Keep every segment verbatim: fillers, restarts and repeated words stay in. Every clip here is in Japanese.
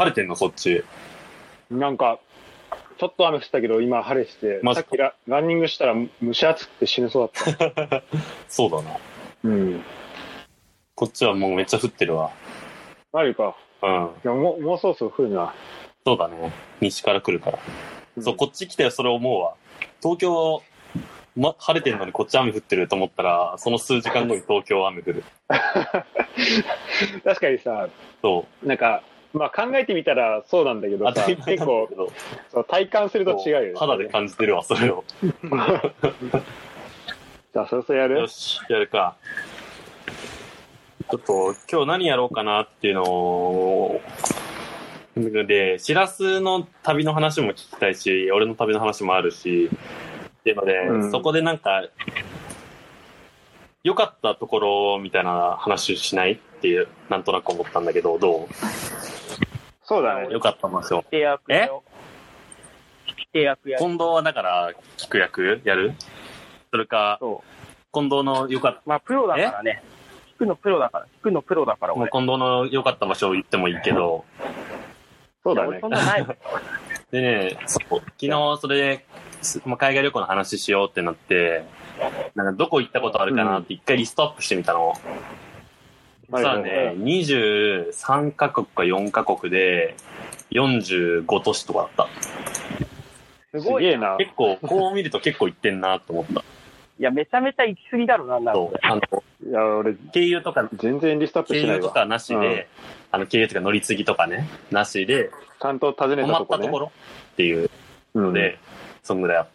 晴れてんのそっち？ なんか、ちょっと雨降ったけど、今晴れして、さっきラランニングしたら蒸し暑くて死ぬそうだった。 そうだな。 うん。 こっちはもうめっちゃ降ってるわ。 マジか。 うん。 いやもう、もうそろそろ降るな。 そうだね。西から来るから。 うん、 そう、こっち来てそれ思うわ。東京、ま、晴れてるのにこっち雨降ってると思ったら、その数時間後に東京雨降る。 確かにさ、 そう。 なんか、まあ考えてみたらそうなんだけどさ、結構そう体感すると違うよね。 肌で感じてるわ、それを。 じゃあ、そろそろやる？ よし、やるか。ちょっと、今日何やろうかなっていうのを、で、しらすの旅の話も聞きたいし、俺の旅の話もあるし、っていうので、うん、そこでなんか、良かったところみたいな話しないっていう、なんとなく思ったんだけど、どう？ そうだね。 良かった場所。 聞き手役え聞き手役やる。 近藤はだから聞く役やる？それか、近藤の良かった。 まあ、プロだからね。聞くのプロだから。聞くのプロだから。 もう近藤の良かった場所を言ってもいいけど。 そうだね。 そんなない。 でね、そう昨日それで、まあ、海外旅行の話しようってなって、なんかどこ行ったことあるかなって一回リストアップしてみたの。そしたらね、にじゅうさんカ国かよんカ国でよんじゅうご都市とかだった。 すごいな。 結構、こう見ると結構行ってんなと思った。 いや、めちゃめちゃ行き過ぎだろ、なんだろう。 あの、 いや、俺、 経由とか、 全然リストアップしないわ。 経由とかなしで、うん、あの、経由とか乗り継ぎとかね、なしで、 ちゃんと訪ねたところ、ね、 泊まったところっていうので、うん、そんぐらいあった。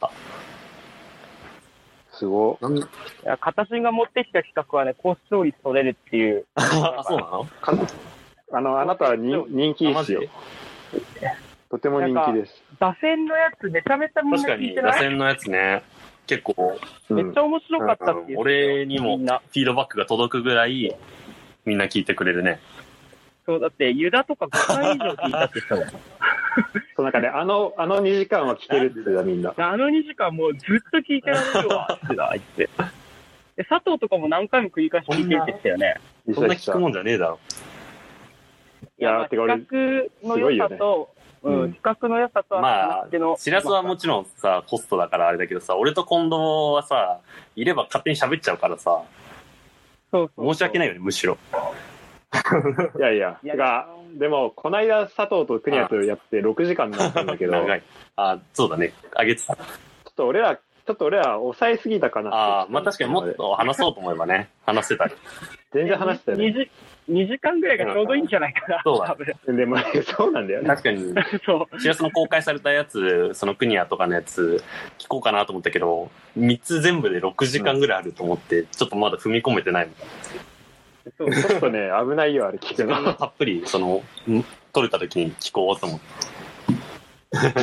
すごい。 いや、片新が持ってきた企画はね、高視聴率取れるっていう。 あ、そうなの？ あの、あなたは人人気ですよ。とても人気です。 打線のやつめちゃめちゃみんな聞いてない？ 確かに、打線のやつね、結構、 めっちゃ面白かったっていう、 うん、俺にもフィードバックが届くぐらい、みんな聞いてくれるね。 そう、だって、ユダとかごかい以上聞いたって言ったもん。 そう、なんかね、あの、あのにじかんは聞けるって言ってた、みんな。 あのにじかんもうずっと聞いてられるわ、ってだ、あいつ。で、佐藤とかも何回も繰り返し聞いてるって言ったよね。 そんな聞くもんじゃねえだろ。 いや、企画の良さと、うん、企画の良さとは、 まあ、しらすはもちろんさ、ホストだからあれだけどさ、俺と近藤はさ、いれば勝手に喋っちゃうからさ、 そうそうそう、 申し訳ないよね、むしろ。 いやいや、てか、でも、こないだ佐藤と国谷とやってろくじかんになったんだけど、 長い。あ、そうだね、あげてた。ちょっと俺ら、ちょっと俺ら抑えすぎたかなって。 ああ、まあ確かにもっと話そうと思えばね、話せたり。 全然話してたよね。 にじかんぐらいがちょうどいいんじゃないかな。 そうだ。 でも、そうなんだよね。 確かに。そう。しらすの公開されたやつ、その国谷とかのやつ、聞こうかなと思ったけど、みっつ全部でろくじかんぐらいあると思って、うん、ちょっとまだ踏み込めてないもん。 そうちょっとね、危ないよ、あれ聞くの。 たっぷり、その、撮れた時に聞こうと思って。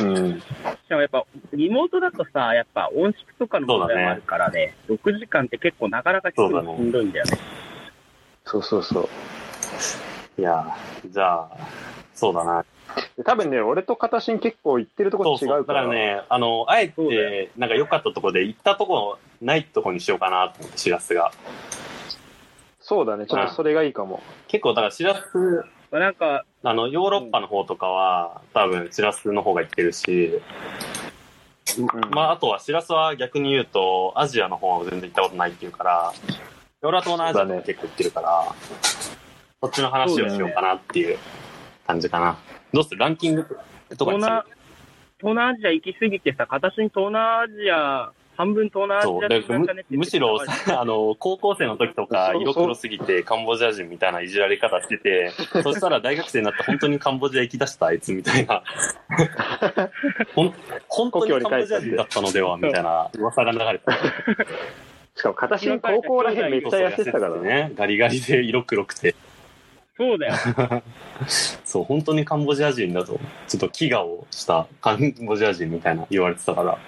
うん。しかもやっぱ、リモートだとさ、やっぱ音質とかの問題もあるからね、ろくじかんって結構なかなか聞くのしんどいんだよね。 そうそうそう。 いや、じゃあ、そうだな。 多分ね、俺と片新結構行ってるところ違うから。 そうそうだからね、あの、あえて、なんか良かったところで行ったところないところにしようかなと思って、しらすが。 そうだね、ちょっとそれがいいかも。 結構、だからしらす、 なんか、 あの、ヨーロッパの方とかは、多分、しらすの方が行ってるし、うん、まあ、あとは、しらすは逆に言うと、アジアの方は全然行ったことないっていうから、ヨーロッパ東南アジアも結構行ってるから、そっちの話をしようかなっていう感じかな。どうする？ランキングとかにする？ 東南アジア行き過ぎてさ、形に東南アジア、半分東南アジア的なむ, むしろあの高校生の時とか色黒すぎてカンボジア人みたいないじられ方しててそしたら大学生になって本当にカンボジア行き出したあいつみたいなほん本当にカンボジア人だったのではみたいな噂が流れてたしかも形に高校らへんめっちゃ痩せてたからねガリガリで色黒くてそうだよそう本当にカンボジア人だとちょっと飢餓をしたカンボジア人みたいな言われてたから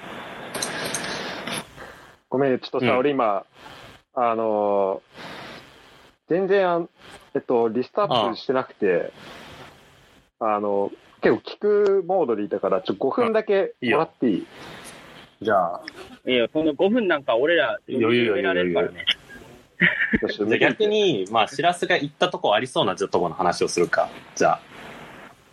ごめん、ちょっとさ、うん、俺今、あのー、全然、えっと、リストアップしてなくて、あ, あの、結構聞くモードでいたから、ちょっとごふんだけもらっていい？いいじゃあ。 いや、そのごふんなんか俺ら余裕余裕余裕。じゃあ逆に、まあ、しらすが行ったとこありそうなとこの話をするか。じゃあ。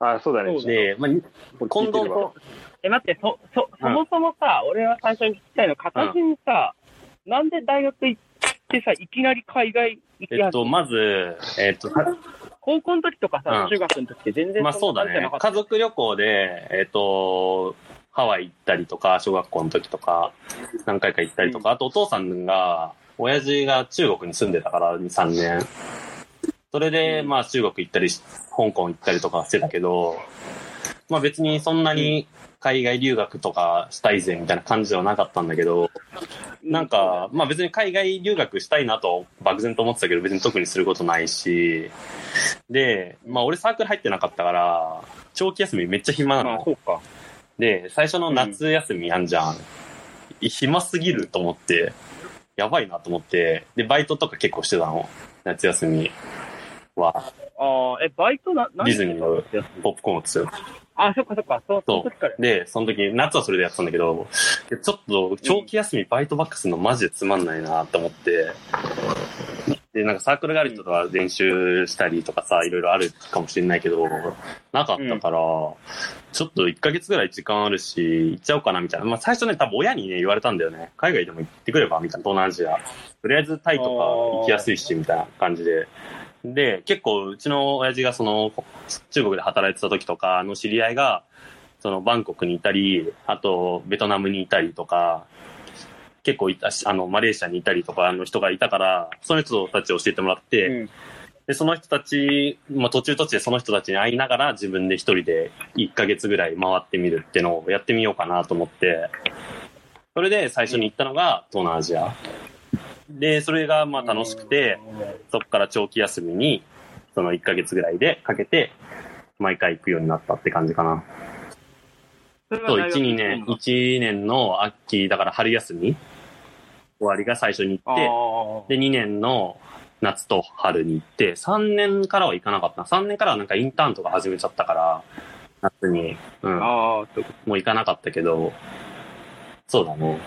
あ、そうだね。 で、まあ、近藤と、 え、待って、そ、そ、そもそもさ、うん、俺は最初に聞きたいの、形にさ、うん、なんで大学行ってさ、いきなり海外行き始めた？ えっと、まず、えっと、 高校の時とかさ、うん、中学の時って全然まあそうだね。家族旅行で、えっと、ハワイ行ったりとか、小学校の時とか、何回か行ったりとか、うん、あとお父さんが、親父が中国に住んでたからに、さんねん。それで、まあ中国行ったり、香港行ったりとかしてたけど、まあ別にそんなに海外留学とかしたいぜみたいな感じではなかったんだけど、なんか、まあ別に海外留学したいなと漠然と思ってたけど、別に特にすることないし、で、まあ俺サークル入ってなかったから、長期休みめっちゃ暇なの。 まあそうか。 で、最初の夏休みやんじゃん。うん、暇すぎると思って、やばいなと思って、で、バイトとか結構してたの。夏休みは。 ああ、え、バイトな、 何ディズニーのポップコーンをですよ。 あ、そっかそっか、そう、 そう。そうで、その時、夏はそれでやってたんだけど、ちょっと長期休みバイトばっかするのマジでつまんないなって思って、で、なんかサークルがある人とは練習したりとかさ、いろいろあるかもしれないけど、なかったから、うん、ちょっといっかげつぐらい時間あるし、行っちゃおうかなみたいな。まあ最初ね、多分親にね、言われたんだよね。海外でも行ってくればみたいな、東南アジア。とりあえずタイとか行きやすいし、みたいな感じで。で、結構うちの親父がその、中国で働いてた時とかの知り合いが、そのバンコクにいたり、あとベトナムにいたりとか、結構いたし、あの、マレーシアにいたりとかの人がいたから、その人たち教えてもらって、うん、で、その人たち、まあ途中途中でその人たちに会いながら自分で一人でいっかげつぐらい回ってみるっていうのをやってみようかなと思って、それで最初に行ったのが東南アジア。で、それがまあ楽しくて、そこから長期休みに、そのいっかげつぐらいでかけて、毎回行くようになったって感じかな。そう、いち、にねん、いちねんの秋、だから春休み終わりが最初に行って、で、にねんの夏と春に行って、さんねんからは行かなかった。さんねんからはなんかインターンとか始めちゃったから、夏に、うん。もう行かなかったけど、そうだね。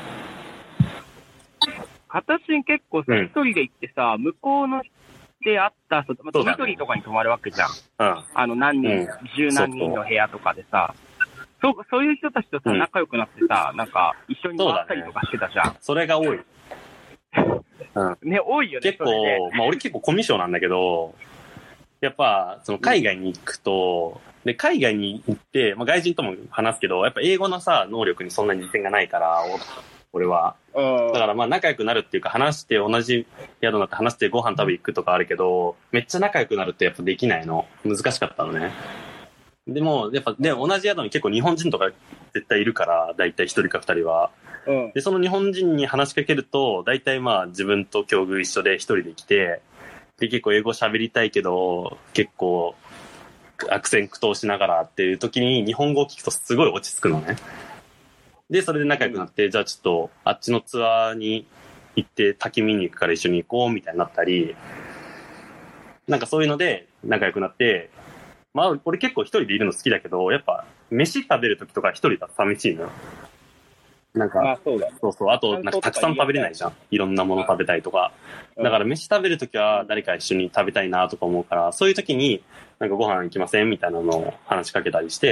私結構さ、一人で行ってさ、向こうのであった、そまあ、ドミトリーとかに泊まるわけじゃん。うん。あの、何人、十、うん、何人の部屋とかでさ、そう、そういう人たちとさ、うん、仲良くなってさ、なんか、一緒に回ったりとかしてたじゃん。 そ, ね、それが多い。 うん。ね、多いよね。 結構、まあ俺結構コミュ障なんだけど、やっぱ、その海外に行くと、うん、で、海外に行って、まあ外人とも話すけど、やっぱ英語のさ、能力にそんなに自信がないから、俺は。だからまあ仲良くなるっていうか、話して同じ宿になって話してご飯食べ行くとかあるけど、めっちゃ仲良くなるってやっぱできないの。難しかったのね。でも、やっぱ、で、同じ宿に結構日本人とか絶対いるから、だいたい一人か二人は。うん、で、その日本人に話しかけると、だいたいまあ自分と境遇一緒で一人で来て、で、結構英語喋りたいけど、結構悪戦苦闘しながらっていう時に日本語を聞くとすごい落ち着くのね。で、それで仲良くなって、うん、じゃあちょっとあっちのツアーに行って滝見に行くから一緒に行こうみたいになったり、なんかそういうので仲良くなって、まあ、俺結構一人でいるの好きだけど、やっぱ、飯食べるときとか一人だと寂しいの。なんか、 あ、そうだ。 そうそう。あと、なんかたくさん食べれないじゃん。いろんなもの食べたいとか。だから飯食べるときは誰か一緒に食べたいなとか思うから、そういうときに、なんかご飯行きませんみたいなのを話しかけたりして。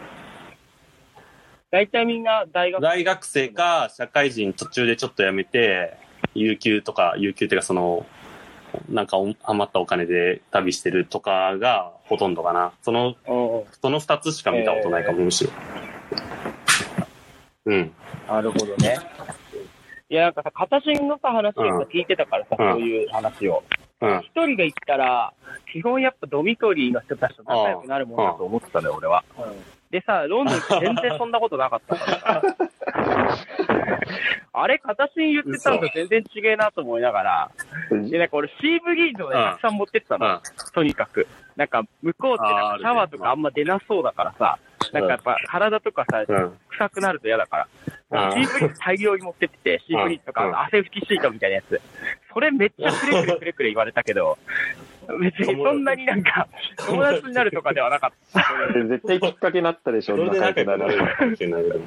大体みんな大学大学生か、社会人途中でちょっと辞めて、有給とか、有給っていうかその、なんか余ったお金で旅してるとかがほとんどかな。その、その二つしか見たことないかも、むしろ。うん。 なるほどね。いや、なんかさ、形のさ、話を聞いてたからさ、うん、そういう話を。うん。一人で行ったら、基本やっぱドミトリーの人たちと仲良くなるもんだと思ってたのよ、俺は。うん、でさ、ロンドンって全然そんなことなかったからさ。あれ、形に言ってたのと全然違えなと思いながら、で、なんか俺、シーブリーズをね、たくさん持ってってたの、うん、とにかく。なんか、向こうってなんかシャワーとかあんま出なそうだからさ、なんかやっぱ体とかさ、うん、臭くなると嫌だから。シーブリーズ大量に持ってってて、シーブリーズとか汗拭きシートみたいなやつ。それめっちゃくれくれくれくれ言われたけど、別にそんなになんか、友達になるとかではなかった。 絶対きっかけになったでしょ、仲良くなるかもしれないけど。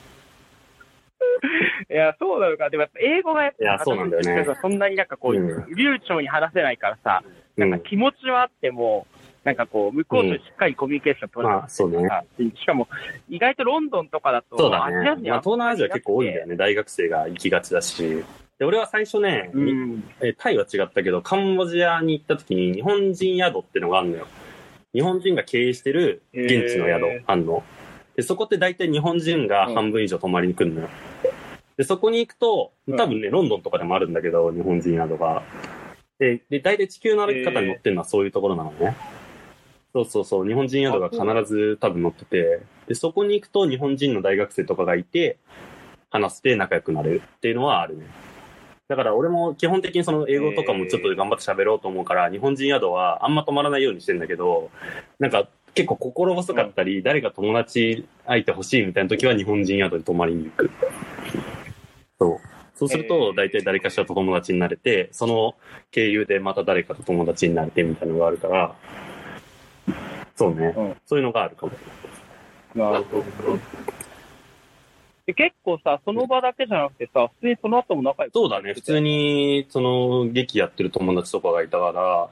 いや、そうなのか。でもやっぱ英語がやっぱ、 いや、そうなんだよね。 そんなになんかこう、うん、流暢に話せないからさ、なんか気持ちはあっても、 なんかこう、向こうとしっかりコミュニケーション取れる、 まあ、そうね。 しかも、意外とロンドンとかだと、 そうだね。 アジア人まあ、東南アジア結構多いんだよね。大学生が行きがちだし。で、俺は最初ね、 うん、 えタイは違ったけど、カンボジアに行った時に日本人宿ってのがあるのよ。日本人が経営してる現地の宿あんの。で、そこって大体日本人が半分以上泊まりに来るのよ。で、そこに行くと、多分ね、ロンドンとかでもあるんだけど、日本人宿が。で、で、大体地球の歩き方に乗ってるのはそういうところなのね。そうそうそう、日本人宿が必ず多分乗ってて、で、そこに行くと日本人の大学生とかがいて、話して仲良くなれるっていうのはあるね。だから俺も基本的にその英語とかもちょっと頑張って喋ろうと思うから、日本人宿はあんま泊まらないようにしてんだけど、なんか結構心細かったり、誰か友達相手欲しいみたいな時は日本人宿に泊まりに行く。そう。そうすると大体誰かしらと友達になれて、その経由でまた誰かと友達になれてみたいなのがあるから、そうね。うん、そういうのがあるかも。 なるほど。で結構さ、その場だけじゃなくてさ、普通にその後も仲良く。 そうだね。普通に、その、劇やってる友達とかがいたから、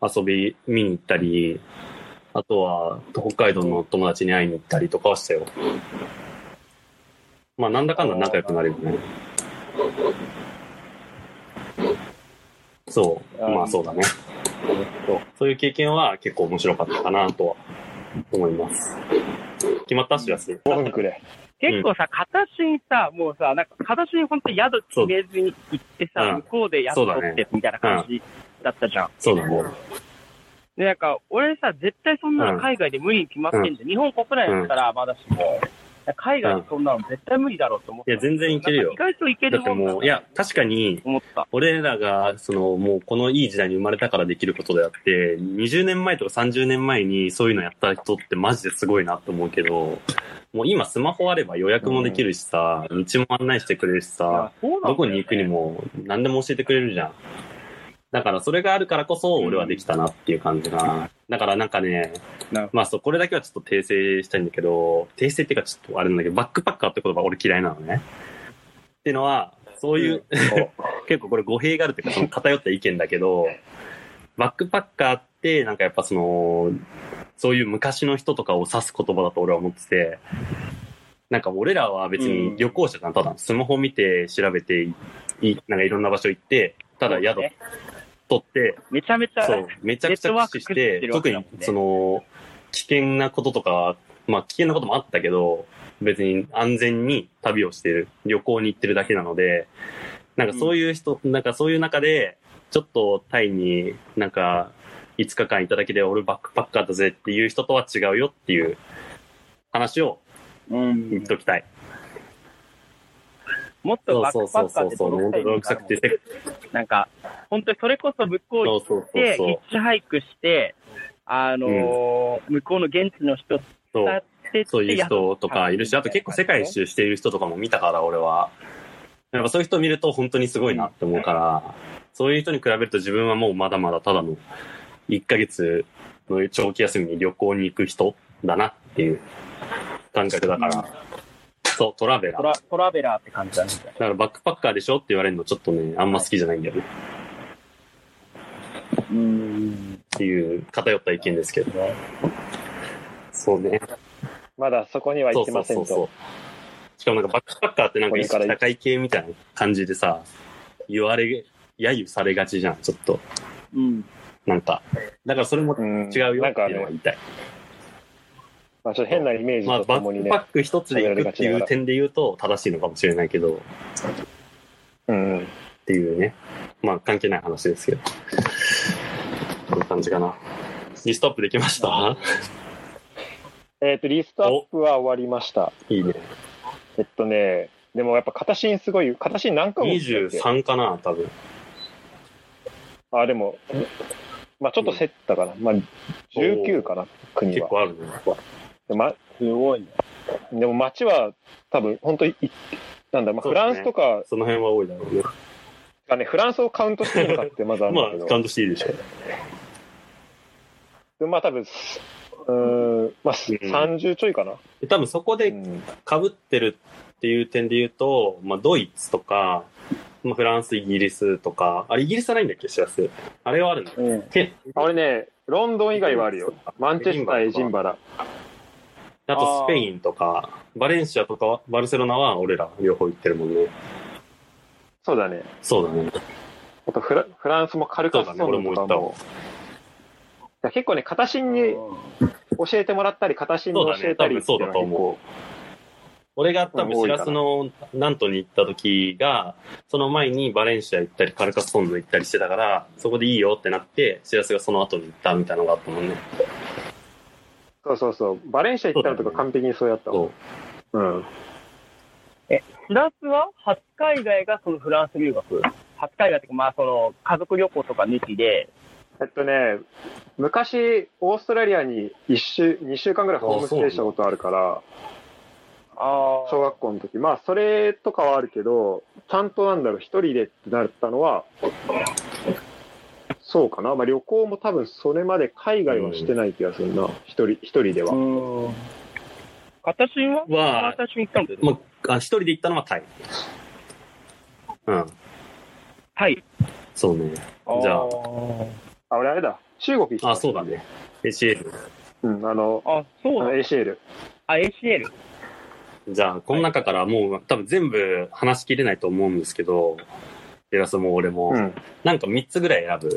遊び、見に行ったり、あとは、北海道の友達に会いに行ったりとかはしたよ。まあ、なんだかんだ仲良くなれるね。そう。まあ、そうだね。そういう経験は結構面白かったかなとは思います。決まったしらす。 ごふんくれ。 結構さ、形にさ、もうさ、なんか形に本当に宿決めずに行ってさ、向こうで宿取ってみたいな感じだったじゃん。 そうだね。 で、なんか、俺さ、絶対そんなの海外で無理に決まってんじゃん。うん、日本国内だったらまだしも、海外でそんなの絶対無理だろうと思って。 いや、全然いけるよ。 意外といけるもんだ。 だってもう、いや、確かに、俺らが、その、もうこのいい時代に生まれたからできることであって、にじゅうねんまえとかさんじゅうねんまえにそういうのやった人ってマジですごいなと思うけど、もう今スマホあれば予約もできるしさ、うん、道も案内してくれるしさ、ね、どこに行くにも何でも教えてくれるじゃん。だからそれがあるからこそ俺はできたなっていう感じかな。うん、だからなんかね、まあそう、これだけはちょっと訂正したいんだけど、訂正っていうかちょっとあれなんだけど、バックパッカーって言葉俺嫌いなのね。っていうのは、そういう、うん、結構これ語弊があるっていうかその偏った意見だけど、バックパッカーってなんかやっぱその、そういう昔の人とかを指す言葉だと俺は思ってて、なんか俺らは別に旅行者じゃん、ただスマホ見て調べてい、なんかいろんな場所行って、ただ宿取って、 めちゃめちゃ、 そう、めちゃくちゃ駆使して、特にその、危険なこととか、まあ危険なこともあったけど、別に安全に旅をしてる、旅行に行ってるだけなので、なんかそういう人、うん、なんかそういう中で、ちょっとタイになんかいつかかんいただけで俺バックパッカーだぜっていう人とは違うよっていう話を言っときたい。 もっとバックパッカーって泥臭くて、 なんか本当にそれこそ向こう行ってヒッチハイクして、あのーうん、向こうの現地の人とってそういう人とかいるし、あと結構世界一周している人とかも見たから俺は。やっぱそういう人を見ると本当にすごいなって思うから、そういう人に比べると自分はもうまだまだただのいっかげつの長期休みに旅行に行く人だなっていう感覚だから、うん、そう、トラベラー。 トラ、トラベラーって感じだね。 だからバックパッカーでしょって言われるのちょっとね、あんま好きじゃないんだよね。 うーん。 っていう偏った意見ですけど。そうね。 まだそこには行きませんと。そうそうそうそう。 しかもなんかバックパッカーってなんか意識高い系みたいな感じでさ、言われ、揶揄されがちじゃん、ちょっと。 うん。 なんか、だからそれも違うよっていうのが言いたい。 まあちょっと変なイメージとともにね。 まあバックパック一つで行くっていう点で言うと正しいのかもしれないけど。 うん。 っていうね。まあ関係ない話ですけど。こんな感じかな。リストアップできました？ えっと、リストアップは終わりました。 いいね。 えっとね、でもやっぱ片新すごい、片新何回も。 にじゅうさんかな、多分。 あ、でも、まあちょっと競ったかな。まあじゅうきゅうかな、国は。 結構あるね。 でま、 すごいね。 でも街は多分、本当に、なんだ、まあフランスとか。 その辺は多いだろうね。 あね、フランスをカウントしていいのかってまずあるんだけど。 まあカウントしていいでしょ。 でまあ多分、うーん、まあ、さんじゅうちょいかな。 うん、多分そこで被ってるっていう点で言うと、まあドイツとか、まあ、フランス、イギリスとか、あれイギリスはないんだっけ、しらす。あれはあるんだ。 うん、あれね、 ロンドン以外はあるよ。マンチェスター、エジンバラ。 あとスペインとか、バレンシアとかバルセロナは俺ら両方行ってるもんね。 そうだね。 そうだね。 あとフラ、フランスもカルカッソンヌとかも。 そうだね、俺も行ったわ。結構ね、片新に教えてもらったり、片新に教えたりっていうのは結構。 俺が多分シラスのナントに行った時が、その前にバレンシア行ったり、カルカッソンヌ行ったりしてたから、そこでいいよってなって、シラスがその後に行ったみたいなのがあったもんね。 そうそうそう。バレンシア行ったのとか完璧にそうやったもん。ううん。 え、シラスは初海外がそのフランス留学？初海外っていうか、まあその家族旅行とか抜きで。 えっとね、昔、オーストラリアに一週、二週間ぐらいホームステイしたことあるから、 あ小学校の時。まあ、それとかはあるけど、ちゃんとなんだろう、一人でってなったのは、そうかな。まあ、旅行も多分それまで海外はしてない気がするな。一人、一人では。 うん。片新はは、 片新行ったので、 まあ、一人で行ったのはタイ。うん。 タイ。 そうね。じゃあ。 あ、俺あれだ。中国行った。 あ、そうだね。エーシーエル。 うん、あの、 あ、そうだ。 エーシーエル。 あ、エーシーエル。 じゃあ、この中からもう多分全部話しきれないと思うんですけど、エラスも俺も、うん、なんかみっつぐらい選ぶ。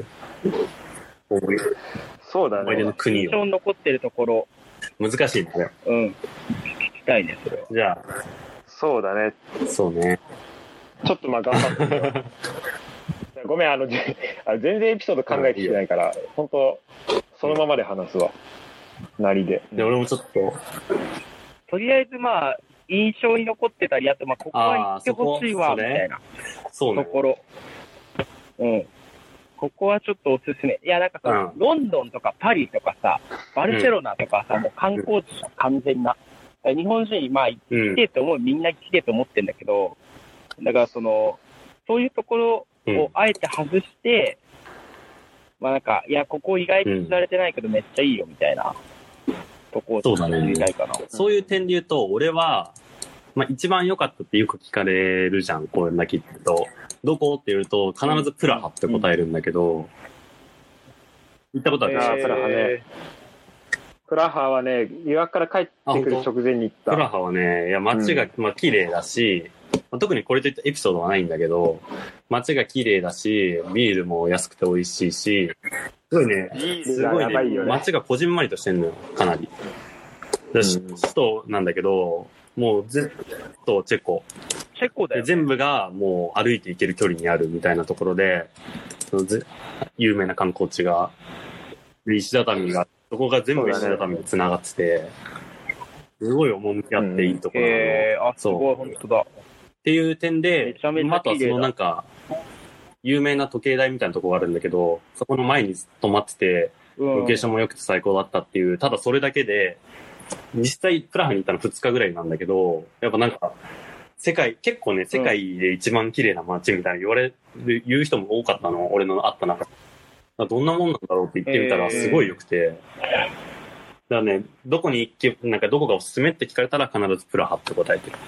そうだね。 思い出の国印象を。 残ってるところ。 難しいね。 うん。聞きたいね、それは。 じゃあ。 そうだね。 そうね。 ちょっとまあ頑張ってみよう。ごめん、あの、全然エピソード考えてきてないから、本当そのままで話すわ。なりで。 で、俺もちょっと。 とりあえずまあ、印象に残ってたり、あとまあ、ここは行ってほしいわ、みたいなそうね。 ところ。うん。ここはちょっとおすすめ。いや、なんかさ、うん、ロンドンとかパリとかさ、バルセロナとかさ、うん、もう観光地完全な。日本人、まあ、行きてえと思う、みんな行きてえと思ってんだけど、だからその、そういうところをあえて外して、うん、まあなんか、いや、ここ意外と知られてないけどめっちゃいいよ、みたいなとこをそうだね。 知りたいかな。 そういう点で言うと、俺は、まあ一番良かったってよく聞かれるじゃん、これだけ言うと。どこって言うと、必ずプラハって答えるんだけど、うん、行ったことあるでしょ、 プラハね。プラハはね、留学から帰ってくる直前に行った。 プラハはね、いや、街が、まあ綺麗だし、まあ、特にこれといったエピソードはないんだけど、街が綺麗だし、ビールも安くて美味しいし、すごいね、すごいね、街がこじんまりとしてんのよ、かなり。うん、首都なんだけど、もうずっとチェコ。 チェコだよ、ね。 全部がもう歩いて行ける距離にあるみたいなところで、その有名な観光地が、石畳が、そこが全部石畳で繋がってて、すごい趣あっていいところなの。 えー、あ、すごい、本当だ。 っていう点で、 めちゃめちゃあとはそのなんか、有名な時計台みたいなところがあるんだけど、そこの前に泊まってて、ロケーションも良くて最高だったっていう、ただそれだけで、実際プラハに行ったのふつかぐらいなんだけど、やっぱなんか、世界、結構ね、世界で一番綺麗な街みたいな言われる、言う人も多かったの、俺の会った中。どんなもんなんだろうって言ってみたらすごい良くて、だからね、どこに行け、なんかどこがおすすめって聞かれたら必ずプラハって答えてる。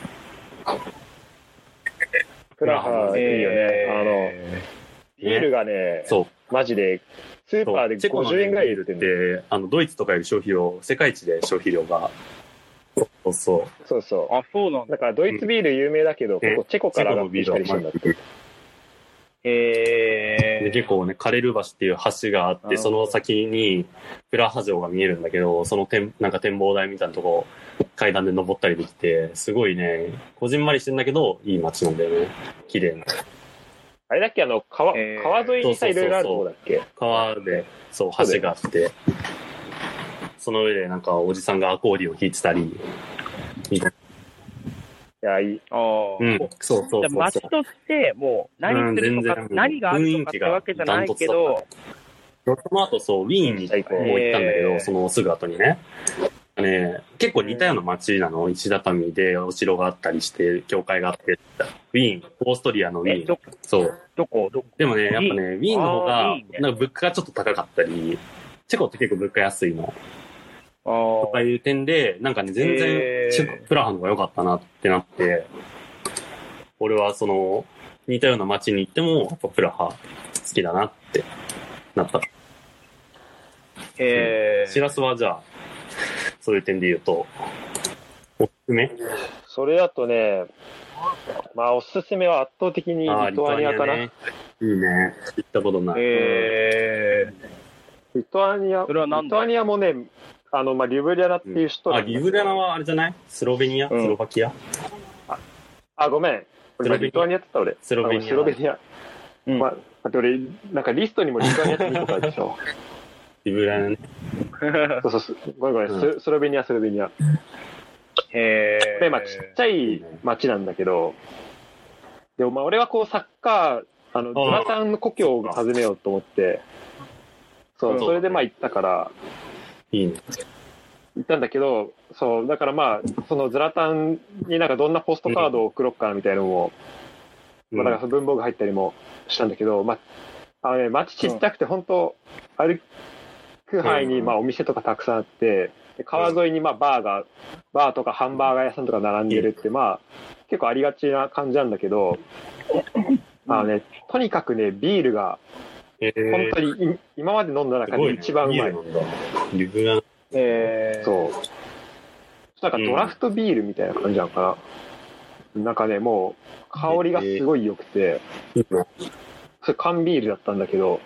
プラハいいよね。あの、ビールがね、そう。マジで、スーパーでごじゅうえんぐらい売ってる。あの、ドイツとかより消費量、世界一で消費量が、そうそう。 そうそう。 あ、そうなんだ。だからドイツビール有名だけど、うん、ここチェコから上がってきたりしたんだって。 へで結構ね、カレル橋っていう橋があって、その先にプラハ城が見えるんだけど、その天、なんか展望台みたいなとこ、階段で登ったりできて、すごいね、こじんまりしてんだけど、いい街なんだよね。綺麗な。 あれだっけ、あの、川、川沿いにさ、いろいろあるとこだっけ？ 川で、そう、橋があって、その上でなんかおじさんがアコーディオン弾いてたり、みたいな。 いや、いい。 ああ。 うん、そうそうそう。 街として、もう、何するとか、うん、何があるとかってわけじゃないけど、 その後、そう、ウィーンにも行ったんだけど、そのすぐ後にね。ね、結構似たような街なの。石畳でお城があったりして、教会があって、ウィーン、オーストリアのウィーン。そう。 どこどこでもね、やっぱね、ウィーンの方が、なんか物価がちょっと高かったり、チェコって結構物価安いの。とかいう点で、なんかね、全然、チェコ、プラハの方が良かったなってなって、俺はその、似たような街に行っても、やっぱプラハ好きだなってなった。 へー。 しらすはじゃあ、そういう点で言うと、おすすめ？ それだとね、まあおすすめは圧倒的にリトアニアかな。 ね、いいね。行ったことない。 へー。リトアニア、 それは何リトアニアもね、あの、まあ、リブリアナっていう首都、 うん、あ、リブリアナはあれじゃない？スロベニア、うん、スロバキアあ、あ、ごめん。俺リトアニアって言った俺。 スロベニア。 スロベニア。うん。まあ、あと俺、なんかリストにもリトアニアってにこ書いてしょ。 リブリアナね。 そうそう、ごめんごめん、うん、ス, スロベニア、スロベニア。 へー。 で、まあ、ちっちゃい町なんだけど、でもまあ、俺はこう、サッカー、あの、ズラタンの故郷を訪ねようと思って、そう、それでまあ行ったから、 いいね。 行ったんだけど、そう、だからまあ、そのズラタンになんかどんなポストカードを送ろっかみたいなのも、うん、まあ、だから文房具入ったりもしたんだけど、まあ、あのね、街ちっちゃくて本当、歩く範囲にまあお店とかたくさんあって、川沿いにまあバーが、バーとかハンバーガー屋さんとか並んでるって、まあ、結構ありがちな感じなんだけど、あのね、とにかくね、ビールが、本当に今まで飲んだ中で一番うまい。 リブラン。 えー、そう。なんかドラフトビールみたいな感じなのかな。うん、なんかね、もう香りがすごい良くて、えー、それ缶ビールだったんだけど、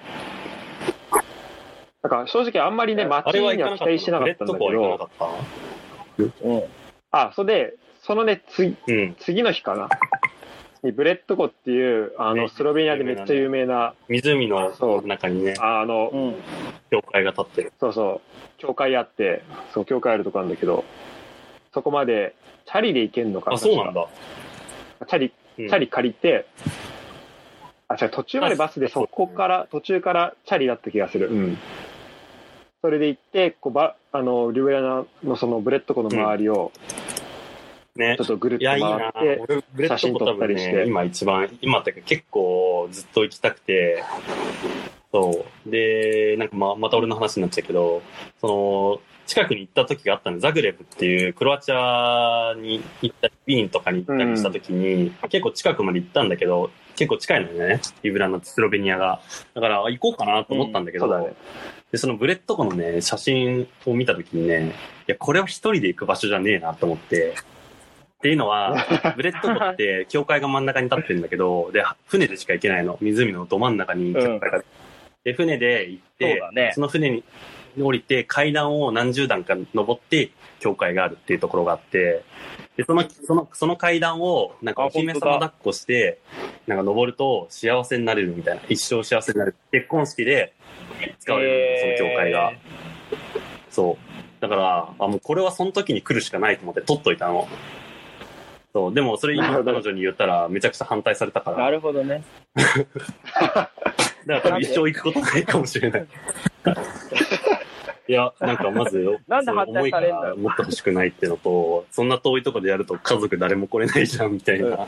なんか正直あんまりね、街には期待してなかったんだけど、うん、あ、それで、そのね、つ、うん、次の日かな。ブレット湖っていう、あの、スロベニアでめっちゃ有名な。 湖の中にね、 あの、うん、 教会が建ってる。 そうそう。教会あって、そう、教会あるとこなんだけど、そこまで、チャリで行けんのかな。 あ、そうなんだ。 チャリ、チャリ借りて、うん、あ、違う、途中までバスで、そこから、途中からチャリだった気がする。うん。それで行って、こう、ば、あの、リュウヤナのそのブレット湖の周りを、うんね、ちょっとぐるっと回って写真撮ったりして、 ね、今一番今ってか結構ずっと行きたくて、そうでなんか ま, また俺の話になっちゃうけど、その近くに行った時があったの。ザグレブっていうクロアチアに行ったりウィーンとかに行ったりした時に、うん、結構近くまで行ったんだけど、結構近いのよね、リブラナとスロベニアが。だから行こうかなと思ったんだけど、うん、そうだね。でそのブレット湖のね写真を見た時にね、いやこれは一人で行く場所じゃねえなと思って。っていうのは、ブレット湖って教会が真ん中に立ってるんだけど、で、船でしか行けないの。湖のど真ん中に教会が、うん、で、船で行って、そ, ね、その船に降りて階段を何十段か登って教会があるっていうところがあって、で、その、その、その階段をなんかお姫様抱っこして、なんか登ると幸せになれるみたいな。一生幸せになれる。結婚式で使われる、えー、その教会が。そう。だから、あ、もうこれはその時に来るしかないと思って取っといたの。そう、でもそれ今彼女に言ったらめちゃくちゃ反対されたから。 なるほどね。 だから一生行くことないかもしれない。いや、なんかまず、 なんで反対されるんだよ。 思ってほしくないっていうのと、そんな遠いとこでやると家族誰も来れないじゃんみたいな。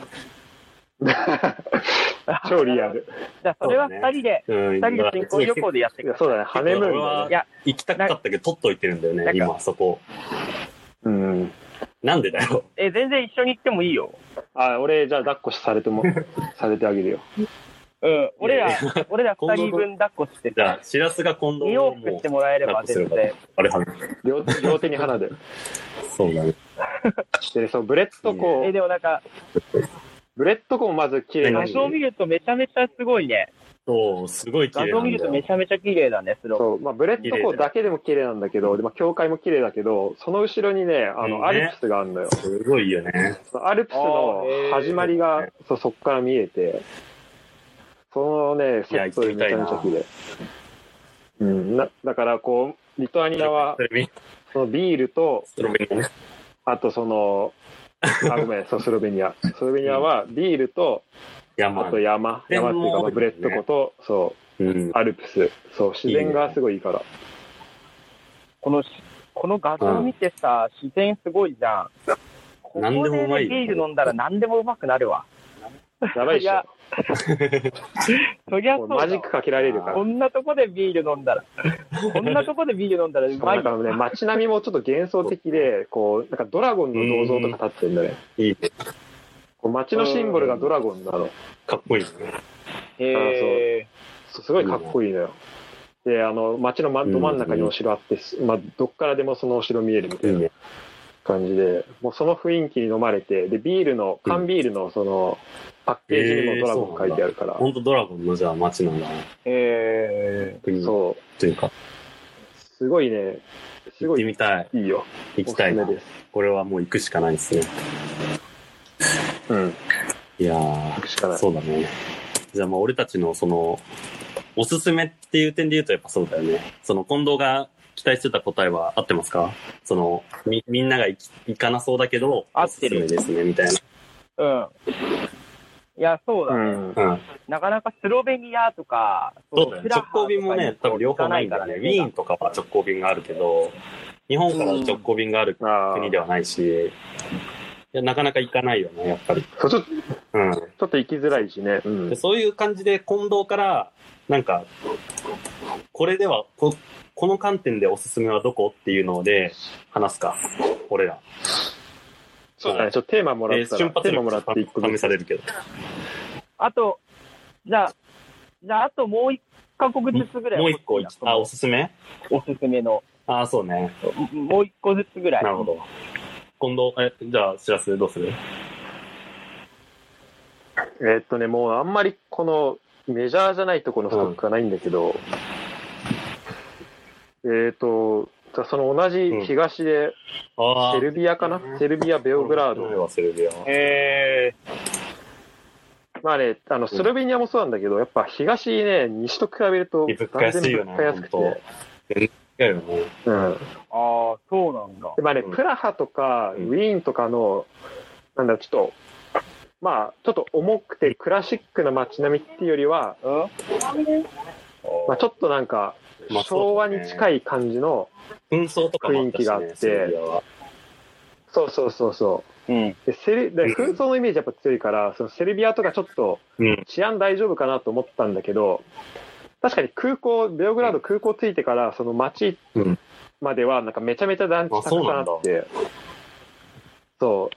超リアル。 じゃあそれは二人で、二、ね、人で新婚旅行でやってくる。 そうだね、ハネムーンは。 いや、行きたかったけど取っといてるんだよね、今そこ。 うん。 なんでだよ。 え、全然一緒に行ってもいいよ。 あ、俺、じゃあ、抱っこされても、されてあげるよ。 うん、俺ら、俺ら二人分抱っこしてじゃあ、しらすが今度に往復してもらえれば全然。 あれ、 両両手に花で。 そうだね。 で、そう、ブレット湖。 え、でもなんか、 ブレット湖もまず綺麗なし。画像見るとめちゃめちゃすごいね。 そう、すごい綺麗なんだよ。画像見るとめちゃめちゃ綺麗だね、それ。 そう、まあ、ブレット湖だけでも綺麗なんだけど、でまあ、教会も綺麗だけど、その後ろにね、あの、ね、アルプスがあるんだよ。 すごいよね。 アルプスの始まりが、そうそこから見えて、そのね、セットでめちゃめちゃ綺麗。うん、な、だからこう、リトアニアは、そのビールと、あとその、あ、ごめん、そう、スロベニア。スロベニアはビールと、 山あと山、山っていうか、まあ、ブレット湖と、そう、うん、アルプス。そう、自然がすごいいいから。 この、この画像見てさ、うん、自然すごいじゃん。ここで、ね、ビール飲んだら何でもうまくなるわ。 やばいっしょ。 そりゃそうだ。 マジックかけられるから。 こんなとこでビール飲んだら。こんなとこでビール飲んだらうまい。 なんかね、街並みもちょっと幻想的で、こう、なんかドラゴンの銅像とか立ってるんだね。 いい。 街のシンボルがドラゴンなの。 かっこいいね。 へー。 そう。すごいかっこいいのよ。 で、あの、街のど真ん中にお城あって、うん、まあ、どっからでもそのお城見えるみたいな感じで、もうその雰囲気に飲まれて、で、ビールの、缶ビールのその、パッケージにもドラゴン書いてあるから。 本当、えー、ドラゴンのじゃあ街なんだね。 えー、そう。 というか。 すごいね、すごい。 行ってみたい。 いいよ。 行きたいな。これはもう行くしかないですね。 うん。 いやー、行くしかない。そうだね。じゃあまあ俺たちのその、おすすめっていう点で言うとやっぱそうだよね。その近藤が期待してた答えは合ってますか？その、み、みんなが行き、行かなそうだけど、 合ってるおすすめですね、みたいな。 うん。いや、そうだね。うん。なかなかスロベニアとか、 そうだよね。直行便もね、多分両方ないからね。ウィーンとかは直行便があるけど、日本から直行便がある国ではないし、いやなかなか行かないよね、やっぱり。 そうちょっと、うん、ちょっと行きづらいしね、 うん、で。そういう感じで近藤から、なんか、これではこ、この観点でおすすめはどこっていうので話すか、俺ら。 そうだね、ちょっとテーマもらったら、 瞬発テーマもらって一個試されるけど。 あと、じゃあ、じゃああともう一カ国ずつぐらい。 もう一個、あ、おすすめおすすめの。 ああ、そうね。 もう一個ずつぐらい。 なるほど。今度、え、じゃあ、しらすどうする？ えー、っとね、もうあんまりこのメジャーじゃないところのストックがないんだけど、うん、えー、っと、その同じ東で、うん、セルビアかな、セルビア、ベオグラード。 セルビア。 へー。まあね、あの、スロベニアもそうなんだけど、やっぱ東ね、西と比べると、 物価安いよね。 物価安くて。 やよね。 うん。ああ、そうなんだ。 でまあね、プラハとか、ウィーンとかの、なんだ、ちょっと、まあ、ちょっと重くてクラシックな街並みっていうよりは、うん、まあ、ちょっとなんか、昭和に近い感じの雰囲気があって、そうそうそうそう。うん、でセルで紛争のイメージやっぱ強いから、そのセルビアとかちょっと治安大丈夫かなと思ったんだけど、確かに空港、ベオグラード空港着いてから、その街まではなんかめちゃめちゃ団地たくさんあって、そう、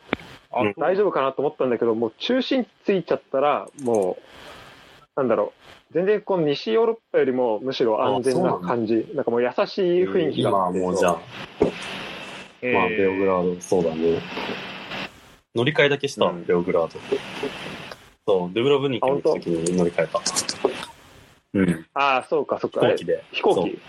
うん、大丈夫かなと思ったんだけど、もう中心地着いちゃったら、もう、なんだろう、全然こう西ヨーロッパよりもむしろ安全な感じ、なんかもう優しい雰囲気があって。 今もうじゃあ、えー、まあベオグラード、そうだね。乗り換えだけした、うん、ベオグラード。そう、デュブロブニクに行くときに乗り換えた。うん、 ああ、そうか、そうか。 飛行機で。 飛行機。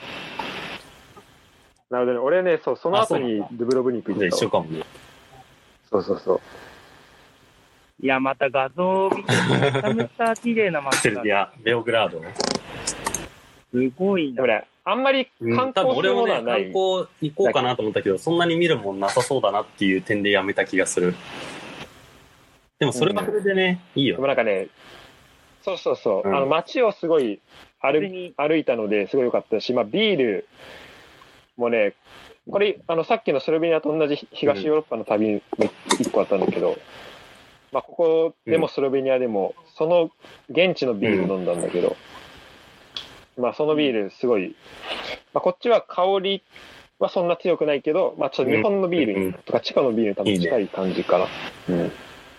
なるほどね。俺ね、そう、その後にドゥブロブニク行った。 一緒かもね。 そうそうそう。 いや、また画像見て、めちゃめちゃ綺麗な街だ、ね。 いや、ベオグラード。 すごいな。 でもね、あんまり観光するものはない。 うん、多分俺もね、観光行こうかなと思ったけど、そんなに見るもんなさそうだなっていう点でやめた気がする。でもそれはそれでね、うん、いいよ。 でもなんかね、そうそうそう。うん、あの街をすごい歩, 歩いたのですごい良かったし、まあ、ビールもね、これあのさっきのスロベニアと同じ東ヨーロッパの旅にいっこあったんだけど、うん、まあ、ここでもスロベニアでもその現地のビール飲んだんだけど、うん、まあ、そのビールすごい、まあ、こっちは香りはそんな強くないけど、まあ、ちょっと日本のビールとか地下のビールに多分近い感じかな。うん、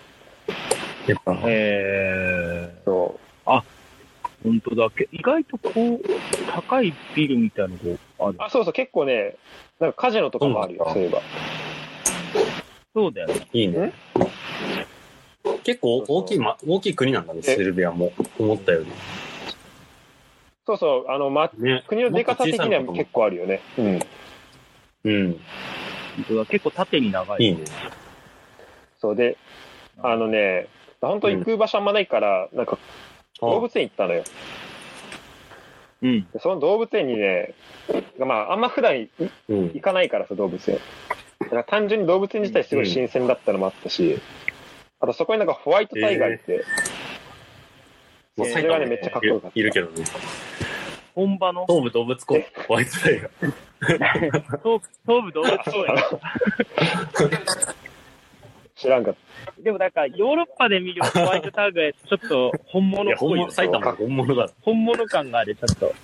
へー。 そう。 あ、本当だ。意外とこう、高いビルみたいなのがある。 あ、そうそう、結構ね、なんかカジノとかもあるよ、そういえば。 そうだよね。 いいね。結構大きい、ま、大きい国なんだね、セルビアも。思ったより。 そうそう、あの、ま、ね、国の出方的には結構あるよね。うん。 うん。 本当だ、結構縦に長い。 いいね。 そうで、あのね、本当行く場所あんまないから、うん、なんか、動物園行ったのよ。 うん。 その動物園にね、まあ、あんま普段行かないからさ、動物園。だから単純に動物園自体すごい新鮮だったのもあったし、あとそこになんかホワイトタイガーいて、 えー、それがね、めっちゃかっこよかった。いるけどね。 本場の東武動物公園、ホワイトタイガー。 東, 東武動物公園。 知らんかった。 でもなんか、ヨーロッパで見るホワイトタイガー、ちょっと本物っぽい。いや、 埼玉本物だ。 本物感がある、ちょっと。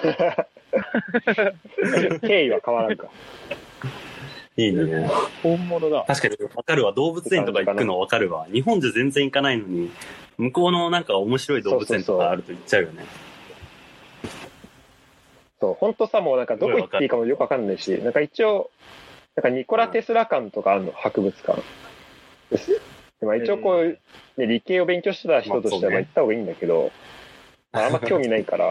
経緯は変わらんか。 いいね。 本物だ。 確かに分かるわ。動物園とか行くの分かるわ。日本じゃ全然行かないのに、向こうのなんか面白い動物園とかあると行っちゃうよね。 そう、ほんとさ、もうなんかどこ行っていいかもよくわかんないし、なんか一応、なんかニコラ・テスラ館とかあるの、博物館。です。でまあ、一応こう、ね、理系を勉強してた人としてはまあ行った方がいいんだけど、まあ、あんま興味ないから、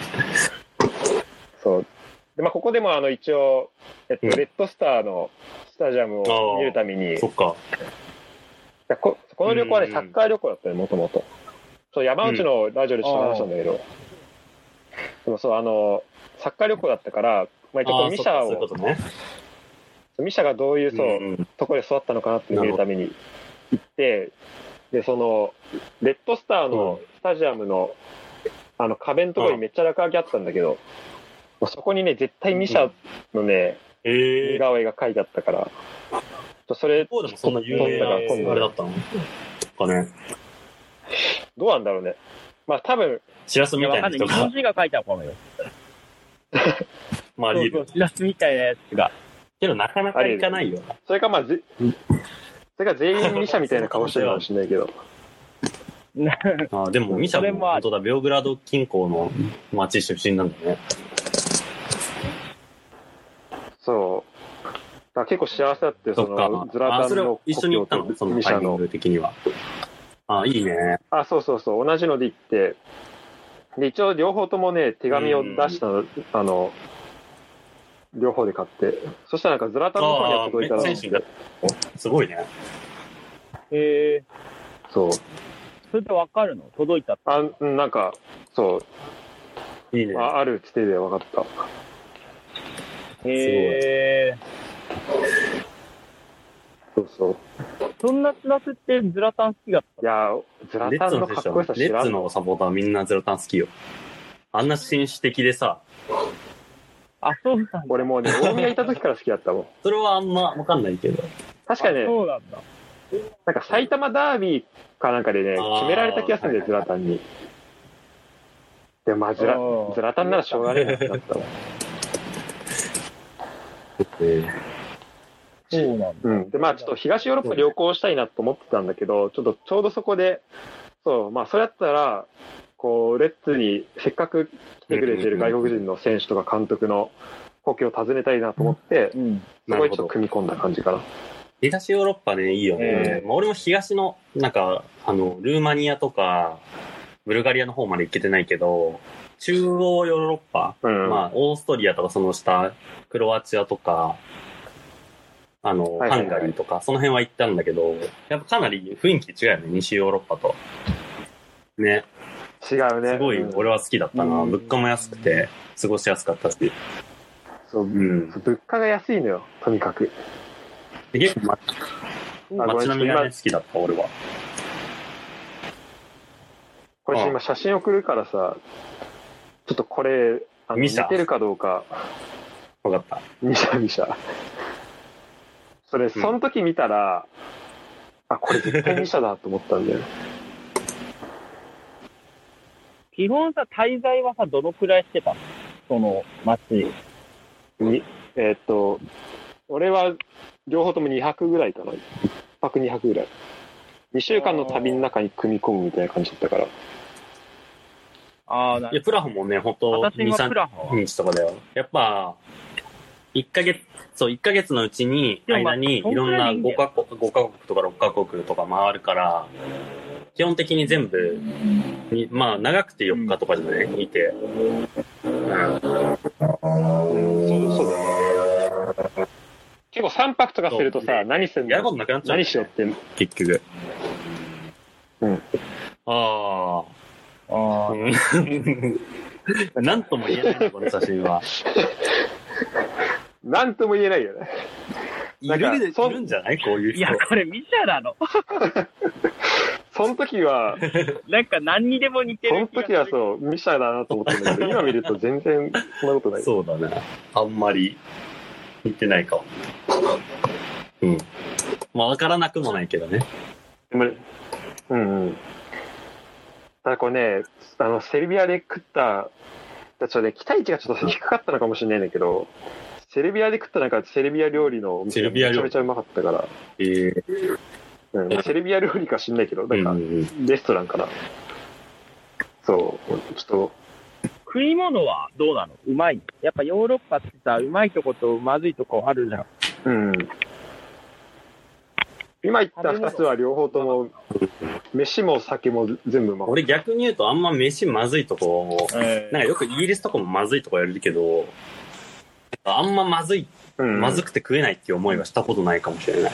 そう。で、まあ、ここでもあの一応、えっと、レッドスターのスタジアムを見るために、 そっか。 こ, この旅行はね、サッカー旅行だったね、もともと。そう、山内のラジオでちょっと話したんだけど、うん、でもそう、あの、サッカー旅行だったから、まあ、一応こうミシャを、ううね、ミシャがどういうそう、うんうん、ところで育ったのかなって見るために行って、で、その、レッドスターのスタジアムの、うん、あの壁のところにめっちゃ落書きあったんだけど、うん、そこにね、絶対ミシャのね、うん、似顔絵が書いてあったから、それ、 こうでもそんな有名なあれだったのかね。 どうなんだろうね。まあ多分、 しらすみたいな人が。 日本人が書いたのかもよ。 まあ、 そうそう、しらすみたいなやつが。 けどなかなかいかないよ。 それかまあ、ぜそれか全員ミシャみたいな顔してるかもしれないけど。 あでもミシャも本当だ、ベオグラード近郊の町出身なんだね。 そう。だ結構幸せだって、その、ズラタンの一緒に行ったのそのタイミング的には。あ、いいね。 あ、そうそうそう、同じので行って、で、一応両方ともね、手紙を出したの、あの、両方で買って、そしたらなんかズラタンの方には届いたらしくて。 すごいね。 へえ。 そう。 それってわかるの届いたって。 あ、なんか、そう。 いいね。 あ, あるつてで分かった。 へえ。 そうそう。 そんなしらすってズラタン好きだった？ いや、ズラタンのかっこよさ知らん。 レッツのサポーターみんなズラタン好きよ。あんな紳士的でさ。 あ、そうなんだ。 俺もうね、大宮いた時から好きだったもん。 それはあんまわかんないけど。 確かね、 そうなんだ。 なんか埼玉ダービーかなんかでね、決められた気がするんだよ、ズラタンに。でもまあズラ、ズラタンならしょうがないなってなったわ。 そうなんだ。 うん。で、まあちょっと東ヨーロッパ旅行したいなと思ってたんだけど、ちょっとちょうどそこで、そう、まあそれやったら、こう、レッツにせっかく来てくれてる外国人の選手とか監督の故郷を訪ねたいなと思って、うん、そこにちょっと組み込んだ感じかな。 東ヨーロッパね、いいよね。まあ、俺も東の、なんか、あの、ルーマニアとか、ブルガリアの方まで行けてないけど、中央ヨーロッパ、うん、まあ、オーストリアとかその下、クロアチアとか、あの、ハンガリーとか、その辺は行ったんだけど、やっぱかなり雰囲気違うよね、西ヨーロッパと。ね。 違うね。 すごい、俺は好きだったな。うん、物価も安くて、過ごしやすかったし。 そう、うん、物価が安いのよ、とにかく。 結構、ま、街並みがね、好きだった、俺は。 これ今写真送るからさ、ちょっとこれ、あの見てるかどうか。 わかった。 ミシャミシャ。それ、その時見たら、うん、あ、これ絶対ミシャだと思ったんだよ。 基本さ、滞在はさ、どのくらいしてたの？その街に。えー、っと、俺は両方ともにはくぐらいかな。いっぱくにはくぐらい。にしゅうかんの旅の中に組み込むみたいな感じだったから。 ああ、なるほど。 いや、プラハもね、ほんとに、さんにちとかだよ。やっぱ、いっかげつ、そう、いっかげつのうちに、間にいろんなごカ国、ごカ国とかろっかこくとか回るから、基本的に全部に、まあ、長くてよっかとかじゃない、いて。うん。うん、 そう、そうだね。結構さんぱくとかするとさ、何するの？ やることなくなっちゃう、ね。 何しようって。 結局。 うん。 ああ。ああ。なんとも言えないね、この写真は。 なんとも言えないよね。 いる、いるんじゃないこういう人。 いや、これミシャなの。 その時は、 なんか何にでも似てる。 その時はそう、ミシャだなと思ったんだけど、今見ると全然そんなことない。 そうだね。あんまり似てないかも。うん。まあ、わからなくもないけどね。 うんうん。ただこれね、あの、セルビアで食った、ちょっとね、期待値がちょっと低かったのかもしれないんだけど、セルビアで食ったなんかセルビア料理のお店がめちゃめちゃうまかったから。 えーうん、セルビア料理か知んないけど、なんか、レストランかな。そう、ちょっと、 食い物はどうなの？うまい？やっぱヨーロッパってさ、うまいとことまずいとこあるじゃん。 うん。今言った二つは両方とも、飯も酒も全部うまい。 俺逆に言うとあんま飯まずいとこ、えー、なんかよくイギリスとかもまずいとこやるけど、あんままずい、うん、まずくて食えないっていう思いはしたことないかもしれない。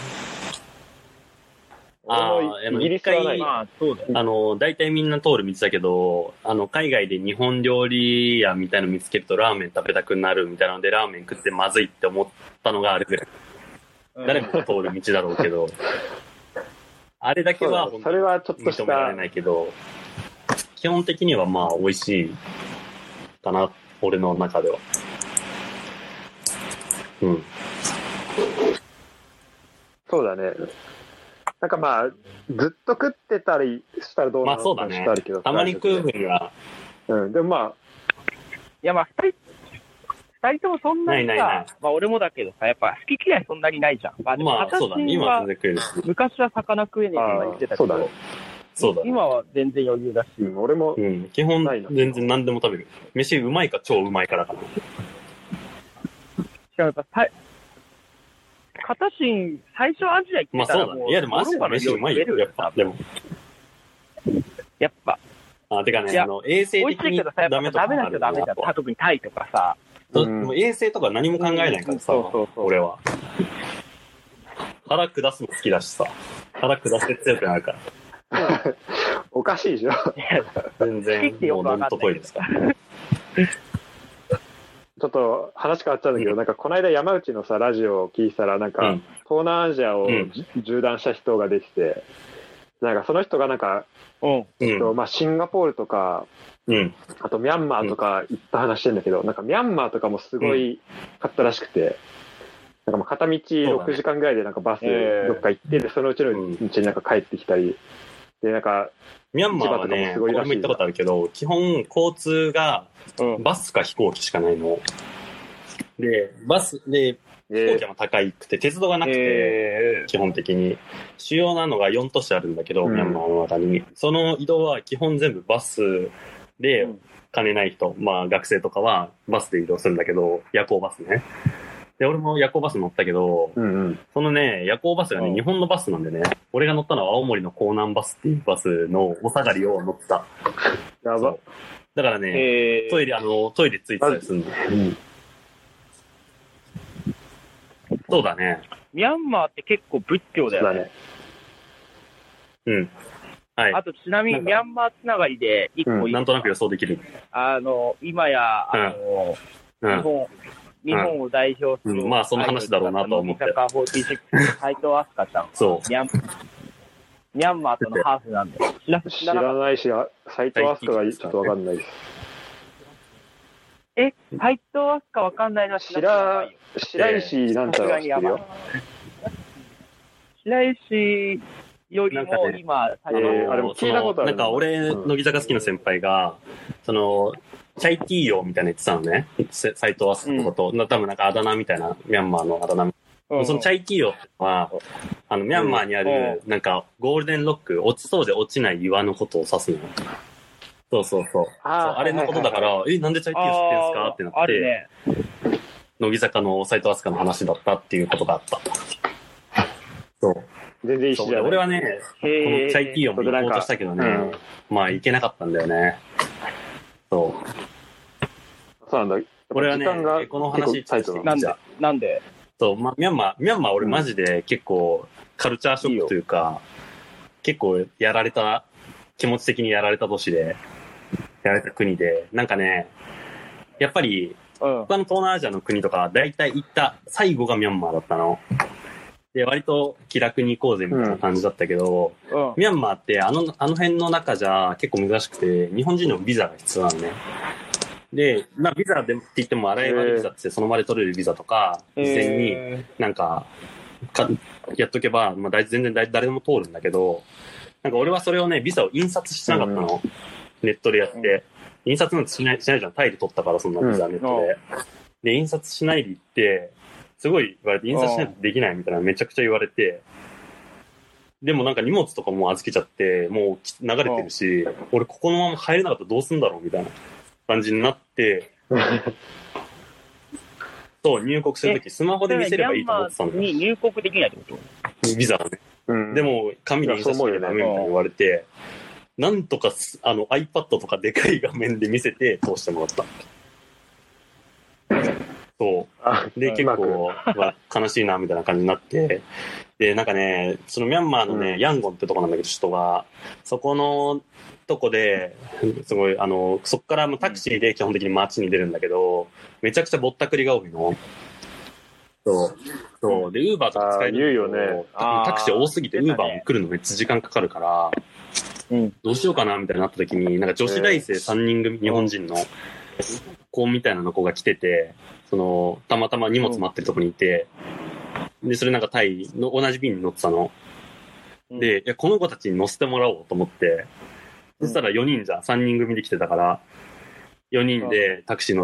ああ、イギリスはない。まあ、そうだよ。あの、大体みんな通る道だけど、あの、海外で日本料理屋みたいの見つけるとラーメン食べたくなるみたいなので、ラーメン食ってまずいって思ったのがあるぐらい。誰もが通る道だろうけど、あれだけはそれはちょっとした認められないけど、基本的にはまあ美味しいかな、俺の中では。うん。 そうだね。なんかまあ、ずっと食ってたりしたらどうなのかまあそうだね。たまに食う分には。 うん、でもまあ。 いやまあ、二人、二人ともそんなにさ、ないないないまあ俺もだけどさ、やっぱ好き嫌いそんなにないじゃん。まあ、 まあそうだね。今は全然食えるし。 昔は魚食えねえとか言ってたけど。そうだね。そうだね。今は全然余裕だし。 うん、俺も。 うん。基本全然何でも食べる。飯うまいか超うまいからかな。 しかもやっぱ、片心、最初アジア行ってたらもう、まあそうだね。 いやでもアジアの飯うまいよ、やっぱ。でも。 やっぱ。 あ、てかね、あの、衛生的にダメとかダメな人ダメじゃん。特にタイとかさ。 うん、もう衛生とか何も考えないからさ、うん、そうそうそう俺は。腹下すの好きだしさ。腹下して強くなるから。 おかしいじゃん。 全然、もうどんとこいですから。 ちょっと話変わっちゃうんだけど、うん、なんかこの間山内のさ、ラジオを聞いたら、なんか、うん、東南アジアを、うん、縦断した人ができて、なんかその人がなんか、うんえっとまあ、シンガポールとか、うん、あとミャンマーとか行った話してんだけど、うん、なんかミャンマーとかもすごいかったらしくて、なんかもう片道ろくじかんぐらいでなんかバスどっか行って、でそのうちの道になんか帰ってきたり、でなんかミャンマーはね、俺も行ったことあるけど、基本交通がバスか飛行機しかないの。で、バスで飛行機も高くて、鉄道がなくて、基本的に主要なのがよん都市あるんだけど、ミャンマーの中にその移動は基本全部バスで、金ない人、まあ学生とかはバスで移動するんだけど、夜行バスね。で、俺も夜行バス乗ったけど、うんうん、そのね、夜行バスがね、日本のバスなんでね、俺が乗ったのは青森の江南バスっていうバスのお下がりを乗った。 やば。 だからね、トイレ、あの、トイレついてたりするんだよ。うんそうだね。 ミャンマーって結構仏教だよね。 うん。はい。 あとちなみにミャンマーつながりで一個、 うん、なんとなく予想できる。 あの、今や、あの、うん、日本、日本を代表する、 うん、まあその話だろうなと思って。 乃木坂フォーティーシックス、斉藤飛鳥ちゃん。 そう。 ミャン、ミャンマーとのハーフなんで。 知ら知らないし、斉藤飛鳥がちょっとわかんないです。 え、斉藤飛鳥わかんないのは知らないよ。 白石なんちゃらは知ってるよ。 白石よりも今、ね、 あのー、あれも聞いたことある。なんか俺、乃木坂好きな先輩が、その、チャイティーヨーみたいな言ってたのね。斉藤飛鳥のこと、うん、多分なんかあだ名みたいな、ミャンマーのあだ名。うん、そのチャイティーヨーってのは、あの、ミャンマーにある、なんか、ゴールデンロック、落ちそうで落ちない岩のことを指すの。そうそうそう。あ, そうあれのことだから、え、なんでチャイティーヨー知ってんすかってなって、ね、乃木坂の斉藤飛鳥の話だったっていうことがあった。そう。 全然一緒じゃない。 俺はね、このチャイティーヨーも行こうとしたけどね、うん、まあ行けなかったんだよね。そう。 そうなんだ。 俺はね、この話、 なんでなんでそう、まあ、ミャンマー、ミャンマー俺マジで結構カルチャーショックというか、うん、結構やられた、気持ち的にやられた都市で、やられた国で、なんかね、やっぱり、他の東南アジアの国とか、だいたい行った最後がミャンマーだったの。で、割と気楽に行こうぜみたいな感じだったけど、うんうん、ミャンマーってあの、あの辺の中じゃ結構難しくて、日本人のビザが必要なのね。で、まあビザでって言っても洗い場でビザってその場で取れるビザとか、事前になんか、かやっとけば、まあ全然誰でも通るんだけど、なんか俺はそれをね、ビザを印刷してなかったの。うん、ネットでやって。印刷なんてしない、しないじゃん。タイで取ったから、そんなビザネットで。うん、で、印刷しないで行って、すごい言われて、印刷しないとできないみたいなめちゃくちゃ言われて、でもなんか荷物とかも預けちゃって、もう流れてるし、俺ここのまま入れなかったらどうすんだろうみたいな感じになって、そう、入国するときスマホで見せればいいと思ってたんだよ。 に入国できないってこと？ ビザはね。うん、でも、紙で印刷しなきゃダメみたいに言われて、なんとかあの iPad とかでかい画面で見せて通してもらった。そう。で、結構、まあ、悲しいな、みたいな感じになって、で、なんかね、そのミャンマーのね、うん、ヤンゴンってとこなんだけど、首都が、そこのとこで、すごい、あの、そこからタクシーで基本的に街に出るんだけど、めちゃくちゃぼったくりが多いの。そう。そう。で、ウーバーとか使えるんだけど、言うよね、タクシー多すぎて、ウーバーも来るのめっちゃ時間かかるから、うん、どうしようかな、みたいになった時に、なんか女子大生さんにん組、日本人の子みたいなの子が来てて、その、たまたま荷物待ってるとこにいて、で、それなんかタイの同じ便に乗ってたの。で、いや、この子たちに乗せてもらおうと思って、そしたらよにんじゃん、さんにん組で来てたから、よにんでタクシー乗って、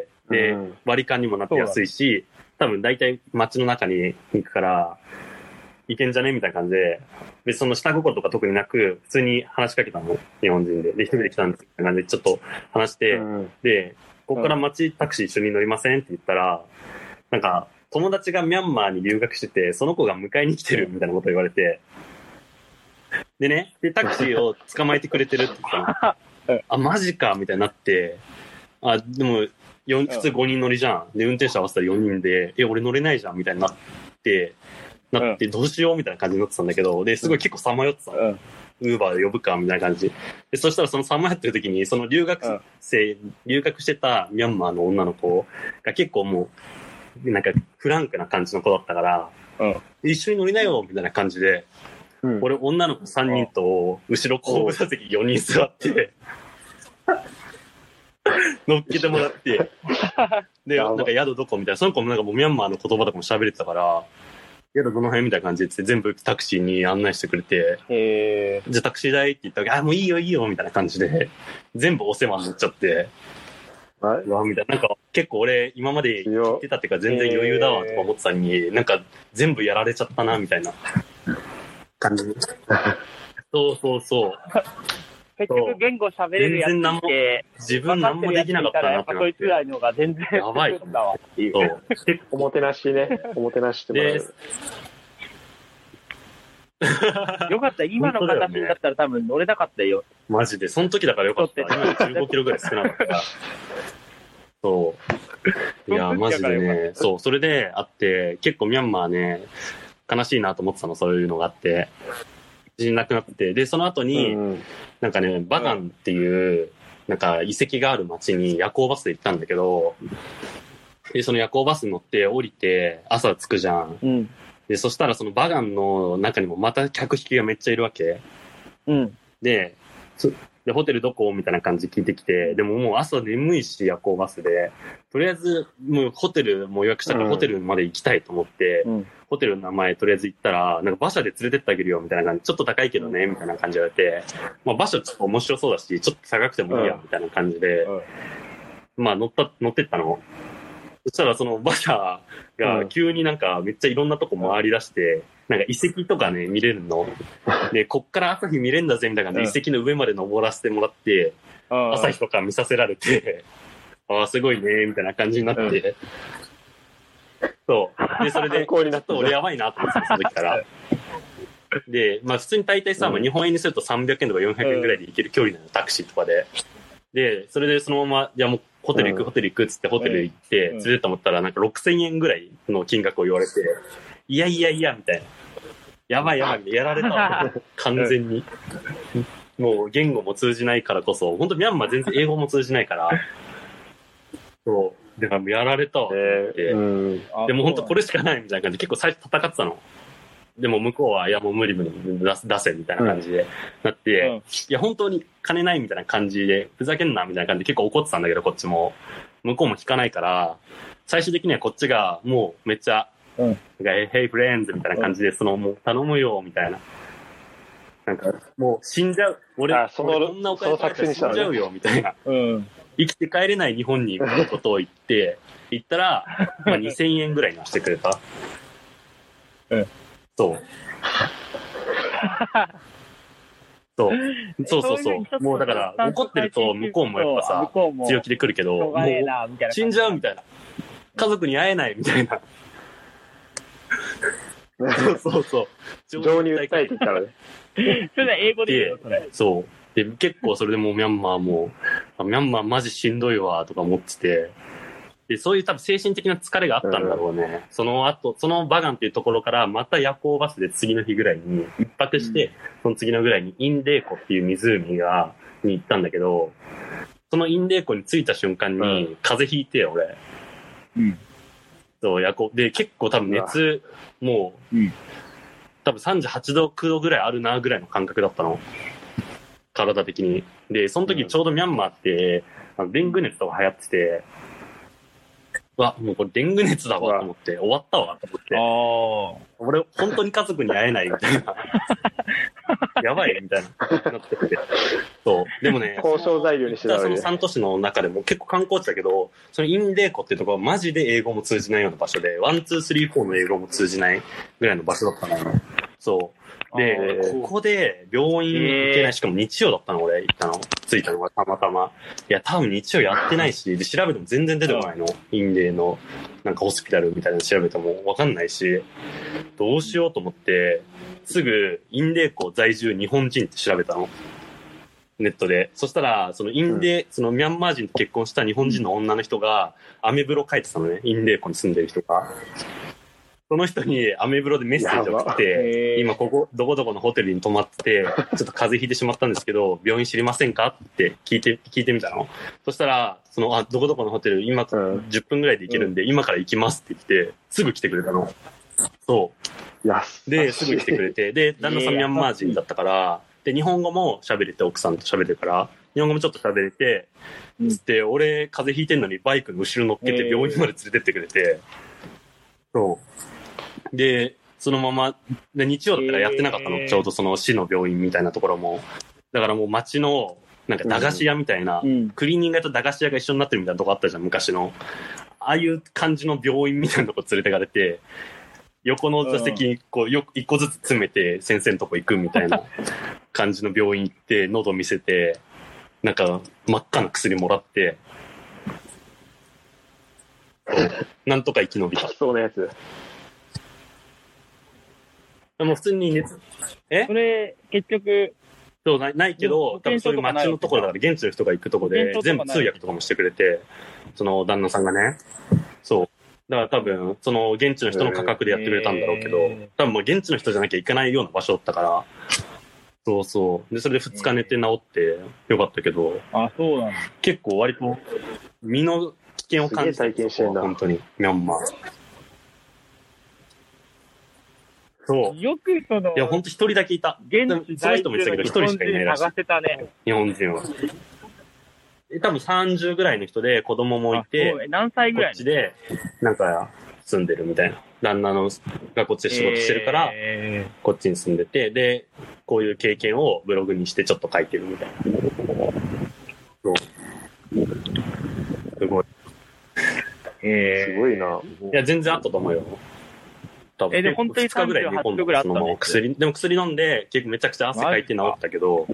で、割り勘にもなって安いし、多分大体街の中に行くから、いけんじゃねみたいな感じで、別にその下心とか特になく、普通に話しかけたの、日本人で。で、一人で来たんですみたいな感じでちょっと話して、で、ここから街タクシー一緒に乗りませんって言ったら、なんか、友達がミャンマーに留学してて、その子が迎えに来てるみたいなこと言われて、でね、で、タクシーを捕まえてくれてるって言ったの。あ、マジかみたいになって、あ、でも、普通ごにん乗りじゃん。で、運転手合わせたらよにんで、え、俺乗れないじゃんみたいになって、なって、どうしようみたいな感じになってたんだけど、で、すごい結構さまよってたの。ウーバーで呼ぶかみたいな感じで、そしたらそのさまよってる時に、その留学生、うん、留学してたミャンマーの女の子が結構もう、なんかフランクな感じの子だったから、うん、一緒に乗りなよみたいな感じで、うん、俺女の子さんにんと、後ろ後部座席よにん座って、乗っけてもらって、で、なんか宿どこみたいな、その子もなんかもうミャンマーの言葉とかも喋れてたから、宿どの辺みたいな感じで全部タクシーに案内してくれて、へじゃあタクシー代って言ったら、あ、もういいよいいよみたいな感じで、全部お世話になっちゃって、うわみたいな、なんか結構俺今まで言ってたっていうか全然余裕だわとか思ってたのに、なんか全部やられちゃったなみたいな感じ。そうそうそう。 結局言語喋れるやつって、 自分何もできなかったなってなって。 そいつらのが全然やばいだわっていう。 おもてなしね。おもてなしってもらえる。 よかった。今の形だったら多分乗れなかったよ。 マジで。その時だからよかった。今じゅうごキロぐらい少なかったから。そう。いや、マジでね。そう。それであって、結構ミャンマーね、悲しいなと思ってたの、そういうのがあって。自信なくなってて、で、その後に、うん、なんかね、バガンっていう、なんか遺跡がある町に夜行バスで行ったんだけど、で、その夜行バスに乗って降りて、朝着くじゃん。うん、で、そしたらそのバガンの中にもまた客引きがめっちゃいるわけ。うん、で、で、ホテルどこみたいな感じ聞いてきて、でももう朝眠いし夜行バスで、とりあえずもうホテルも予約したからホテルまで行きたいと思って、うん、ホテルの名前とりあえず行ったら、なんか馬車で連れてってあげるよみたいな感じ、ちょっと高いけどね、みたいな感じで言われて、まあ馬車ちょっと面白そうだし、ちょっと高くてもいいや、みたいな感じで、うん、まあ乗った、乗ってったの。そしたらその馬車が急になんかめっちゃいろんなとこ回り出して、なんか遺跡とかね、見れるの。で、こっから朝日見れんだぜ、みたいな感じで遺跡の上まで登らせてもらって、朝日とか見させられて、ああ、すごいね、みたいな感じになって、そう。で、それで、ちょっと俺やばいなと思ってた、その時から。で、まあ普通に大体さ、まあ、日本円にするとさんびゃくえんとかよんひゃくえんぐらいで行ける距離なの、タクシーとかで。で、それでそのまま、いやもうホテル行く、ホテル行くっつってホテル行って、連れてって思ったらなんかろくせんえんぐらいの金額を言われて、いやいやいや、みたいな。やばいやばい、やられたわ。完全に。もう言語も通じないからこそ、本当ミャンマー全然英語も通じないから、そう。でもやられたわって、えーうん、でも本当これしかないみたいな感じで結構最初戦ってたの。でも向こうは、いやもう無理無理出せ、出せみたいな感じでなって、うん、いや本当に金ないみたいな感じで、ふざけんなみたいな感じで結構怒ってたんだけど、こっちも。向こうも引かないから、最終的にはこっちがもうめっちゃ、うん、Hey friends みたいな感じで、そのもう頼むよみたいな。なんかもう死んじゃう。俺、その俺こんなお金かけて死んじゃうよみたいな。うん、生きて帰れない日本に行くことを言って、言ったら、まあ、にせんえんぐらいにしてくれた。うん。そう。 そう。そうそうそう。もうだから、怒ってると向こうもやっぱさ、強気で来るけど、もう死んじゃうみたいな。家族に会えないみたいな。そうそうそう。 情に訴えてきたらね。 それ英語で言うよ、それ。 そう。で、結構それでもうミャンマーも、ミャンマーマジしんどいわ、とか思ってて、で、そういう多分精神的な疲れがあったんだろうね。うん、その後、そのバガンっていうところからまた夜行バスで次の日ぐらいに一泊して、うん、その次のぐらいにインデーコっていう湖が、に行ったんだけど、そのインデーコに着いた瞬間に風邪ひいて、俺。うん。そう、夜行。で、結構多分熱、もう、うん、多分さんじゅうはちど、きゅうどぐらいあるなぐらいの感覚だったの。体的に。で、その時ちょうどミャンマーって、あのデング熱とか流行ってて、うわ、もうこれデング熱だわと思って、終わったわと思って。あ俺、本当に家族に会えないみたいな。やばいみたいな。なってて。そう。でもね、 交渉材料にしてたそのさん都市の中でも結構観光地だけど、そのインデーコっていうところはマジで英語も通じないような場所で、ワン、ツー、スリー、フォーの英語も通じないぐらいの場所だったの。そう。で、ここで病院行けない、しかも日曜だったの、俺行ったの。着いたのがたまたま。いや、多分日曜やってないし、で、調べても全然出てこないの。インデーの、なんかホスピタルみたいなの調べてもわかんないし、どうしようと思って、すぐインデーコ在住日本人って調べたの。ネットで。そしたら、そのインデー、うん、そのミャンマー人と結婚した日本人の女の人が、アメブロ書いてたのね。インデーコに住んでる人が。その人にアメブロでメッセージを送って、今ここ、どこどこのホテルに泊まって、ちょっと風邪ひいてしまったんですけど、病院知りませんかって聞いて、聞いてみたの。そしたら、その、あ、どこどこのホテル、今、じゅっぷんぐらいで行けるんで、うん、今から行きますって言って、すぐ来てくれたの。そう。で、すぐ来てくれて、で、旦那さんミャンマー人だったから、で、日本語も喋れて、奥さんと喋れるから、日本語もちょっと喋れて、うん、つって、俺、風邪ひいてんのにバイクの後ろ乗っけて病院まで連れてってくれて、そう。で、そのまま、で日曜だったらやってなかったの、えー、ちょうどその市の病院みたいなところも。だからもう町の、なんか駄菓子屋みたいな、うん、クリーニング屋と駄菓子屋が一緒になってるみたいなとこあったじゃん、昔の。ああいう感じの病院みたいなとこ連れてかれて、横の座席にこう、よ一個ずつ詰めて先生のとこ行くみたいな感じの病院行って、喉見せて、なんか真っ赤な薬もらって、なんとか生き延びた。 そうなやつ。 でも普通に熱、えそれ、結局、 そうない、ないけど、多分そういう街のところだから、現地の人が行くところで、全部通訳とかもしてくれて、その旦那さんがね。そう。だから多分、その現地の人の価格でやってくれたんだろうけど、多分もう現地の人じゃなきゃ行かないような場所だったから、そうそう。で、それでふつか寝て治ってよかったけど、 あ、そうなんだ。 結構割と、身の危険を感じた。 体験してるんだ。 本当に、ミャンマー。そう。 よくその、 いや、ほんと一人だけいた。 現地その人も言ってたけど、一人しかいないらしい。 探せたね。 日本人は。多分さんじゅうぐらいの人で子供もいて、 何歳ぐらいこっちで、なんか、住んでるみたいな。旦那のがこっちで仕事してるから、えー、こっちに住んでて、で、こういう経験をブログにしてちょっと書いてるみたいな。そう。すごい。 えー、すごいな。 いや、全然あったと思うよ。多分え、でも本当にさんじゅうはちどぐらいあったんです薬、でも薬飲んで、結構めちゃくちゃ汗かいて治ったけど、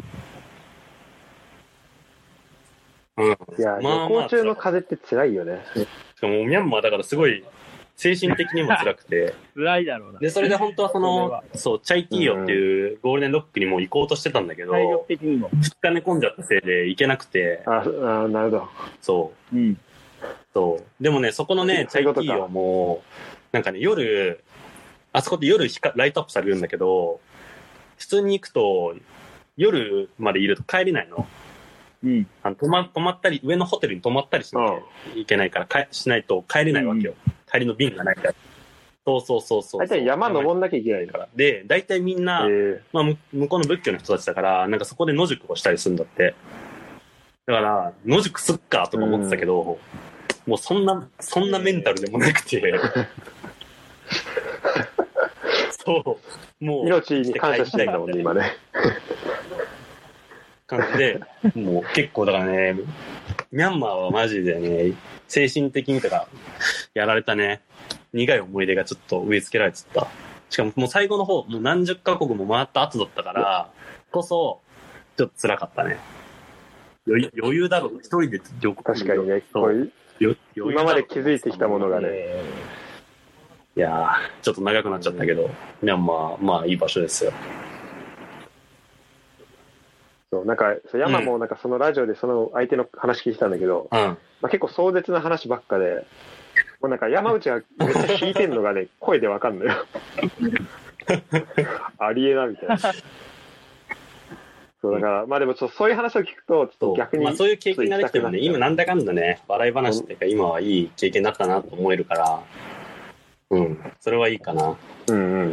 うん。いや、まあまあ、旅行中の風邪って辛いよね。 しかもミャンマーだからすごい、精神的にも辛くて。 辛いだろうな。 で、それで本当はその、そう、チャイティーヨっていうゴールデンロックにも行こうとしてたんだけど、 体力的にも。 二日寝込んじゃったせいで行けなくて。 ああ、なるほど。 そう。うん。そう。でもね、そこのね、チャイティーヨも、なんかね、夜、あそこって夜ライトアップされるんだけど、普通に行くと、夜までいると帰れないの。うん。あの泊ま、泊まったり、上のホテルに泊まったりしなきゃいけないから、かしないと帰れないわけよ。うん、帰りの便がないから。そうそうそうそう。 大体山登んなきゃいけないから。 で、大体みんな、まあ、向こうの仏教の人たちだから、なんかそこで野宿をしたりするんだって。だから、野宿すっかとか思ってたけど、うん、もうそんな、そんなメンタルでもなくて、そう、もう。 命に感謝したいんだもんね、今ね。 感じで、もう結構だからね、ミャンマーはマジでね、精神的にとか、やられたね、苦い思い出がちょっと植え付けられちゃった。しかももう最後の方、もう何十カ国も回った後だったから、こそ、 ちょっと辛かったね。余裕余裕だろう、一人で旅行。 確かにね、こう今まで気づいてきたものがね。 いやー、ちょっと長くなっちゃったけど、ミャンマー、まあいい場所ですよ。 そう、なんか、山もなんかそのラジオでその相手の話聞いてたんだけど、うん、まあ、結構壮絶な話ばっかで、もうなんか山内がめっちゃ弾いてんのがね、声でわかんのよ。ありえなみたいな。そうだから、まあでもちょっとそういう話を聞くと、ちょっと逆に。 まあそういう経験ができてもね、今なんだかんだね、笑い話っていうか今はいい経験だったなと思えるから、うん、それはいいかな。 うんうん。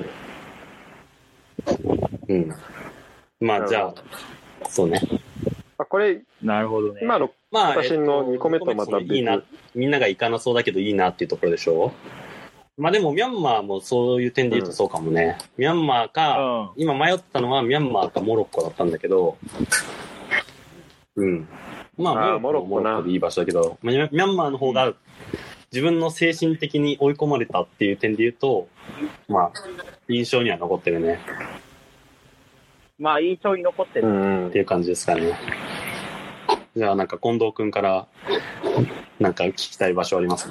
うん。まあじゃあ、そうね。 あ、これ、 なるほどね。 今の私のにこめとまた別、 いいな、みんなが行かなそうだけどいいなっていうところでしょ。まあでもミャンマーもそういう点で言うとそうかもね。うん、ミャンマーか、うん、今迷ったのはミャンマーかモロッコだったんだけど、うん。まあモロッコもモロッコでいい場所だけど、ミャンマーの方が自分の精神的に追い込まれたっていう点で言うと、まあ印象には残ってるね。 まあ印象に残ってる、 うん、っていう感じですかね。じゃあなんか近藤くんからなんか聞きたい場所ありますか？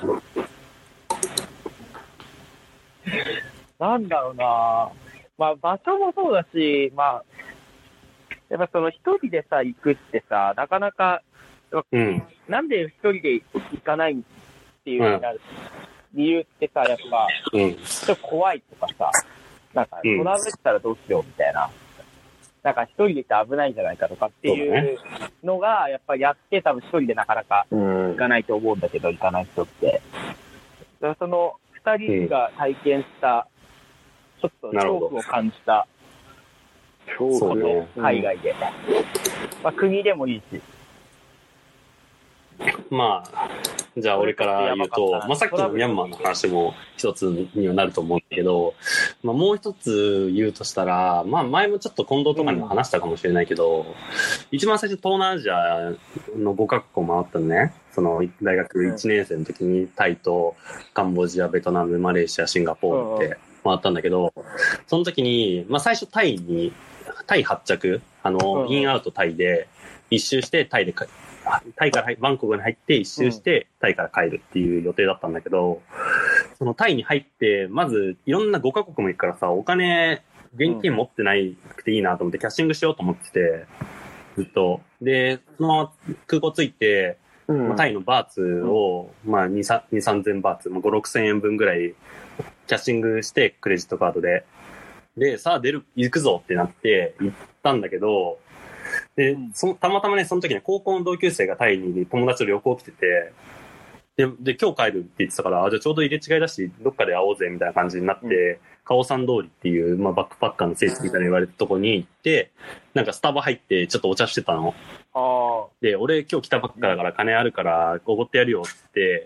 なんだろうな、まあ場所もそうだし、まあやっぱその一人でさ行くってさ、なかなか、うん、なんで一人で行かないっていう、うん、理由ってさ、やっぱ、うん、ちょっと怖いとかさ、なんかトラブったらどうしようみたいな。うん、なんか一人で行って危ないんじゃないかとかっていうのが、やっぱりやって多分一人でなかなか行かないと思うんだけど、行かない人って。その二人が体験した、ちょっと恐怖を感じたこと、海外で。まあ国でもいいし。 まあ、じゃあ俺から言うと、まあさっきのミャンマーの話も一つにはなると思うんだけど、まあもう一つ言うとしたら、まあ前もちょっと近藤とかにも話したかもしれないけど、うん、一番最初東南アジアのごカ国を回ったのね。その大学いちねん生の時にタイとカンボジア、ベトナム、マレーシア、シンガポールって回ったんだけど、その時に、まあ最初タイに、タイ発着、あの、インアウトタイで一周してタイで帰タイからバンコクに入って一周してタイから帰るっていう予定だったんだけど、そのタイに入ってまずいろんなごカ国も行くからさ、お金現金持ってないくていいなと思ってキャッシングしようと思ってて、ずっとでそのまま空港着いて、まあ、タイのバーツを、まあ、に、さんぜんバーツ、まあ、ご、ろくせんえんぶんぐらいキャッシングしてクレジットカードででさあ出る行くぞってなって行ったんだけど、で、その、たまたまね、その時ね、高校の同級生がタイに友達と旅行来てて、で、で、今日帰るって言ってたから、あ、じゃあちょうど入れ違いだし、どっかで会おうぜ、みたいな感じになって、うん、カオさん通りっていう、まあ、バックパッカーの聖地みたいな言われたとこに行って、なんかスタバ入って、ちょっとお茶してたの。あで、俺今日来たばっかだから金あるから、おごってやるよって、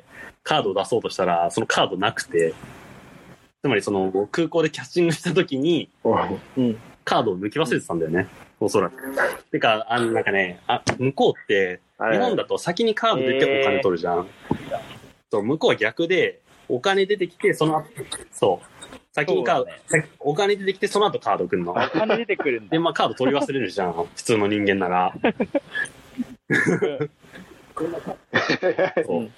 カードを出そうとしたら、そのカードなくて、つまりその、空港でキャッシングした時に、うん、カードを抜き忘れてたんだよね。おそらく。てか、あの、なんかね、あ、向こうって、日本だと先にカード出てお金取るじゃん。そう、向こうは逆で、お金出てきて、その後、そう。先にカード、ね、お金出てきて、その後カード来るの。 お金出てくるんだ。 で、まあカード取り忘れるじゃん。普通の人間なら。 そう。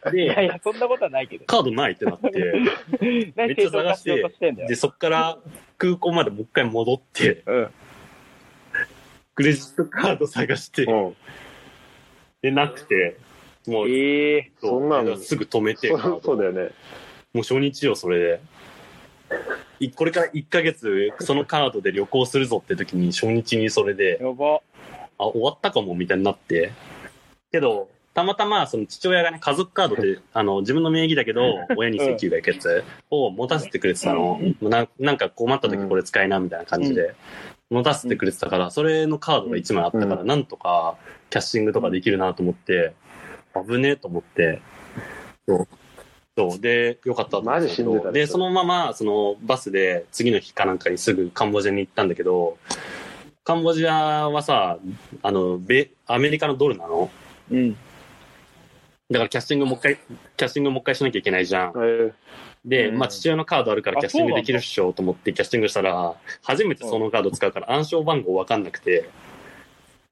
で、いやいや、そんなことはないけど。 カードないってなって、めっちゃ探して、で、そっから空港までもう一回戻って、うん、クレジットカード探して、うん、で、なくて、もう、 えー、そんなのすぐ止めて、 そう、そうだよね。 もう初日よ、それで。これからいっかげつ、そのカードで旅行するぞって時に、初日にそれで、 やば。 あ、終わったかも、みたいになって。けど、たまたま、その父親がね、家族カードで、あの、自分の名義だけど、親に請求がいくやつを持たせてくれてたの。な, なんか困った時これ使いな、みたいな感じで。持たせてくれてたから、それのカードがいちまいあったから、なんとかキャッシングとかできるなと思って、危ねえと思って、そう。そう。で、よかったと思って。 マジ死んでた。 で、そのまま、そのバスで次の日かなんかにすぐカンボジアに行ったんだけど、カンボジアはさ、あの、米、アメリカのドルなの？うん。だからキャッシングもう一回、キャッシングもう一回しなきゃいけないじゃん。えーで、まあ父親のカードあるからキャッシングできるっしょと思ってキャッシングしたら、初めてそのカード使うから暗証番号わかんなくて、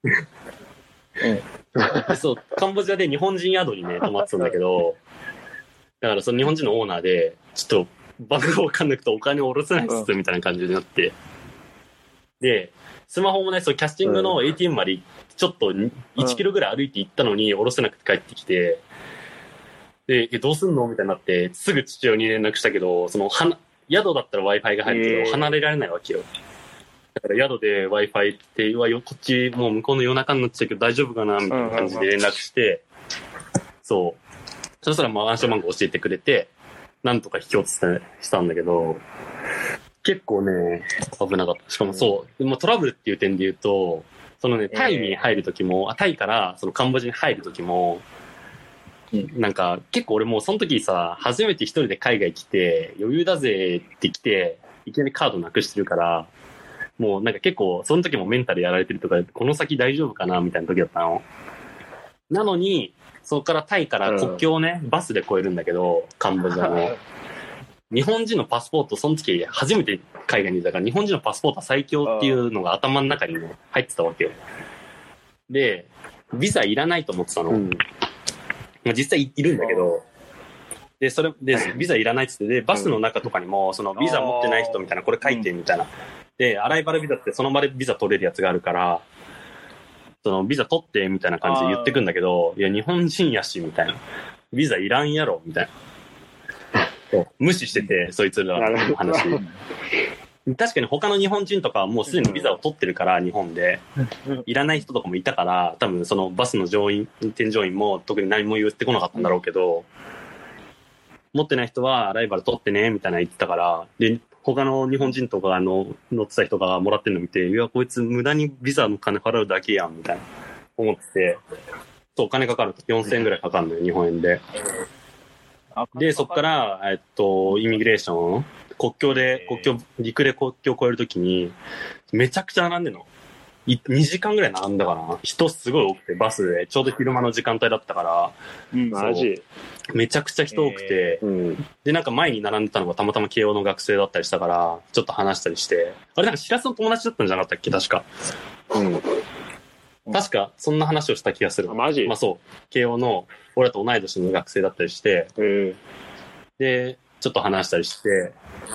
うん、そう、カンボジアで日本人宿にね、泊まってたんだけど、だからその日本人のオーナーで、ちょっと番号わかんなくてお金を下ろせないっす、みたいな感じになって。で、スマホもね、そうキャスティングの エーティーエム までちょっといちキロぐらい歩いて行ったのに下ろせなくて帰ってきて、で、え、どうすんのみたいになって、すぐ父親に連絡したけど、その、は宿だったら Wi-Fi が入るけど、離れられないわけよ。だから宿で Wi-Fi って、うわ、こっちもう向こうの夜中になっちゃうけど大丈夫かなみたいな感じで連絡して、そう。そしたらまあ暗証番号教えてくれて、なんとか引き落としたんだけど、結構ね、危なかった。しかもそう、でもトラブルっていう点で言うと、そのね、タイに入るときも、あ、タイからそのカンボジアに入るときも、なんか結構俺もうその時さ、初めて一人で海外来て、余裕だぜって来て、いきなりカードなくしてるから、もうなんか結構その時もメンタルやられてるとか、この先大丈夫かなみたいな時だったの。なのに、そこからタイから国境をね、うん、バスで越えるんだけど、カンボジアの。日本人のパスポート、その時初めて海外にいたから、日本人のパスポートは最強っていうのが頭の中にね、入ってたわけよ。で、ビザいらないと思ってたの。うん、まあ、実際いるんだけど、で、それで、ビザいらないって言って、で、バスの中とかにも、そのビザ持ってない人みたいな、これ書いてみたいな。で、アライバルビザってその場でビザ取れるやつがあるから、そのビザ取ってみたいな感じで言ってくんだけど、いや、日本人やし、みたいな。ビザいらんやろ、みたいな。無視してて、そいつらの話。確かに他の日本人とかはもうすでにビザを取ってるから、日本で。いらない人とかもいたから、多分そのバスの乗員、運転乗員も特に何も言ってこなかったんだろうけど、持ってない人はライバル取ってね、みたいな言ってたから、で、他の日本人とかの乗ってた人がもらってるの見て、いや、こいつ無駄にビザの金払うだけやん、みたいな思ってて、そう、お金かかるとよんせんえんぐらいかかるのよ、日本円で。で、そっから、えっと、イミグレーション、国境で、国境、陸で国境を越えるときに、めちゃくちゃ並んでんの。にじかんぐらい並んだかな。人すごい多くて、バスで、ちょうど昼間の時間帯だったから、 うん、マジめちゃくちゃ人多くて、えーうん、で、なんか前に並んでたのがたまたま慶応の学生だったりしたから、ちょっと話したりして、あれなんかしらすの友達だったんじゃなかったっけ、確か。うん。確か、そんな話をした気がする。 あ、マジ？ まあそう。慶応の、俺らと同い年の学生だったりして、えー、で、ちょっと話したりして、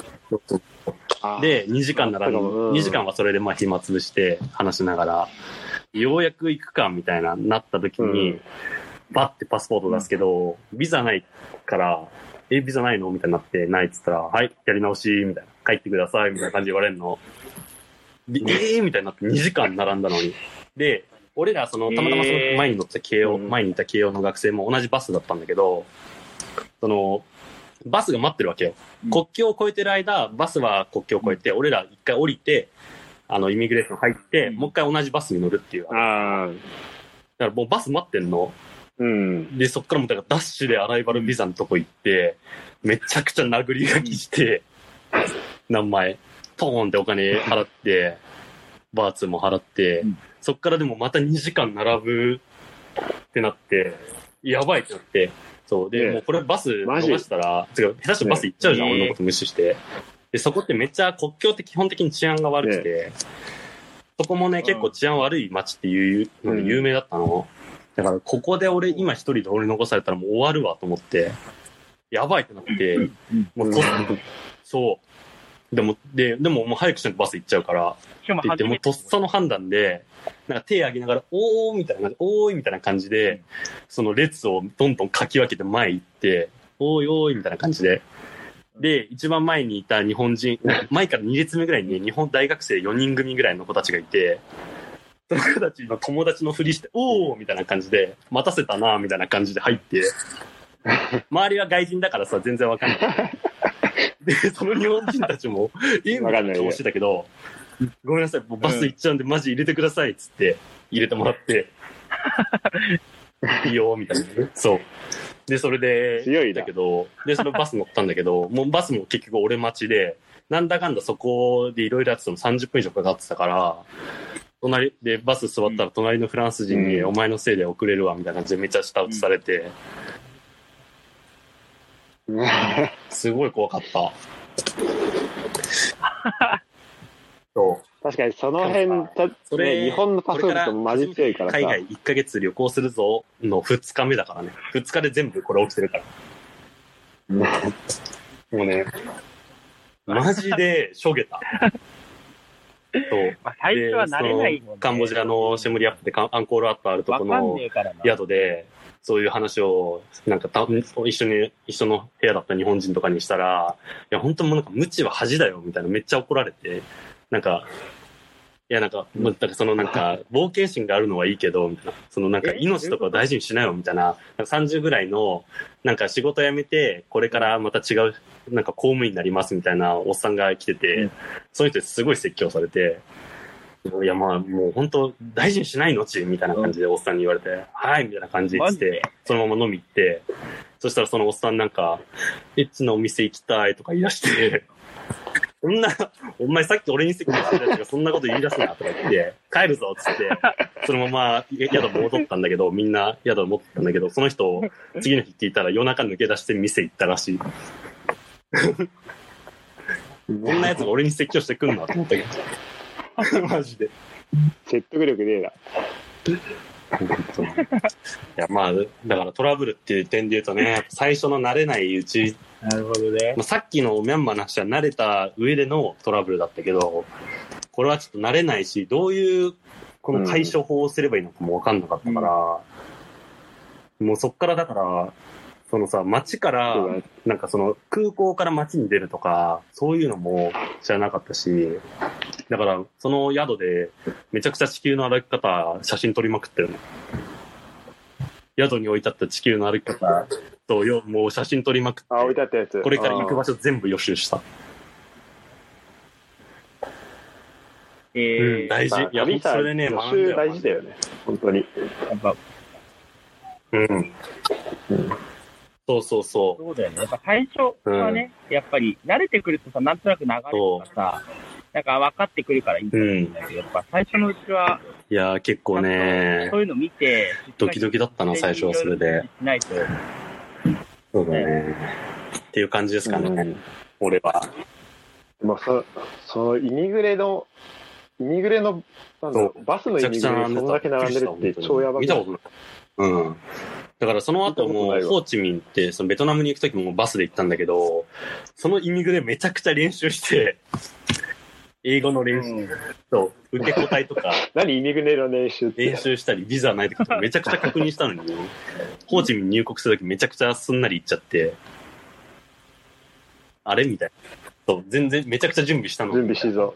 で、にじかん並んで、にじかんはそれでまあ暇つぶして話しながら、ようやく行くかみたいな、なった時に、うん、バッてパスポート出すけど、ビザないから、え、ビザないのみたいになって、ないって言ったら、はい、やり直し、みたいな。帰ってください、みたいな感じで言われるの。で、えーみたいになってにじかん並んだのに。で、俺ら、その、たまたまその前に乗ってた慶応、前にいた慶応の学生も同じバスだったんだけど、その、バスが待ってるわけよ。国境を越えてる間、バスは国境を越えて、俺ら一回降りて、あの、イミグレーション入って、もう一回同じバスに乗るっていう。ああ。だからもうバス待ってんの。うん。で、そっからもうだからダッシュでアライバルビザのとこ行って、めちゃくちゃ殴り書きして、何枚、ポーンってお金払って、バーツも払って、そっからでもまたにじかん並ぶってなって、やばいってなって、そう。で、ね、もうこれバス逃したら、違う、下手したらバス行っちゃうじゃん、ね、俺のこと無視して。で、そこってめっちゃ国境って基本的に治安が悪くて、ね、そこもね、結構治安悪い街っていうので有名だったの。だから、ここで俺今一人で俺残されたらもう終わるわと思って、やばいってなって、もうと、そう。でも、で、でももう早くしないとバス行っちゃうから、って言って、もうとっさの判断で、なんか手上げながら、おーみたいな感じ、おーいみたいな感じで、その列をどんどんかき分けて前行って、おーいおーいみたいな感じで。で、一番前にいた日本人、前からに列目ぐらいに日本大学生よにん組ぐらいの子たちがいて、その子たちの友達のふりして、おーみたいな感じで、待たせたなみたいな感じで入って、周りは外人だからさ、全然わかんない。で、その日本人たちも、えみたいな顔してたけど、ごめんなさい、もうバス行っちゃうんで、マジ入れてくださいっつって入れてもらって、いいよみたいな、ね。そう。で、それで、 強いだけど、で、そのバス乗ったんだけど、もうバスも結局俺待ちで、なんだかんだそこでいろいろやってたのさんじゅっぷん以上かかってたから、隣でバス座ったら隣のフランス人に、うん、お前のせいで遅れるわみたいな感じでめっちゃ舌打ちされて、うん、すごい怖かった。そ確かにその辺、たそれ、 日本のパスポートとマジ強いからさ。 海外いっかげつ旅行するぞのふつかめだからね。ふつかで全部これ起きてるから。もうね、マジでしょげた。そう。 まあ、最初は慣れないもんね。 カンボジアのシェムリアップでアンコールアットあるとこの宿で、そういう話を、なんかた一緒に、一緒の部屋だった日本人とかにしたら、いや、本当もうなんか無知は恥だよ、みたいなめっちゃ怒られて、なんか、いや、なんか、もう、だからそのなんか、冒険心があるのはいいけど、みたいな。そのなんか、命とかを大事にしなよ、みたいな。なんかさんじゅうぐらいの、なんか仕事辞めて、これからまた違う、なんか公務員になります、みたいなおっさんが来てて、うん、その人すごい説教されて、いや、まあ、もう本当、大事にしないのちみたいな感じでおっさんに言われて、うん、はい、みたいな感じで言って、そのまま飲み行って、そしたらそのおっさんなんか、エッチなお店行きたいとか言い出して、そんな、お前さっき俺に説教してたやつがそんなこと言い出すなとか言って、帰るぞっつって、そのまま宿戻ったんだけど、みんな宿持ってたんだけど、その人、次の日聞いたら夜中抜け出して店行ったらしい。こんなやつが俺に説教してくんなと思ったけど。マジで。 説得力ねえな。 いや、まあ、だからトラブルっていう点で言うとね、最初の慣れないうち、 なるほどね。 まあ、さっきのミャンマーの話は慣れた上でのトラブルだったけど、これはちょっと慣れないし、どういうこの対処法をすればいいのかも分かんなかったから、うん、もうそっからだから、そのさ、街から、なんかその空港から街に出るとか、そういうのも知らなかったし、だからその宿でめちゃくちゃ地球の歩き方、写真撮りまくってるの。宿に置いてあった地球の歩き方とよ、もう写真撮りまくって、 あ、置いてあったやつ。 これから行く場所全部予習した。 えー、 うん、大事。 まあ、 いや、それでね、 予習大事だよね。本当に。 やっぱ、 うん。うんそうそうそう。 そうだよね。やっぱ最初はね、うん、やっぱり慣れてくるとさ、なんとなく流れとかさ、なんか分かってくるからいいんだけど、うん、やっぱ最初のうちは、 いやー結構ね、 そういうの見て、 ドキドキだったな、最初はそれで。 しないと。 そうだね、ね。っていう感じですかね、うん、俺は。 まあ、そ、そのイミグレの、イミグレの、なんだろう、バスのイミグレにそんだけ並んでるって超やばい。 見たことない。うん。だからその後もホーチミンってそのベトナムに行くときもバスで行ったんだけど、そのイミグレめちゃくちゃ練習して、英語の練習と受け答えとか、 何イミグレの練習って練習したりビザないとかめちゃくちゃ確認したのに、ホーチミン入国するときめちゃくちゃすんなり行っちゃって、あれみたいな。そう、全然めちゃくちゃ準備したの。 準備しぞ。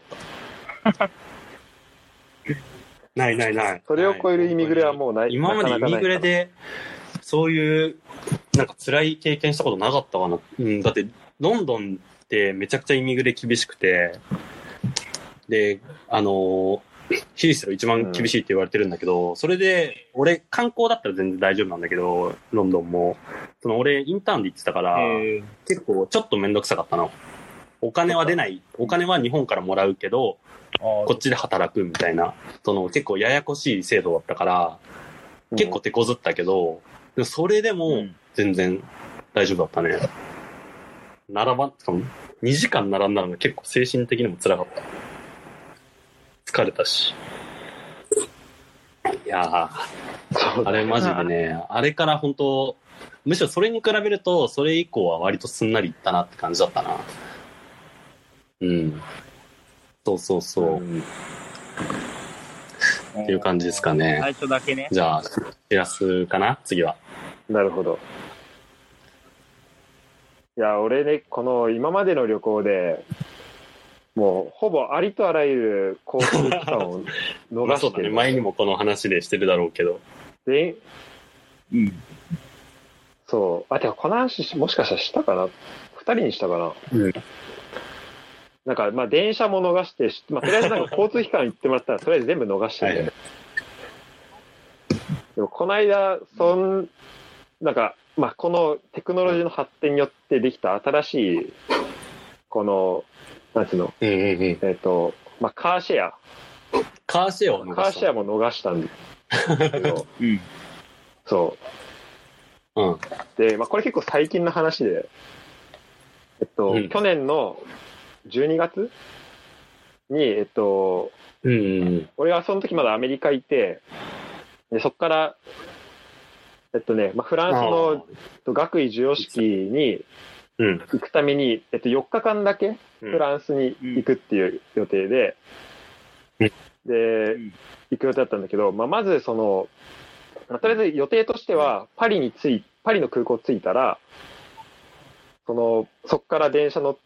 ないないない。 それを超えるイミグレはもうない。 今までイミグレで、そういう、なんか辛い経験したことなかったかな。うん、だって、ロンドンってめちゃくちゃイミグレ厳しくて、で、あの、ヒリスが一番厳しいって言われてるんだけど、うん、それで、俺、観光だったら全然大丈夫なんだけど、ロンドンも。その、俺、インターンで行ってたから、結構ちょっとめんどくさかったの。お金は出ない。お金は日本からもらうけど、こっちで働くみたいな、その結構ややこしい制度だったから、結構手こずったけど、でもそれでも全然大丈夫だったね。並ばん、にじかん並んだのが結構精神的にも辛かった。疲れたし。いやー、あれマジでね、あれから本当、むしろそれに比べると、それ以降は割とすんなりいったなって感じだったな。うん。そうそうそう、うん、っていう感じですかね。 最初だけね。 じゃあ、しらすかな次は。 なるほど。いや、俺ね、この今までの旅行で、もうほぼありとあらゆる交通機関を逃してる。 そうだね、前にもこの話でしてるだろうけど。 で、うん。そう。あ、てかこの話もしかしたらしたかな二人にしたかなうん。なんか、まあ、電車も逃して、まあ、とりあえずなんか交通機関行ってもらったら、とりあえず全部逃してる、ねはい。でも、この間、そん、なんか、まあ、このテクノロジーの発展によってできた新しい、この、なんていうの、 うんうんうん、えっと、まあ、カーシェア。 カーシェアを逃した。 カーシェアも逃したんですけど、うん、そう。うん。で、まあ、これ結構最近の話で、えっと、うん、去年の、じゅうにがつに、えっと、 うんうん、 俺はその時まだアメリカいて、でそこから、えっとね、まあ、フランスの学位授与式に行くために、えっと、よっかかんだけフランスに行くっていう予定で、 うん、 で、行く予定だったんだけど、まあ、まずその、まあ、とりあえず予定としては、パリに着い、パリの空港着いたら、その、そこから電車乗って、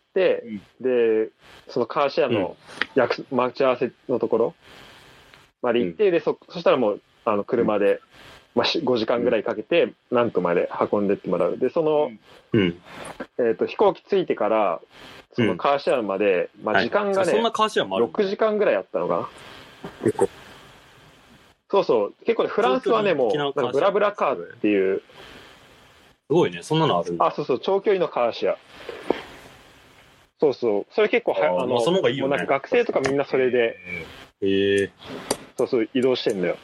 で、そのカーシェアの約、うん、待ち合わせのところまで行って、うん、で、そ、そしたらもう、あの、車で、まあ、ごじかんぐらいかけて、南都まで運んでってもらう。で、その、 うん、 えっと、飛行機着いてから、そのカーシェアまで、うん、まあ、時間がね、はい、 そんなカーシェアもあるろくじかんぐらいあったのかな。結構。そうそう。結構ね、フランスはね、もう、なんかブラブラカーっていう、 すごいね、そんなのあるんだ。 あ、そうそう、長距離のカーシェア。そうそう、それ結構は、あの、 まあ、その方がいいよね。 もうなんか学生とかみんなそれで、 へー、 そうそう、移動してんのよ。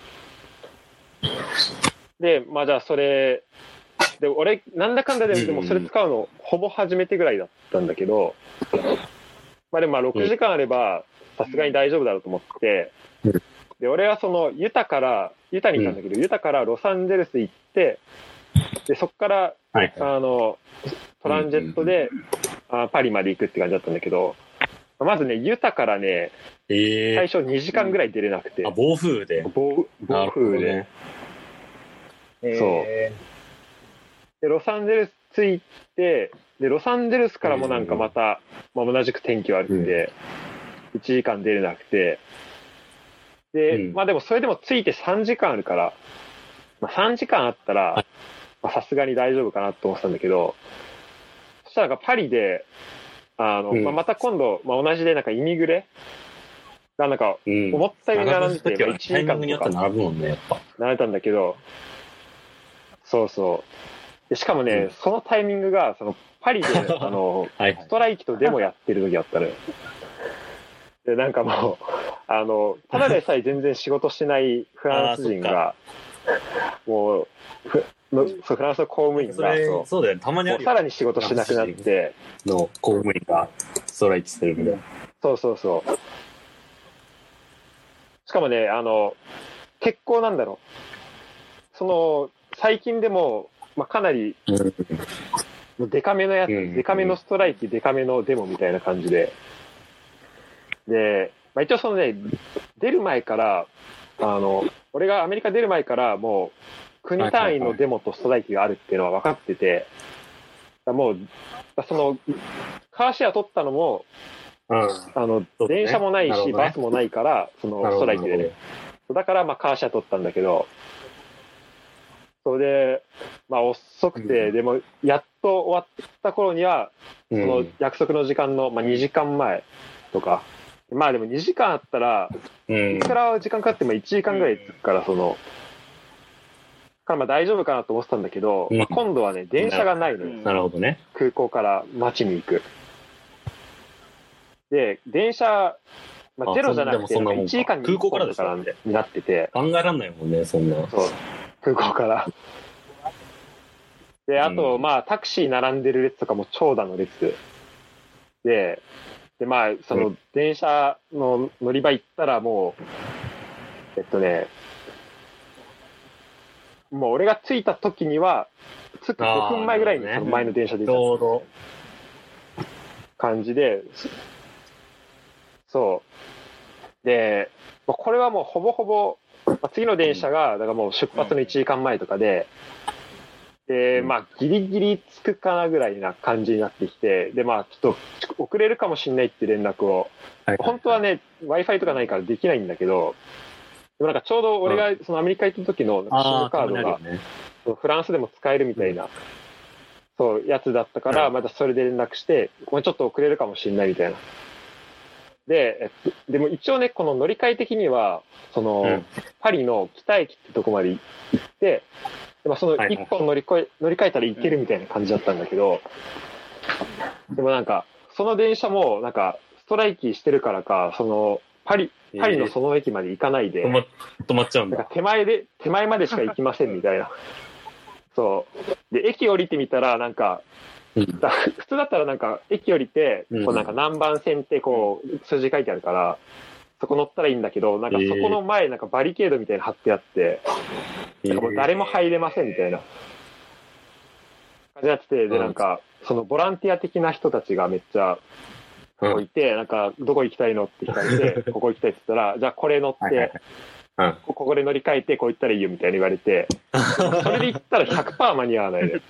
で、まあじゃあそれ、で、俺、なんだかんだで、でもそれ使うの、ほぼ初めてぐらいだったんだけど、まあでもまあろくじかんあれば、さすがに大丈夫だろうと思って、で、俺はその、ユタから、ユタに行ったんだけど、ユタからロサンゼルス行って、で、そこから、はい、あの、トランジェットで、うん、あパリまで行くって感じだったんだけど、まずね、ユタからね、 えー、 最初にじかんぐらい出れなくて。 あ、暴風で。 暴, 暴風で。ね、そう、えー。で、ロサンゼルス着いて、で、ロサンゼルスからもなんかまた、まあ、同じく天気悪くて、いちじかん出れなくて、で、うん、まあでもそれでも着いてさんじかんあるから、まあ、さんじかんあったら、さすがに大丈夫かなと思ってたんだけど、そしたらなんかパリで、あの、うん、まあ、また今度、まあ、同じでなんかイミグレがなんか、思ったより並んでて、 うん、まあ、いちじかんとか並ぶもんね、やっぱ。 並べたんだけど、そうそう。でしかもね、うん、そのタイミングが、その、パリで、あの、はいはい、ストライキとデモやってる時あったのよ。で、なんかもう、あの、ただでさえ全然仕事してないフランス人が、もう、のそうフランスの公務員が、 そうそうだよね、たまにあるよ、 さらに仕事しなくなって、 の公務員がストライキしてるみたいな。 そうそうそう。しかもね、あの、結構なんだろう。その、最近でも、まあ、かなり、デカめのやつ、デカめのストライキ、デカめのデモみたいな感じで。で、まあ、一応そのね、出る前から、あの、俺がアメリカ出る前からもう、国単位のデモとストライキがあるっていうのは分かってて、もう、その、カーシェア取ったのも、うん、あの、ね、電車もないし、ね、バスもないから、その、ストライキでね。だから、まあ、カーシェア取ったんだけど、それで、まあ、遅くて、うん、でも、やっと終わった頃には、その、約束の時間の、まあ、にじかんまえとか、まあ、でもにじかんあったら、うん、いくら時間かかってもいちじかんぐらい着くから、その、からまあ大丈夫かなと思ってたんだけど、うんまあ、今度はね、電車がないのよ。 なるほどね。 空港から街に行く。で、電車、まあ、ゼロじゃなくて、いちじかんに空港からですかになってて。 考えらんないもんね、そんな。 そう。空港から。で、あと、まあ、タクシー並んでる列とかも長蛇の列。で、で、まあ、その、電車の乗り場行ったらもう、えっとね、もう俺が着いた時には、着くごふんまえぐらいにその前の電車で行った感じで、そう。で、これはもうほぼほぼ、次の電車が、だからもう出発のいちじかんまえとかで、で、まあギリギリ着くかなぐらいな感じになってきて、で、まあちょっと遅れるかもしれないって連絡を、本当はね、Wi-Fi とかないからできないんだけど、でもなんかちょうど俺がそのアメリカ行った時の SIM カードがフランスでも使えるみたいなそうやつだったからまたそれで連絡してごめんちょっと遅れるかもしれないみたいな。で、でも一応ねこの乗り換え的にはそのパリの北駅ってとこまで行ってでその一本乗り越え乗り換えたら行けるみたいな感じだったんだけどでもなんかその電車もなんかストライキしてるからかそのパリパリのその駅まで行かないで、 えー、止, ま止まっちゃうんだ。 なんか手前で、手前までしか行きませんみたいな。そう。で、駅降りてみたら、なんか、 うん、だ普通だったらなんか駅降りて、こうなんか何番線ってこう数字書いてあるから、そこ乗ったらいいんだけど、なんかそこの前なんかバリケードみたいなの貼ってあって、えー、なんかもう誰も入れませんみたいな感じになってて、でなんかそのボランティア的な人たちがめっちゃこういて、なんかどこ行きたいのって聞かれて、ここ行きたいって言ったら、じゃあこれ乗って、はいはいはい、うん、ここで乗り換えてこう行ったらいいよみたいに言われて、それで行ったら ひゃくパーセント 間に合わないで。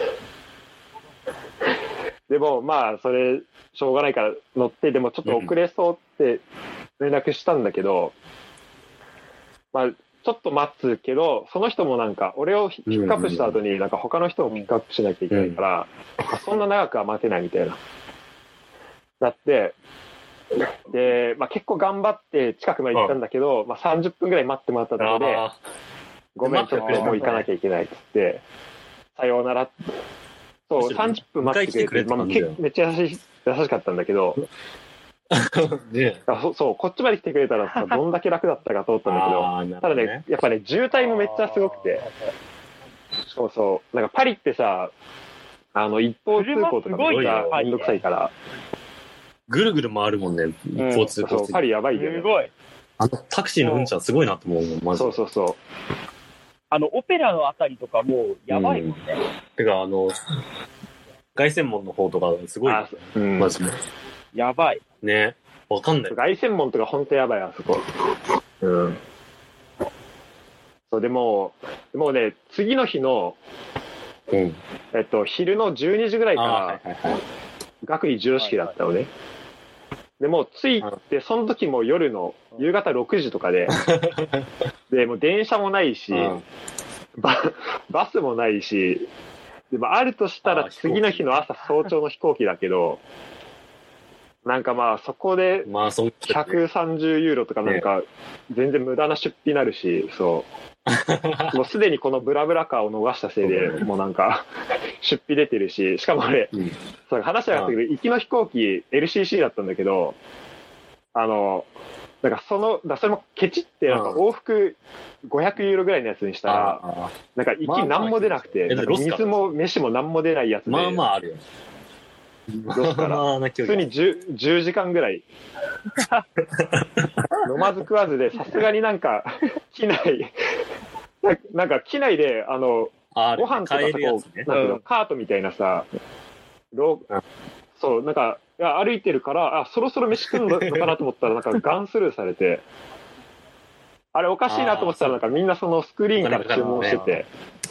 でもまあそれしょうがないから乗って、でもちょっと遅れそうって連絡したんだけど、まあちょっと待つけど、その人もなんか俺をピックアップした後になんか他の人もピックアップしなきゃいけないから、そんな長くは待てないみたいなだって、で、まあ、結構頑張って近くまで行ったんだけど、まあ、さんじゅっぷんぐらい待ってもらったところで、ごめんちょっともう行かなきゃいけないっつって、さようなら。そう、さんじゅっぷん待ってくれて、まあ、めっちゃ優しい、優しかったんだけど、ね、そ, そう、こっちまで来てくれたらさ、どんだけ楽だったかと思ったんだけど、ただね、やっぱね、渋滞もめっちゃすごくて、そうそう、なんかパリってさ、あの、一方通行とかめっちゃめんどくさいから、 ぐるぐる回るもんね、一方通行、 うん。そう、パリやばいよね。 すごい。 あの、タクシーのうんちゃんすごいなと思うもん、まず。 そうそうそう。 あの、オペラのあたりとかもうやばいもんね。 うん、てか、あの、凱旋門の方とかすごい、ね、うん、マジで。 やばい。 ね。わかんない。 凱旋門とかほんとやばい、あそこ。うん。そう、でも、でもね、次の日の、うん、えっと、昼のじゅうにじぐらいから、はいはいはい、学位授与式だったのね。でもう着いて、その時も夜の夕方ろくじとかで、で、もう電車もないし、バ、バスもないし、でもあるとしたら次の日の朝早朝の飛行機だけど、なんかまあそこでひゃくさんじゅうユーロとかなんか全然無駄な出費になるし、そう。もうすでにこのブラブラカーを逃したせいで、もうなんか出費出てるし、しかも俺、うん、そう話し合ったけど、行きの飛行機 エルシーシー だったんだけど、あの、なんかその、だそれもケチってなんか往復ごひゃくユーロぐらいのやつにしたら、なんか行き何も出なくて、なんか水も飯も何も出ないやつで。 まあまああるよ。 どうしたら、普通に 10, じゅうじかんぐらい飲まず食わずで、さすがになんか機内なんか機内であのご飯とかさ、こう、なんていうの、カートみたいなさ、ロー、そうなんかいや歩いてるから、あそろそろ飯食うのかなと思ったらなんかガンスルーされて、あれおかしいなと思ったらなんかみんなそのスクリーンから注文してて、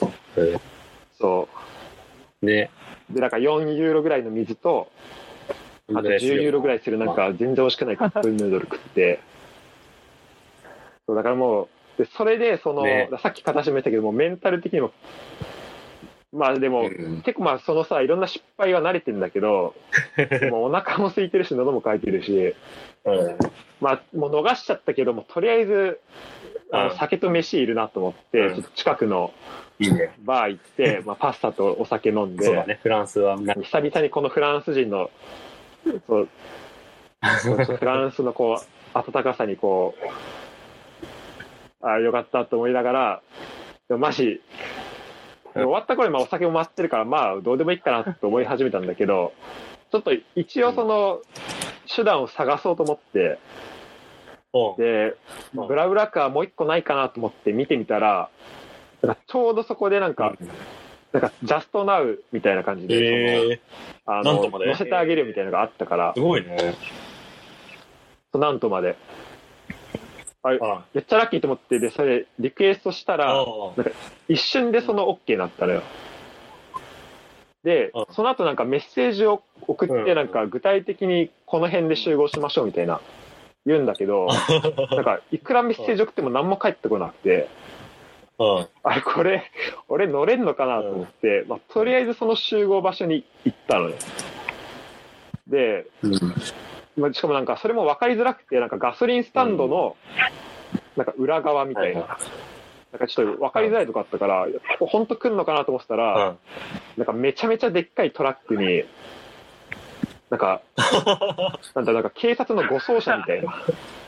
そうね。で、なんかよんユーロぐらいの水と、あとじゅうユーロぐらいするなんか全然美味しくないカップヌードル食って、そうだからもう、でそれでその、ね、さっき形も言ったけども、メンタル的にも、まあでも、うん、結構まあそのさ、いろんな失敗は慣れてるんだけど、もうお腹も空いてるし、喉も渇いてるし、うん、まあもう逃しちゃったけども、とりあえず、あの酒と飯いるなと思って、うん、ちょっと近くの、いいね、バー行って、まあ、パスタとお酒飲んで、 そうだね、フランスは久々にこのフランス人のそうフランスのこう温かさにこう、あよかったと思いながら、でもマジ終わった頃にまあお酒も回ってるから、まあどうでもいいかなと思い始めたんだけど、ちょっと一応その手段を探そうと思って、うん、でブラブラカーもう一個ないかなと思って見てみたら、ちょうどそこでなんか、なんか、ジャストナウみたいな感じで、えー、その、あの、乗せてあげるみたいなのがあったから、 すごいね。 なんとまで。あれ、あめっちゃラッキーと思って、で、それ、リクエストしたら、なんか、一瞬でその OK になったのよ。で、その後なんかメッセージを送って、なんか、具体的にこの辺で集合しましょうみたいな、言うんだけど、なんか、いくらメッセージ送っても何も返ってこなくて、うん、あれこれ俺乗れんのかなと思って、うんまあ、とりあえずその集合場所に行ったのね。で、うん、しかもなんかそれも分かりづらくて、なんかガソリンスタンドのなんか裏側みたいな、うん、なんかちょっと分かりづらいとこあったから、ここ本当来んのかなと思ってたら、うん、なんかめちゃめちゃでっかいトラックになんかなんだなんか警察の護送車みたいな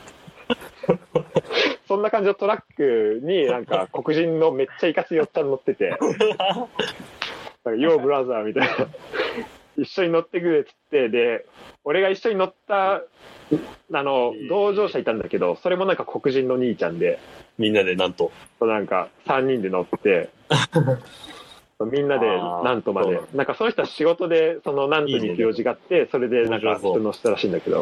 そんな感じのトラックになんか黒人のめっちゃいかついおっちゃん乗っててなんかヨーブラザーみたいな一緒に乗ってくれっつって、で、俺が一緒に乗った、あの、同乗者いたんだけど、それもなんか黒人の兄ちゃんで。 みんなでなんと。 なんかさんにんで乗って、みんなでなんとまで。なんかその人は仕事で、そのなんとに行く用事があって、それでなんか人乗せたらしいんだけど。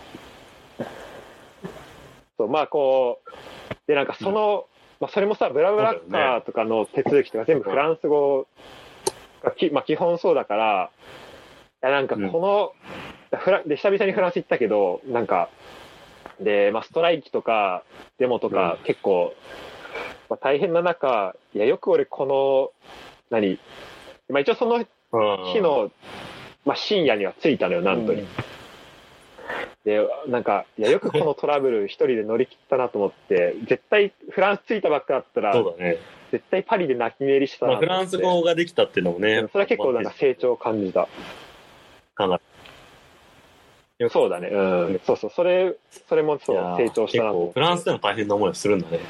そう、まあこう、で、なんかその、まあそれもさ、ブラブラッカーとかの手続きとか全部フランス語がき、まあ基本そうだから、いやなんかこの、うん、フラで久々にフランス行ったけど、なんか、で、まあストライキとかデモとか結構、まあ、大変な中、いやよく俺この、何、まあ一応その日の、まあ深夜には着いたのよ、なんとに。うん、で、なんか、いやよくこのトラブル一人で乗り切ったなと思って、絶対フランス着いたばっかだったら、 そうだね。 絶対パリで泣き寝入りしたなと思って。 まあ、フランス語ができたっていうのもね。 それは結構なんか成長を感じた。 かな。 そうだね。うん。そうそう。それ、それもそう、成長したなと思って。 フランスでも大変な思いをするんだね。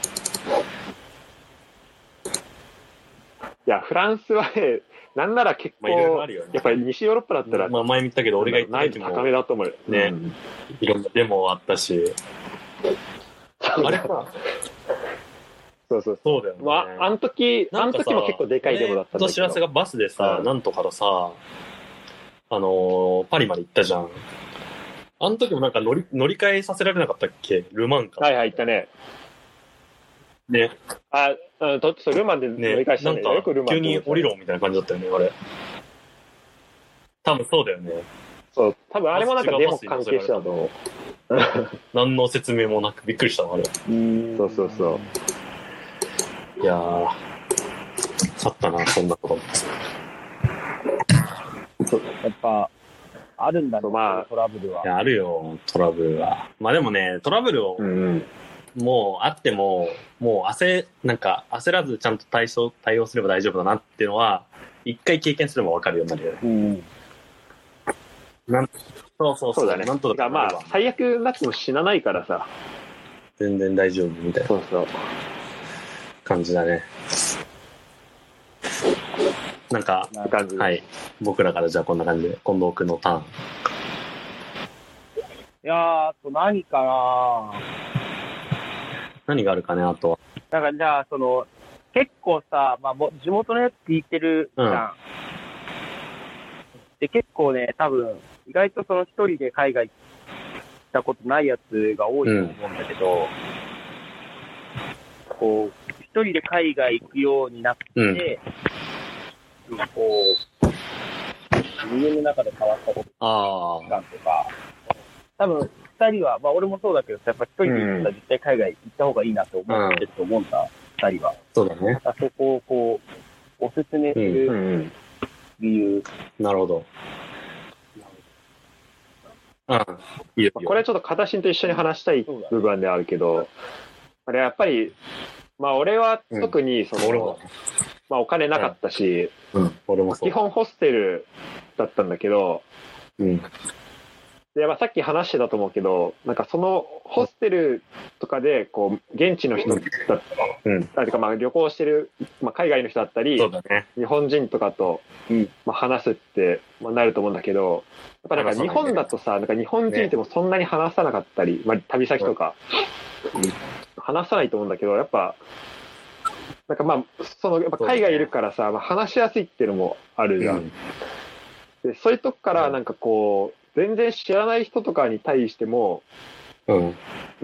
いや、フランスはね、なんなら結構、まあいろいろあるよね、やっぱり西ヨーロッパだったら、 まあ前も言ったけど、俺が言った時も、 高めだと思うよ。 ね、うん。いろんなデモあったし。あれか。 そうそうそうだよね。 まあ、あの時、あの時も結構でかいデモだったんだけど。 と知らせがバスでさ、うん、なんとからさ、あのー、パリまで行ったじゃん。あの時もなんか乗り、乗り換えさせられなかったっけ？ルマンか。 はいはい、行ったね。 ね。 あ、うん、とそうルマンで乗り換えしたね。 ね、なんか急に降りろみたいな感じだったよね、あれ。多分そうだよね。 そう、多分あれもなんかデモ関係してたと思う。 何の説明もなくびっくりしたの、あれ。 うんそうそうそう。 いやー、去ったな、そんなこと。 やっぱ、あるんだね、 まあ、 トラブルは。 いや、あるよ、トラブルは。まあでもね、トラブルを、うんもうあっても、もう焦、なんか焦らずちゃんと対処、対応すれば大丈夫だなっていうのは、一回経験すれば分かるようになるよね。うん。なんそうそうそう。 そうだね。 なんとかまあ、最悪なっても死なないからさ。 全然大丈夫みたいな。 そうそう。 感じだね。なんか、はい。僕らからじゃあこんな感じで、近藤くんのターン。 いやー、あと何かな何があるかね、あとは。 なんかじゃあ、その、結構さ、まあ、も地元のやつ聞いてるじゃん。うん、で、結構ね、多分、意外とその一人で海外行ったことないやつが多いと思うんだけど、うん、こう、一人で海外行くようになって、うん、こう、自分の中で変わったこととか、多分、二人は、まあ俺もそうだけど、やっぱ一人で行ったら絶対海外行った方がいいなと思ってると思うんだ、二、うん、人は。 そうだね。 そこをこう、おすすめする理由。うんうん、なるほど。うん。いいよ。 これはちょっと片新と一緒に話したい部分であるけど、あれやっぱり、まあ俺は特にその、うん、まあお金なかったし、 うんうん、俺もそう。 基本ホステルだったんだけど、 うんで、まあ、さっき話してたと思うけど、なんかそのホステルとかで、こう、現地の人だったり、うん、かまあ旅行してる、まあ、海外の人だったり、 そうだね、 日本人とかと、うんまあ、話すって、まあ、なると思うんだけど、やっぱなんか日本だとさ、なんか日本人ってもそんなに話さなかったり、ね、まあ、旅先とか、うん、話さないと思うんだけど、やっぱ、なんかまあ、その、やっぱ海外いるからさ、まあ、話しやすいっていうのもあるじゃん。うん、でそういうとこからなんかこう、全然知らない人とかに対しても、うん、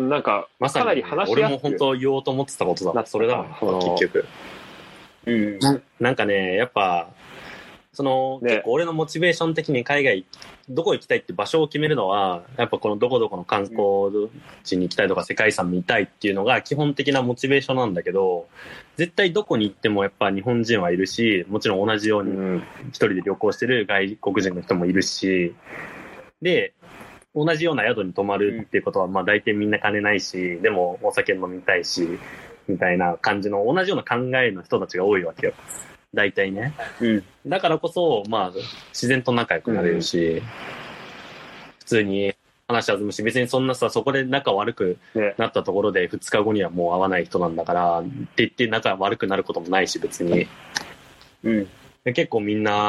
なんか、かなり話しやすく、 俺も本当言おうと思ってたことだ。それだもん、結局。うん。なんかね、やっぱ、その、ね、結構俺のモチベーション的に海外、どこ行きたいって場所を決めるのは、やっぱこのどこどこの観光地に行きたいとか世界遺産見たいっていうのが基本的なモチベーションなんだけど、絶対どこに行ってもやっぱ日本人はいるし、もちろん同じように一人で旅行してる外国人の人もいるし、で、同じような宿に泊まるっていうことは、まあ大体みんな金ないし、でもお酒飲みたいし、みたいな感じの同じような考えの人たちが多いわけよ。大体ね。うん。だからこそ、まあ、自然と仲良くなれるし、うん、普通に話弾むし、別にそんなさ、そこで仲悪くなったところでふつかごにはもう会わない人なんだから、って言って仲悪くなることもないし、別に。うん。で結構みんな、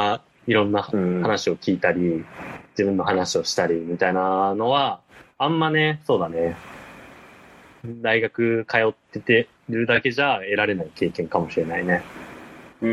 いろんな話を聞いたり、うん、自分の話をしたりみたいなのは、あんまね、そうだね。大学通っててるだけじゃ得られない経験かもしれないね。 うん。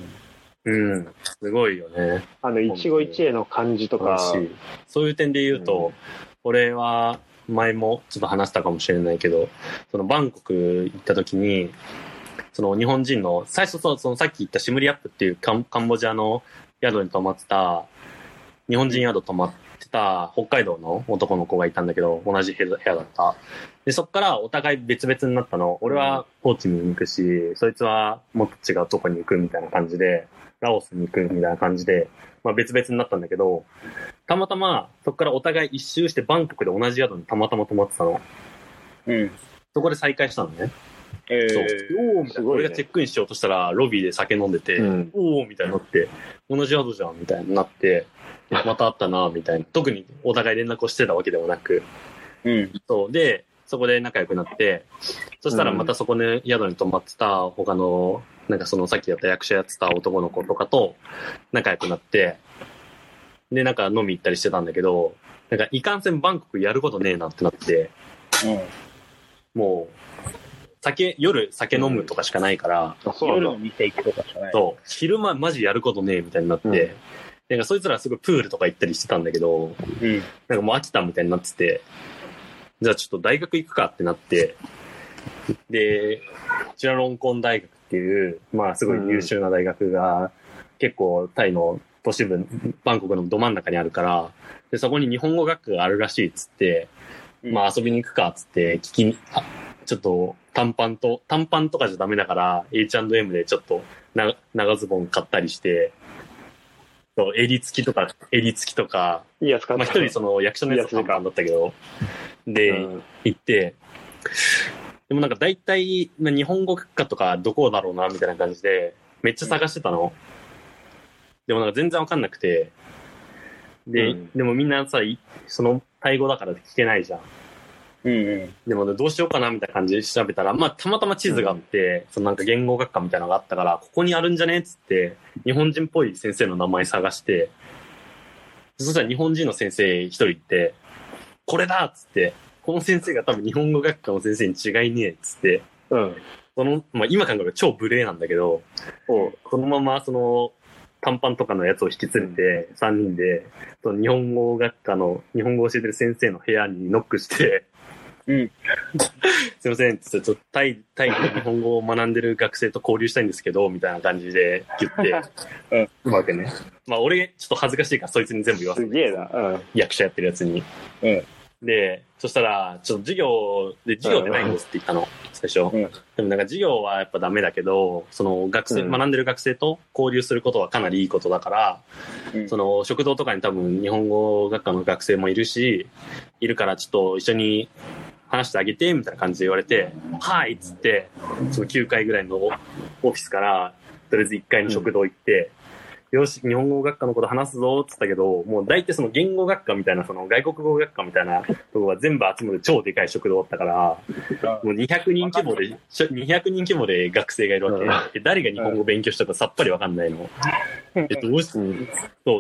うん。すごいよね。 あの、一期一会の感じとか。 そういう点で言うと、うん、俺は前もちょっと話したかもしれないけど、そのバンコク行った時に、その日本人の、最初そのさっき言ったシムリアップっていうカン、カンボジアの宿に泊まってた、日本人宿泊まってた北海道の男の子がいたんだけど、同じ部屋だった。で、そっからお互い別々になったの。俺はホーチミンに行くし、そいつはもっと違うとこに行くみたいな感じで、ラオスに行くみたいな感じで、まあ別々になったんだけど、たまたまそっからお互い一周してバンコクで同じ宿にたまたま泊まってたの。 うん。 そこで再会したのね。 えー、 そう。おーみたいな、ね。俺がチェックインしようとしたら、ロビーで酒飲んでて、うん、おーみたいになって、同じ宿じゃんみたいになって、また会ったなみたいな。特にお互い連絡をしてたわけでもなく。 うん。 そうで、そこで仲良くなって、そしたらまたそこで宿に泊まってた他の、なんかそのさっきやった役者やってた男の子とかと仲良くなって、で、なんか飲み行ったりしてたんだけど、なんかいかんせんバンコクやることねえなってなって、 うん、 もう、酒、夜酒飲むとかしかないから、 うん、夜の店行くとかしかない。 そう、昼間マジやることねえみたいになって、うん、なんかそいつらすごいプールとか行ったりしてたんだけど、 うん、 なんかもう飽きたみたいになってて、じゃあちょっと大学行くかってなって、で、チュラロンコン大学っていう、まあすごい優秀な大学が結構タイの都市部、バンコクのど真ん中にあるから、で、そこに日本語学科があるらしいっつって、まあ遊びに行くかっつって聞きに、あ、ちょっと短パンと、短パンとかじゃダメだから エイチアンドエム でちょっとな長ズボン買ったりして、そう襟付きとか、襟付きとか、 いいやつ買った。 まあ一人その役所のやつ短パンだったけど、で、うん、行って、でもなんか大体、日本語学科とかどこだろうな、みたいな感じで、めっちゃ探してたの。うん、でもなんか全然わかんなくて、で、うん、でもみんなさ、そのタイ語だから聞けないじゃん。 うんうん。 でも、ね、どうしようかなみたいな感じで調べたら、まあたまたま地図があって、うん、そのなんか言語学科みたいなのがあったから、ここにあるんじゃねっつって、日本人っぽい先生の名前探して、そしたら日本人の先生一人いて、これだっつって、この先生が多分日本語学科の先生に違いねえっつって、 うん。 その、まあ今考えれば超無礼なんだけど、そのままその、短パンとかのやつを引き連れて、さんにんで、その日本語学科の、日本語を教えてる先生の部屋にノックして、 うん。 すいません、ちょっとタイ、タイで日本語を学んでる学生と交流したいんですけど、みたいな感じで言って、 うん。 うまくね。まあ俺、ちょっと恥ずかしいからそいつに全部言わせて。 すげえな。うん。 役者やってるやつに。 うん。 で、そしたら、ちょっと授業で、授業ってないんですって言ったの、最初。 うん、 でもなんか授業はやっぱダメだけど、その学生、うん、学んでる学生と交流することはかなりいいことだから、うん、その食堂とかに多分日本語学科の学生もいるし、いるからちょっと一緒に話してあげて、みたいな感じで言われて、はいっつって、そのきゅうかいぐらいのオフィスから、とりあえずいっかいの食堂行って、うん、よし、日本語学科のこと話すぞって言ったけど、もう大体その言語学科みたいな、その外国語学科みたいなとこが全部集まる超でかい食堂だったから、もうにひゃくにん規模で、にひゃくにん規模で学生がいるわけ。で誰が日本語勉強したかさっぱりわかんないの。え、どうし、そう、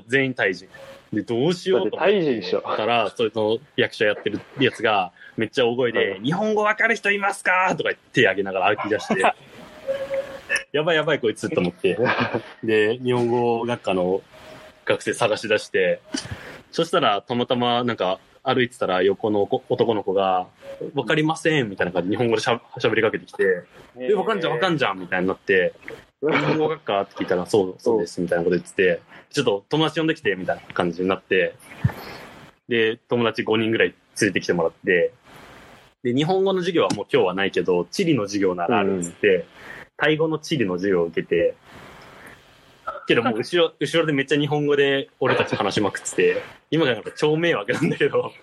全員タイ人。で、どうしようと思ったら、それの役者やってるやつが、めっちゃ大声で、日本語わかる人いますかとか言って手挙げながら歩き出して、やばいやばいこいつと思って。で、日本語学科の学生探し出して、そしたらたまたまなんか歩いてたら横の男の子が、わかりませんみたいな感じで日本語でしゃ喋りかけてきて、え、わかんじゃんわかんじゃんみたいになって、日本語学科って聞いたら、そう、そうですみたいなこと言ってて、ちょっと友達呼んできてみたいな感じになって、で、友達ごにんぐらい連れてきてもらって、で、日本語の授業はもう今日はないけど、地理の授業ならあるっつって、うん、タイ語の地理の授業を受けて、けどもう後ろ、後ろでめっちゃ日本語で俺たち話しまくってて、今から超迷惑なんだけど。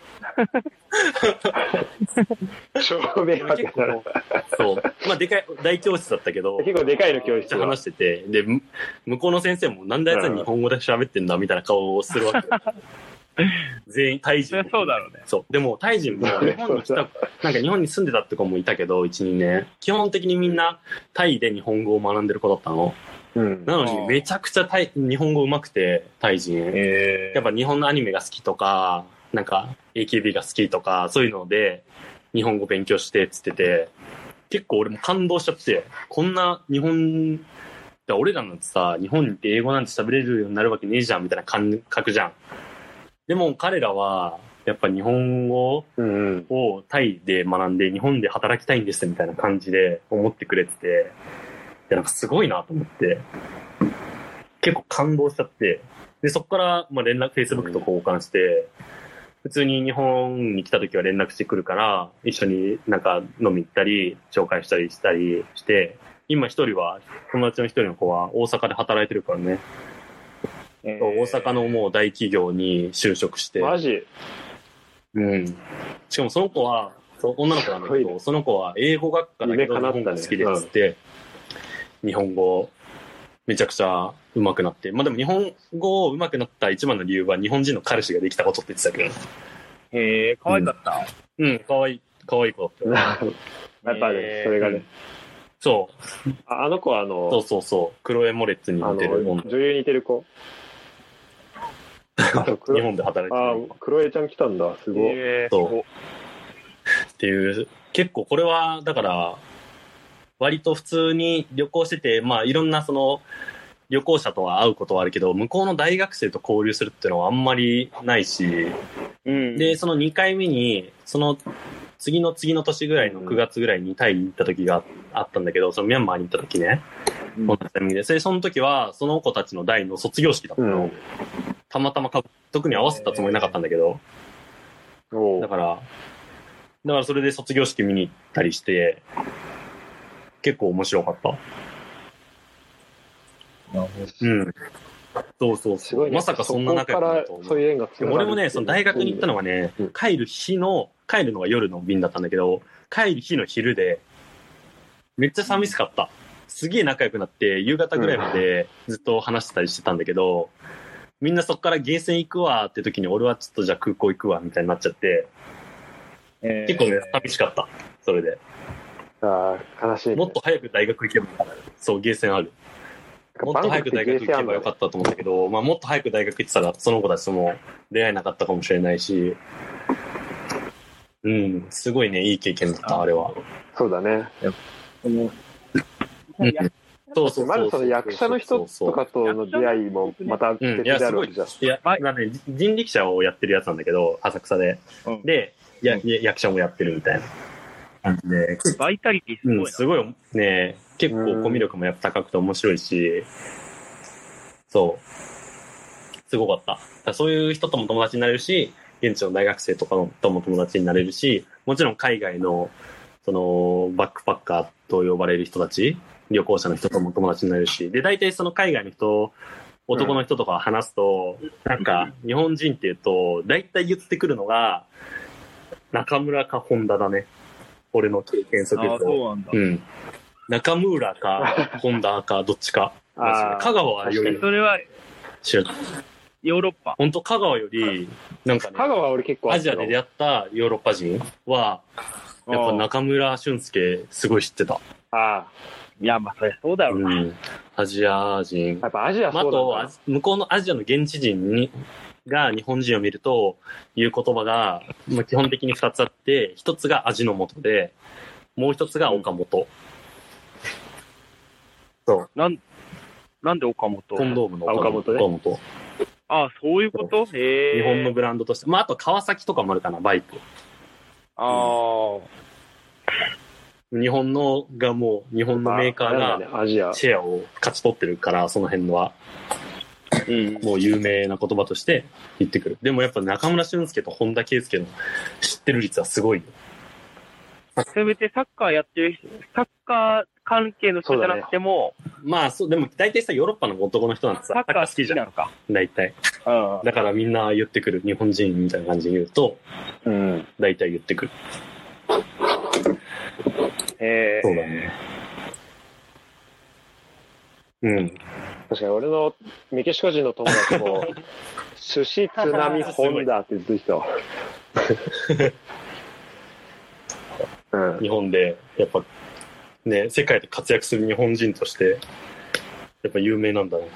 超迷惑だな。 そう。まあでかい、大教室だったけど。 結構でかいの教室。 話してて、で、向こうの先生もなんであいつは日本語で喋ってんだみたいな顔をするわけ。全員タイ人。 そうだろうね。 そう。でもタイ人も日本に来た、なんか日本に住んでたって子もいたけど、いち、にねん。基本的にみんなタイで日本語を学んでる子だったの。 うん、 なのにめちゃくちゃタイ日本語上手くて、タイ人。 えー、 やっぱ日本のアニメが好きとか、なんか エーケービー が好きとか、そういうので日本語勉強してっつってて、結構俺も感動しちゃって、こんな日本、俺らなんてさ、日本に行って英語なんて喋れるようになるわけねえじゃんみたいな感覚じゃん。でも彼らは、やっぱ日本語をタイで学んで日本で働きたいんですみたいな感じで思ってくれてて、いやなんかすごいなと思って、結構感動しちゃって、で、そこからまあ連絡、Facebook と交換して、普通に日本に来た時は連絡してくるから、一緒になんか飲み行ったり、紹介したりしたりして、今一人は、友達の一人の子は大阪で働いてるからね。えー、大阪のもう大企業に就職して。 マジ？ うん。しかもその子は、女の子なんだけど、その子は英語学科だけど日本語好きでっつって、うん、日本語めちゃくちゃ上手くなって。まあでも日本語上手くなった一番の理由は日本人の彼氏ができたことって言ってたけど。 へえ、可愛かった。 うん、うん、可愛い、可愛い子だったよ。 やっぱね、それがね。 そう。 あ, あの子はあの、 そうそうそう。クロエ・モレッツに似てる。 女優に似てる子。 日本で働いてる。 あ、クロエちゃん来たんだ。すごい。 そう。っていう、結構これは、だから、割と普通に旅行してて、まあいろんなその、旅行者とは会うことはあるけど、向こうの大学生と交流するっていうのはあんまりないし、うん、で、そのにかいめに、その次の次の年ぐらいのくがつぐらいにタイに行った時があったんだけど、そのミャンマーに行った時ね、うん、このタイミングで、それその時はその子たちの代の卒業式だったの。うん、たまたま特に合わせたつもりなかったんだけど、えー、だから、だからそれで卒業式見に行ったりして、結構面白かった。うん。そうそうそう。ね、まさかそんな仲良くなると思う。そういう縁が俺もね、その大学に行ったのがね、うん、帰る日の、帰るのが夜の便だったんだけど、帰る日の昼で、めっちゃ寂しかった。すげえ仲良くなって、夕方ぐらいまでずっと話してたりしてたんだけど、うん、みんなそっからゲーセン行くわって時に俺はちょっとじゃあ空港行くわみたいになっちゃって、えー、結構ね、寂しかった。それで。 ああ、悲しい、ね。 もっと早く大学行けば、そう、ゲーセンある。もっと早く大学行けばよかったと思うんだけど、まあもっと早く大学行ってたら、その子たちとも出会えなかったかもしれないし、うん、すごいね、いい経験だった、あれは。 そうだね。うん、 そうそう。 まずその役者の人とかとの出会いもまた別であるわけじゃん。 いや、まあね、人力車をやってるやつなんだけど、浅草で。うん、で、や、役者もやってるみたいな感じで。 バイタリティすごいな。 うん、すごいね、結構コミュ力もやっぱ高くて面白いし、そう。すごかった。だからそういう人とも友達になれるし、現地の大学生とかとも友達になれるし、もちろん海外の、その、バックパッカーと呼ばれる人たち、旅行者の人とも友達になれるし、で、大体その海外の人、男の人とか話すと、うん、なんか、日本人って言うと、大体言ってくるのが、中村か本田だね。俺の経験則と。 あ、そうなんだ。 うん。中村か本田かどっちか。香川はより。 それは、ヨーロッパ。 本当香川より、なんかね、 香川は俺結構アジアで出会ったヨーロッパ人は、やっぱ中村俊介すごい知ってた。ああ。 いや、まあ、それそうだろうな。うん。 アジア人。 やっぱアジアそうだな。 あと、向こうのアジアの現地人に、が日本人を見ると、言う言葉が、まあ、基本的に二つあって、一つが味の素で、もう一つが岡本。そう。 なん、なんで岡本？ コンドームの岡本ね。 岡本。 ああ、そういうこと？へえ。 日本のブランドとして。まあ、あと川崎とかもあるかな、バイク。 ああ、 うん。日本のがもう、日本のメーカーがシェアを勝ち取ってるから、その辺のは。うん、もう有名な言葉として言ってくる。でもやっぱ中村俊輔と本田圭佑の知ってる率はすごいよ。 せめてサッカーやってる人、サッカー関係の人じゃなくても、 ね、まあそう、でも大体さ、ヨーロッパの男の人なんてさ、 サッカー好きじゃん。 大体。 うん。 だからみんな言ってくる、日本人みたいな感じで言うと、うん。大体言ってくる。 へえ。 そうだね。うん。 確かに俺のメキシコ人の友達も、寿司津波ホンダって言ってる人。うん、 日本で、やっぱ、ね、世界で活躍する日本人として、 やっぱ有名なんだね。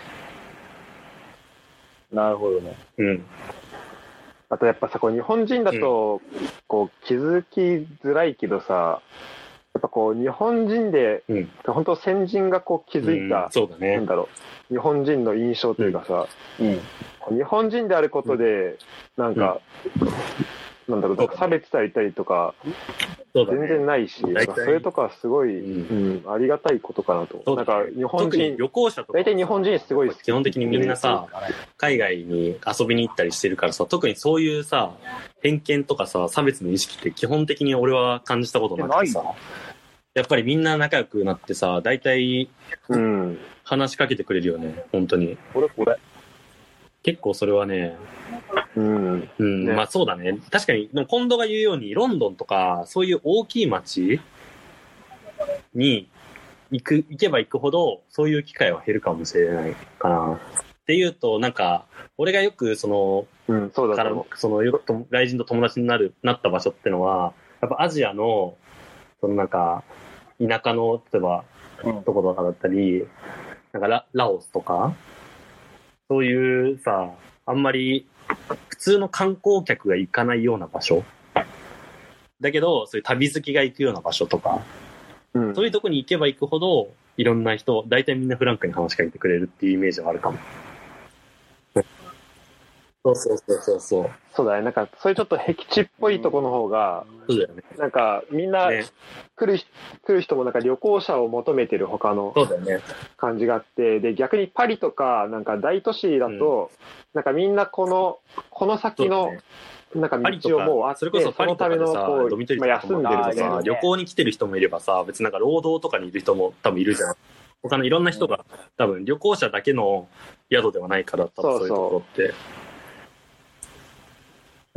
なるほどね。 うん。 あとやっぱさ、こう日本人だと、こう気づきづらいけどさ、やっぱこう日本人で、うん、本当先人がこう気づいた、 うん、そうだね。 なんだろう、日本人の印象というかさ、うん、日本人であることで、なんか、うん、なんだろう、なんか差別されたりとか、全然ないし、ね、それとかすごい、うんうん、ありがたいことかなと。なんか日本人、 旅行者とか大体日本人すごい好き。 基本的にみんなさ、海外に遊びに行ったりしてるからさ、特にそういうさ、偏見とかさ、差別の意識って基本的に俺は感じたことなくてさ、やっぱりみんな仲良くなってさ、大体、うん、話しかけてくれるよね、本当に。 これこれ。 結構それはね、 うん、 うん、ね、まあそうだね。確かに、近藤が言うように、ロンドンとか、そういう大きい街に行く、行けば行くほど、そういう機会は減るかもしれないかな。っていうと、なんか、俺がよく、その、 うん、そうだから、その、よく外人と友達になる、なった場所ってのは、やっぱアジアの、そのなんか、田舎の、例えば、とことかだったり、なんかラ、ラオスとか、そういうさ、あんまり普通の観光客が行かないような場所だけど、そういう旅好きが行くような場所とか、うん、そういうとこに行けば行くほどいろんな人、大体みんなフランクに話しかけてくれるっていうイメージはあるかも。そうそうそうそうそう。 そうだね。なんかそういうちょっと僻地っぽいとこの方が、 そうだよね。 なんかみんな来る、ね、来る人もなんか旅行者を求めてる他の感じがあって、で逆にパリとかなんか大都市だと、うん、なんかみんなこのこの先のなんか道をもうあって、 それこそパリとかでさ、ドミトリとか休んでるとか、 旅行に来てる人もいればさ、別になんか労働とかにいる人も多分いるじゃん。他のいろんな人が多分旅行者だけの宿ではないから、多分そういうところって。そうそううん、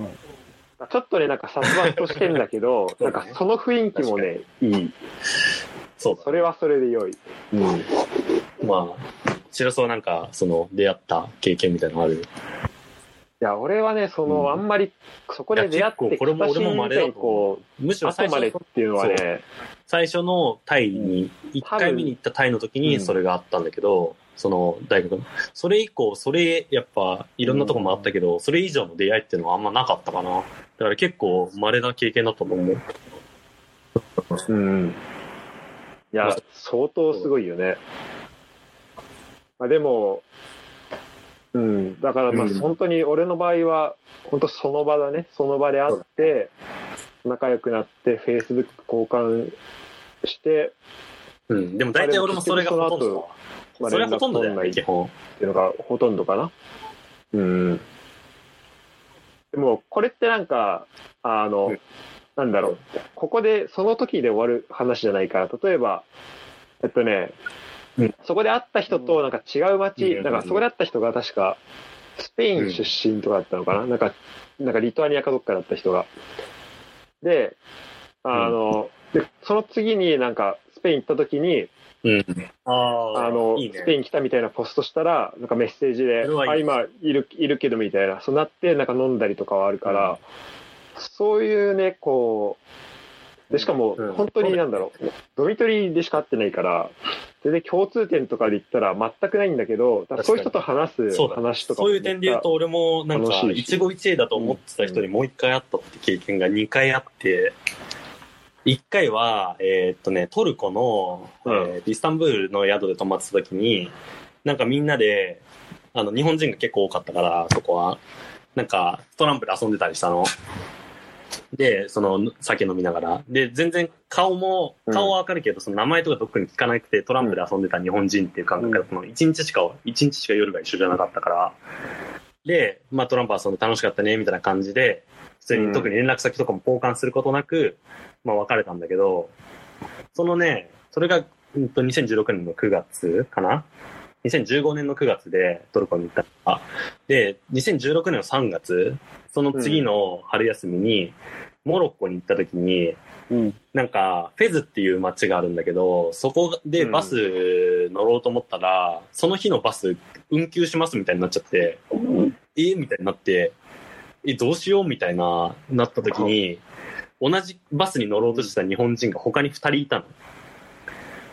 ちょっとね、なんか殺伐としてんだけど、ね、なんかその雰囲気もね、いい。 そう。 それはそれで良い。 うん。まあ、白洲はなんか、その、出会った経験みたいなのある？いや、俺はね、その、うん、あんまり、そこで出会って、 これも俺もまれだとむしろ後までっていうのはね、 最初のタイに、いっかいめに行ったタイの時にそれがあったんだけど、うんその大学のそれ以降それやっぱいろんなとこもあったけど、うん、それ以上の出会いっていうのはあんまなかったかな。だから結構稀な経験だったと思う。 うん。いや、まあ、相当すごいよね。まあでも、うん、だからまあ本当に俺の場合は本当その場だね、その場で会って仲良くなってフェイスブック交換して、 うん、でも大体俺もそれがほとんどだ。まあ、それはほとんどだよね、基本。 っていうのがほとんどかな。うん。でも、これってなんか、あの、うん、なんだろう、ここで、その時で終わる話じゃないから、例えば、えっとね、うん、そこで会った人となんか違う街、うん、なんかそこで会った人が確か、スペイン出身とかだったのかな、うん、なんか、なんかリトアニアかどっかだった人が。で、あの、うん、で、その次になんか、スペイン行った時に、 うん、あ, あのいいね、 スペイン来たみたいなポストしたらなんかメッセージで「あ今いるいるけど」みたいなそうなってなんか飲んだりとかはあるから、うん、そういうねこうでしかも本当になんだろう、うん、ドミトリーでしか会ってないから全然共通点とかで言ったら全くないんだけどそういう人と話す話とかそういう点で言うと俺もなんか一期一会だと思ってた人にもう一回会ったって経験がにかいあって。一回は、えー、っとね、トルコの、うんえー、イスタンブールの宿で泊まってた時に、なんかみんなで、あの、日本人が結構多かったから、そこは、なんか、トランプで遊んでたりしたの。で、その、酒飲みながら。で、全然顔も、顔はわかるけど、うん、その名前とか特に聞かなくて、トランプで遊んでた日本人っていう感覚だったの。一日しか、一日しか夜が一緒じゃなかったから。で、まあトランプ遊んで楽しかったね、みたいな感じで、普通に特に連絡先とかも交換することなく、まあ別れたんだけど、そのね、それが、うんと、にせんじゅうろくねんのくがつかな ?にせんじゅうごねんのくがつでトルコに行った。で、にせんじゅうろくねんのさんがつ、その次の春休みに、モロッコに行った時に、うん、なんか、フェズっていう街があるんだけど、そこでバス乗ろうと思ったら、うん、その日のバス運休しますみたいになっちゃって、うん、えみたいになって、え、どうしようみたいな、なった時に、同じバスに乗ろうとした日本人が他にふたりいたの。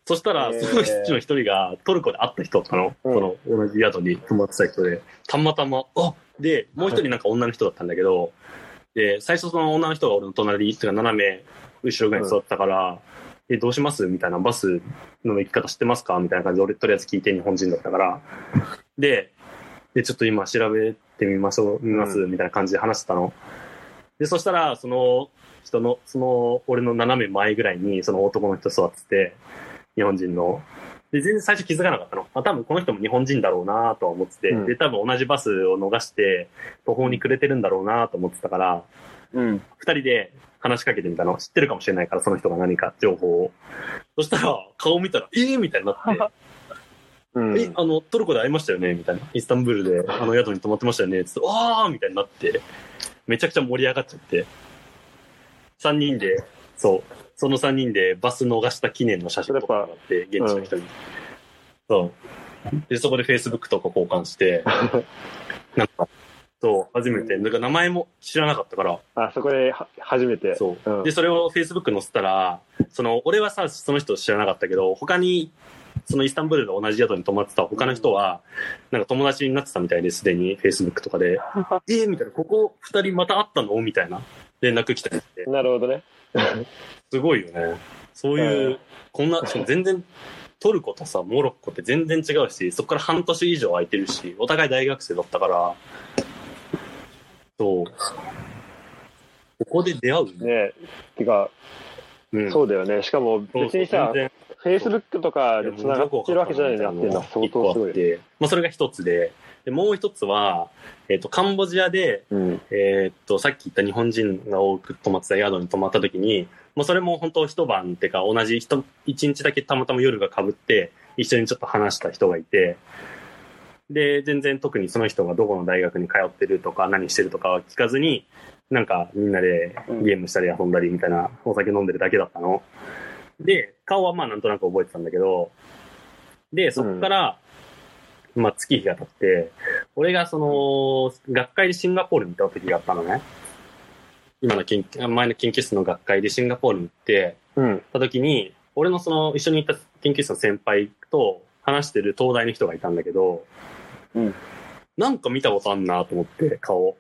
そしたら、その人の一人がトルコで会った人だったの。その、同じ宿に泊まってた人で。たまたま、あで、もう一人なんか女の人だったんだけど、で、最初その女の人が俺の隣、っていうか斜め後ろぐらいに座ったから、え、どうしますみたいな、バスの行き方知ってますかみたいな感じで、俺とりあえず聞いて、日本人だったから。で、で、ちょっと今調べてみましょう、見ます、みたいな感じで話してたの。で、そしたら、その人の、その、俺の斜め前ぐらいに、その男の人座ってて、日本人の。で、全然最初気づかなかったの。あ、多分この人も日本人だろうなとは思ってて、うん、で、多分同じバスを逃して、途方に暮れてるんだろうなと思ってたから、うん。二人で話しかけてみたの。知ってるかもしれないから、その人が何か情報を。そしたら、顔見たら、えーみたいになって、うん、え、あの、トルコで会いましたよねみたいな。イスタンブールで、あの宿に泊まってましたよねつって、わーみたいになって、めちゃくちゃ盛り上がっちゃって、三人で、そう、その三人でバス逃した記念の写真とかがあって、現地の人に。うん、そう。で、そこで Facebook とか交換して、なんか、そう、初めて、なんか名前も知らなかったから。 あ、そこでは初めて。 そう、うん。で、それを Facebook 載せたら、その、俺はさ、その人知らなかったけど、他に、そのイスタンブールの同じ宿に泊まってた他の人は、なんか友達になってたみたいですでに Facebook とかで、えーみたいな、ここ二人また会ったのみたいな連絡来たりして。 なるほどね。 すごいよね。そういう、こんな、全然、トルコとさ、モロッコって全然違うし、そこから半年以上空いてるし、お互い大学生だったから、そう。ここで出会うね。ねてか、うん、そうだよね。しかも別にさ、Facebook とかで繋がってるわけじゃないなっていうのは相当すごい。 で、まあそれが一つで、でもう一つは、えっ、ー、と、カンボジアで、うん、えっと、さっき言った日本人が多く泊まってた宿に泊まった時に、もうそれも本当一晩っていうか同じ一日だけたまたま夜が被って一緒にちょっと話した人がいて、で、全然特にその人がどこの大学に通ってるとか何してるとかは聞かずに、なんかみんなでゲームしたり遊んだりみたいなお酒飲んでるだけだったの。で、顔はまあなんとなく覚えてたんだけど、で、そこから、うん、まあ月日が経って、俺がその、学会でシンガポールに行った時があったのね。今の研前の研究室の学会でシンガポールに行って、うん、た時に、俺のその一緒に行った研究室の先輩と話してる東大の人がいたんだけど、うん、なんか見たことあんなと思って顔。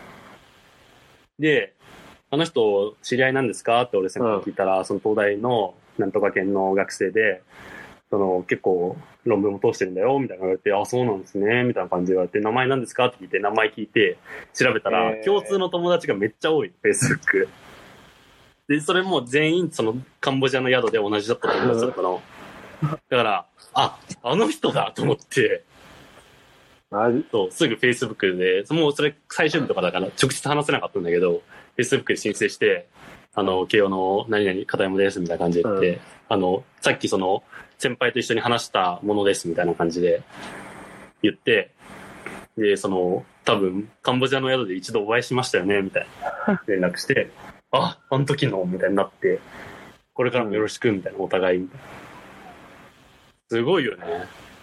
で、あの人知り合いなんですかって俺先輩聞いたら、うん、その東大のなんとか県の学生で、その結構論文も通してるんだよみたいな言われて、あ、そうなんですねみたいな感じで言われて、名前なんですかって聞いて名前聞いて調べたら、共通の友達がめっちゃ多い Facebook で、それも全員そのカンボジアの宿で同じだった友達だったの。だからあ、あの人だと思って、そうすぐ Facebook で、もうそれ最終日とかだから直接話せなかったんだけど、Facebook で申請して、あの慶応の何々片山ですみたいな感じで言って、うん、あのさっきその先輩と一緒に話したものですみたいな感じで言って、でその多分カンボジアの宿で一度お会いしましたよねみたいな連絡して、あ、あの時のみたいになって、これからもよろしくみたいな、お互いすごいよね。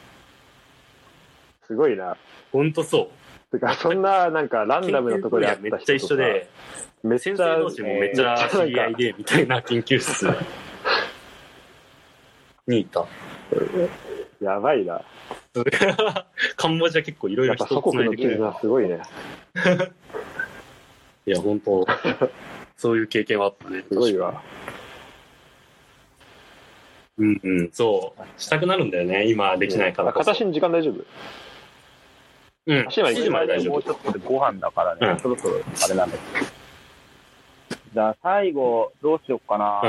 すごいな。 ほんとそう。 てかそんななんかランダムなところで会った人とかめっちゃ一緒で、めっちゃ先生同士もめっちゃ知り合いでみたいな研究室にいた。 やばいな。 カンボジア結構いろいろ人つないでくれる。 すごいね。 いや本当そういう経験はあったね。 すごいわ。 うんうん、そうしたくなるんだよね。今できないからこそ。 形に時間大丈夫？ うん。しちじまで大丈夫。 もうちょっとでご飯だからね。うん、そろそろあれなんだけど。じゃあ最後どうしようかな。うん、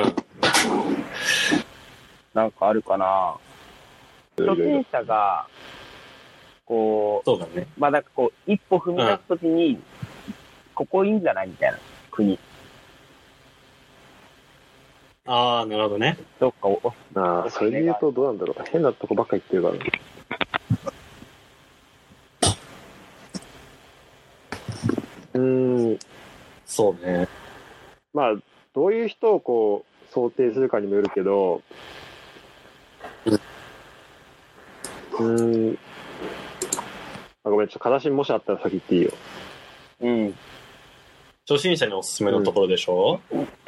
なんかあるかな。初心者がこう、 そうだね。 まあなんかこう一歩踏み出すときに、うん、ここいいんじゃないみたいな国。 ああ、なるほどね。 どっかお、ああ、それで言うとどうなんだろう。変なとこばっか行ってるからね。うーん、 そうね。 まあ、どういう人をこう、想定するかにもよるけど、うん、うーん、あ、ごめん、ちょっと形もしあったら先言っていいよ。 うん。初心者におすすめのところでしょ、うん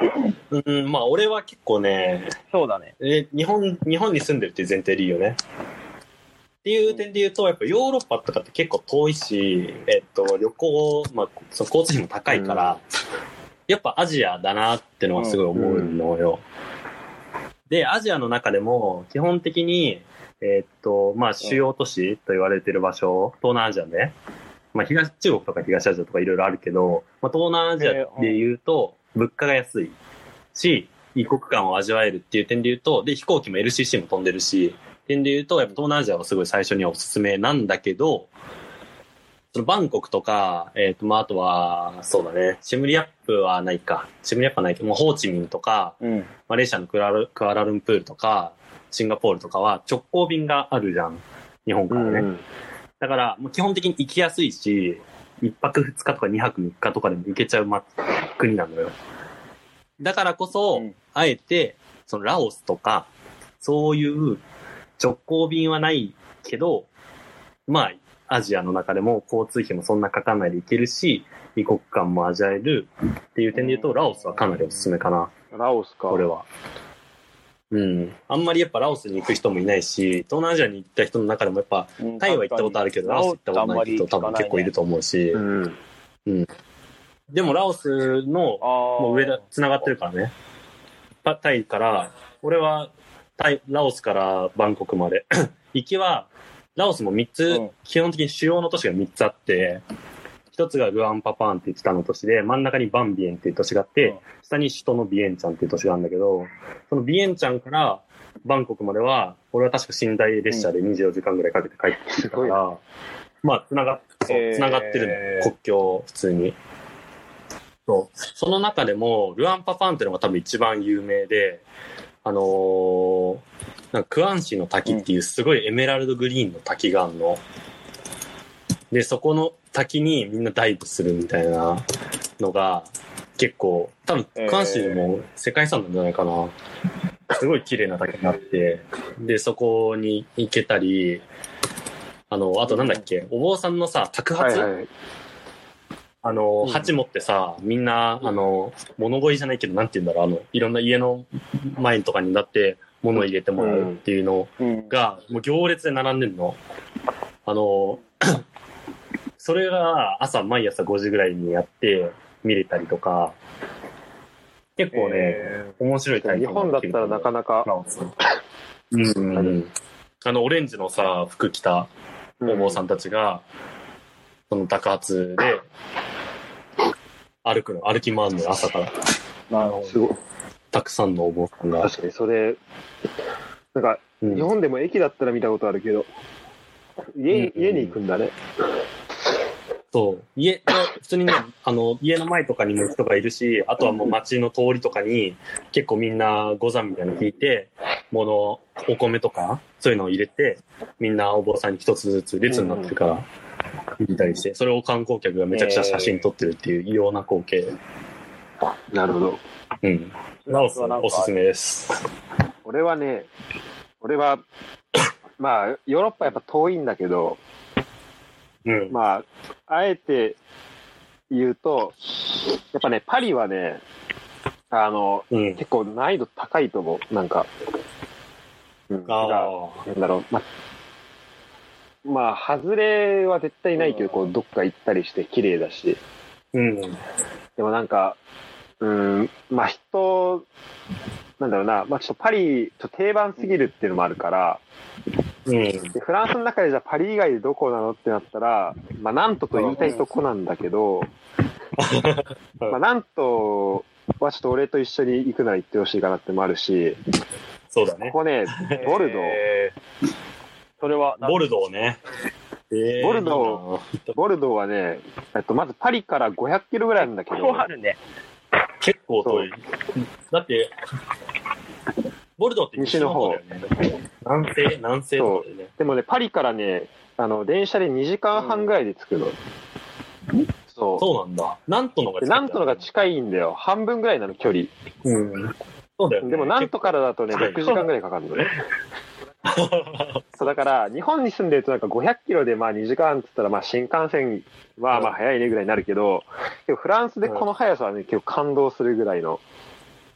うん、まあ俺は結構ね、 そうだね。 え日本、日本に住んでるっていう前提でいいよね。っていう点で言うと、やっぱヨーロッパとかって結構遠いし、えっと、旅行、まあ、その交通費も高いから、うん、やっぱアジアだなってのはすごい思うのよ。うんうん、で、アジアの中でも基本的に、えっと、まあ主要都市と言われてる場所、東南アジアね。まあ東、中国とか東アジアとかいろいろあるけど、まあ東南アジアで言うと、物価が安いし、異国感を味わえるっていう点で言うと、で、飛行機も エルシーシー も飛んでるし、点で言うと、やっぱ東南アジアはすごい最初にはおすすめなんだけど、そのバンコクとか、えっと、まあ、あとは、そうだね、シムリアップはないか。シムリアップはないけど、もうホーチミンとか、うん、マレーシアのクアラ、クアラルンプールとか、シンガポールとかは直行便があるじゃん。日本からね。うん、だから、もう基本的に行きやすいし、いっぱくふつかとかにはくみっかとかでも行けちゃう、ま、国なのよ。だからこそ、うん、あえて、そのラオスとか、そういう直行便はないけど、まあ、アジアの中でも交通費もそんなかかんないで行けるし、異国感も味わえるっていう点で言うと、ラオスはかなりおすすめかな。 ラオスか。 これは。うん。あんまりやっぱラオスに行く人もいないし、東南アジアに行った人の中でもやっぱ、タイは行ったことあるけど、ラオス行ったことない人多分結構いると思うし、うん。うん。でもラオスの、もう上で繋がってるからね。タイから、俺はタイ、ラオスからバンコクまで。行きは、ラオスもみっつ、うん、基本的に主要の都市がみっつあって、一つがルアンパパーンっていう北の都市で、真ん中にバンビエンっていう都市があって、うん、下に首都のビエンチャンっていう都市があるんだけど、そのビエンチャンからバンコクまでは、俺は確か寝台列車でにじゅうよじかんぐらいかけて帰ってきたから、うん、まあ、繋が、そう、繋がってるの、えー、国境、普通に。そう。その中でも、ルアンパパーンっていうのが多分一番有名で、あのー、なんかクアンシーの滝っていうすごいエメラルドグリーンの滝があるの。で、そこの滝にみんなダイブするみたいなのが結構、多分クアンシーでも世界遺産なんじゃないかな。すごい綺麗な滝があって、で、そこに行けたり、あの、あとなんだっけ、お坊さんのさ、托鉢、はいはい、あの、うん、鉢持ってさ、みんな、あの、物乞いじゃないけど、なんて言うんだろう、あの、いろんな家の前とかになって物を入れてもらうっていうのが、もう行列で並んでるの。あの、それが朝、毎朝ごじぐらいにやって見れたりとか、結構ね、えー、面白い体験。 日本だったらなかなか。 うん、うん。あの、オレンジのさ、服着たお坊さんたちが、うん、その高発で、歩くの、歩き回るのよ、朝から。 なるほど。すごい。 たくさんのお坊さんが。 確かに、それ、なんか、うん、日本でも駅だったら見たことあるけど、家、うん、家に行くんだね。 そう。家、普通にね、あの、家の前とかにも人がいるし、あとはもう街の通りとかに、結構みんな五山みたいなの引いて、物、お米とか、そういうのを入れて、みんなお坊さんに一つずつ列になってるから、見たりして、それを観光客がめちゃくちゃ写真撮ってるっていう異様な光景。 なるほど。 うん。ラオスおすすめです。 俺はね、俺は、まあ、ヨーロッパやっぱ遠いんだけど、うん、まあ、あえて言うと、やっぱね、パリはね、あの、うん、結構難易度高いと思う。なんか、うん、あなんだろう、ま、まあ、外れは絶対ないけど、こう、どっか行ったりして綺麗だし。うん。でもなんか、うん、まあ人、なんだろうな、まあちょっとパリ、ちょっと定番すぎるっていうのもあるから、うん、でフランスの中でじゃあパリ以外でどこなのってなったら、まあなんとと言いたいとこなんだけど、まあなんとはちょっと俺と一緒に行くなら行ってほしいかなってもあるし、 そうだね。 ここね、ボルドー。えー、 それはボルドーね。 えー、ボルドー、ボルドーはね、えっと、まずパリからごひゃくキロぐらいなんだけど。 ここあるね。 結構遠い。だって、ボルドーって西の方だよね。南西南西だよね。 でもね、パリからね、あの、電車でにじかんはんぐらいで着くの。 うん、そう。そうなんだ。ナントのが近い。 ナントのが近いんだよ。半分ぐらいなの、距離。 うん。そうだよね。 でも、ナントからだとね、ろくじかんぐらいかかるのね。そうだから日本に住んでるとなんかごひゃくキロでまあにじかんっつったらまあ新幹線はまあ早いねぐらいになるけど、でもフランスでこの速さはね結構感動するぐらいの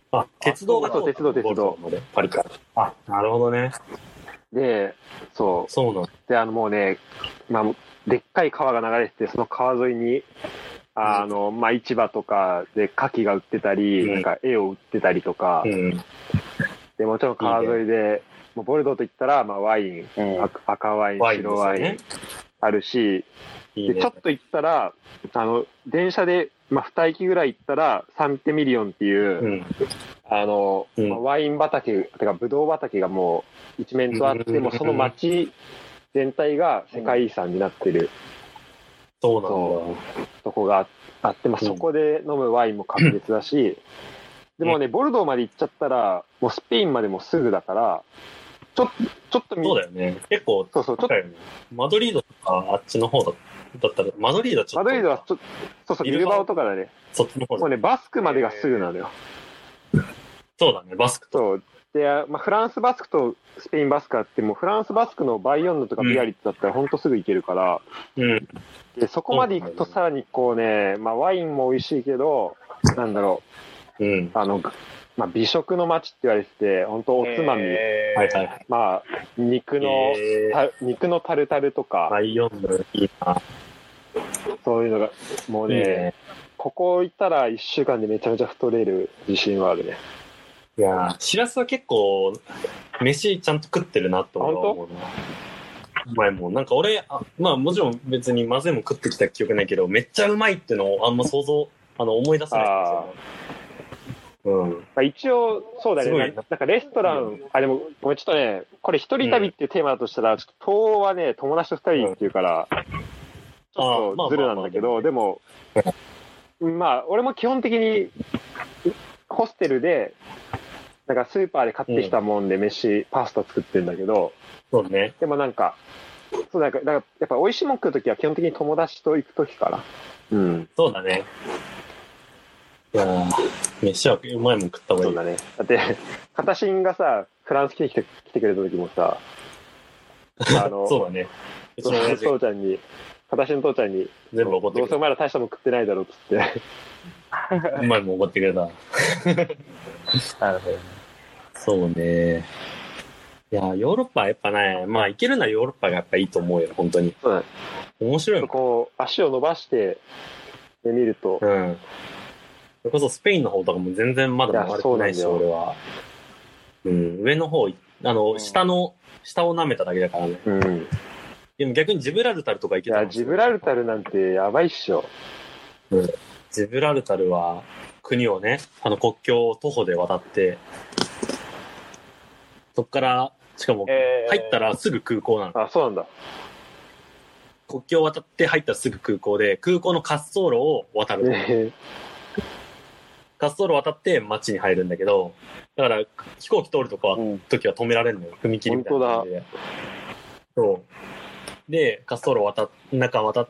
あ、鉄道がそう、鉄道、鉄道。 パリから。あ、なるほどね。 で、そう。 そうなの。 で、あの、もうね、まあ、でっかい川が流れてて、その川沿いに、あの、まあ、市場とかで牡蠣が売ってたり、うん、なんか絵を売ってたりとか、うん、で、もちろん川沿いで、いいね、もうボルドーといったら、まあ、ワイン、うん、赤ワイン、白ワイン、あるし、いいね、で、ちょっと行ったら、あの、電車で、まあ、二駅ぐらい行ったら、サンテミリオンっていう、うん、あの、うんまあ、ワイン畑、てか、ブドウ畑がもう一面とあって、もうその街全体が世界遺産になってる。 そうなんだ。 そこがあって、まあ、そこで飲むワインも格別だし、でもね、ボルドーまで行っちゃったら、もうスペインまでもすぐだから、ちょっと、ちょっとそうだよね。結構、 そうそう、ちょっと、 マドリードとかあっちの方だだったら、マドリードはちょっと。 マドリードはちょっと、そうそう、ビルバオとかだね。 そっちの方だ。 もうね、バスクまでがすぐなのよ。 そうだね、バスクと。 そう。で、まあ、フランスバスクとスペインバスクあっても、フランスバスクのバイヨンヌとかビアリッツだったらほんとすぐ行けるから、うん、でそこまで行くとさらにこうね、まあ、ワインも美味しいけど、なんだろう、うん、あの、まあ、美食の街って言われてて、本当おつまみ、えー、はいはい、まあ、肉の、えー、肉のタルタルとか、 バイヨンヌいいな。 そういうのが、もうね、いいね、ここ行ったらいっしゅうかんでめちゃめちゃ太れる自信はあるね。 いやー、しらすは結構、飯ちゃんと食ってるなと思うな。お前もなんか俺、あまあもちろん別にまずいも食ってきた記憶ないけど、めっちゃうまいっていうのをあんま想像、あの思い出せないんですよ。うん。まあ、一応、そうだね。な, なんかレストラン、うん、あ、でも、ごめん、ちょっとね、これ一人旅っていうテーマだとしたら、ちょっと東欧はね、友達と二人っていうから、うん、ちょっとずるなんだけど、でも、まあ、俺も基本的に、ホステルで、なんかスーパーで買ってきたもんで飯、うん、パスタ作ってるんだけど、 そうね。 でもなんか、そうだから、だからやっぱ美味しいもん食うときは基本的に友達と行くときから。 うん。そうだね。いやー、飯はうまいもん食った方がいい。 そうだね。だって、片新がさ、フランス来て来て来てくれたときもさ、 あの、そうだね。 うちの父ちゃんに、片新の父ちゃんに、 全部怒ってくれた。 どうせお前ら大したもん食ってないだろうっつって。 うまいもん怒ってくれた。 なるほどね。 そうね。いや、ヨーロッパはやっぱね、まあ行けるのはヨーロッパがやっぱいいと思うよ、本当に。 そうだね。 面白い。 こう、足を伸ばして見ると。 うん。それこそスペインの方とかも全然まだ回れてないし、俺は。うん、上の方、あの、うん、下の、下を舐めただけだからね。うん。でも逆にジブラルタルとか行けたら。 いや、ジブラルタルなんてやばいっしょ。 うん。ジブラルタルは国をね、あの国境を徒歩で渡って、そっから、しかも入ったらすぐ空港なの。 えー、あ、そうなんだ。 国境を渡って入ったらすぐ空港で、空港の滑走路を渡る。えー、滑走路を渡って街に入るんだけど、だから飛行機通るとかは、うん、時は止められるのよ。踏切みたいな感じで。そう。で、滑走路を渡っ、中渡って、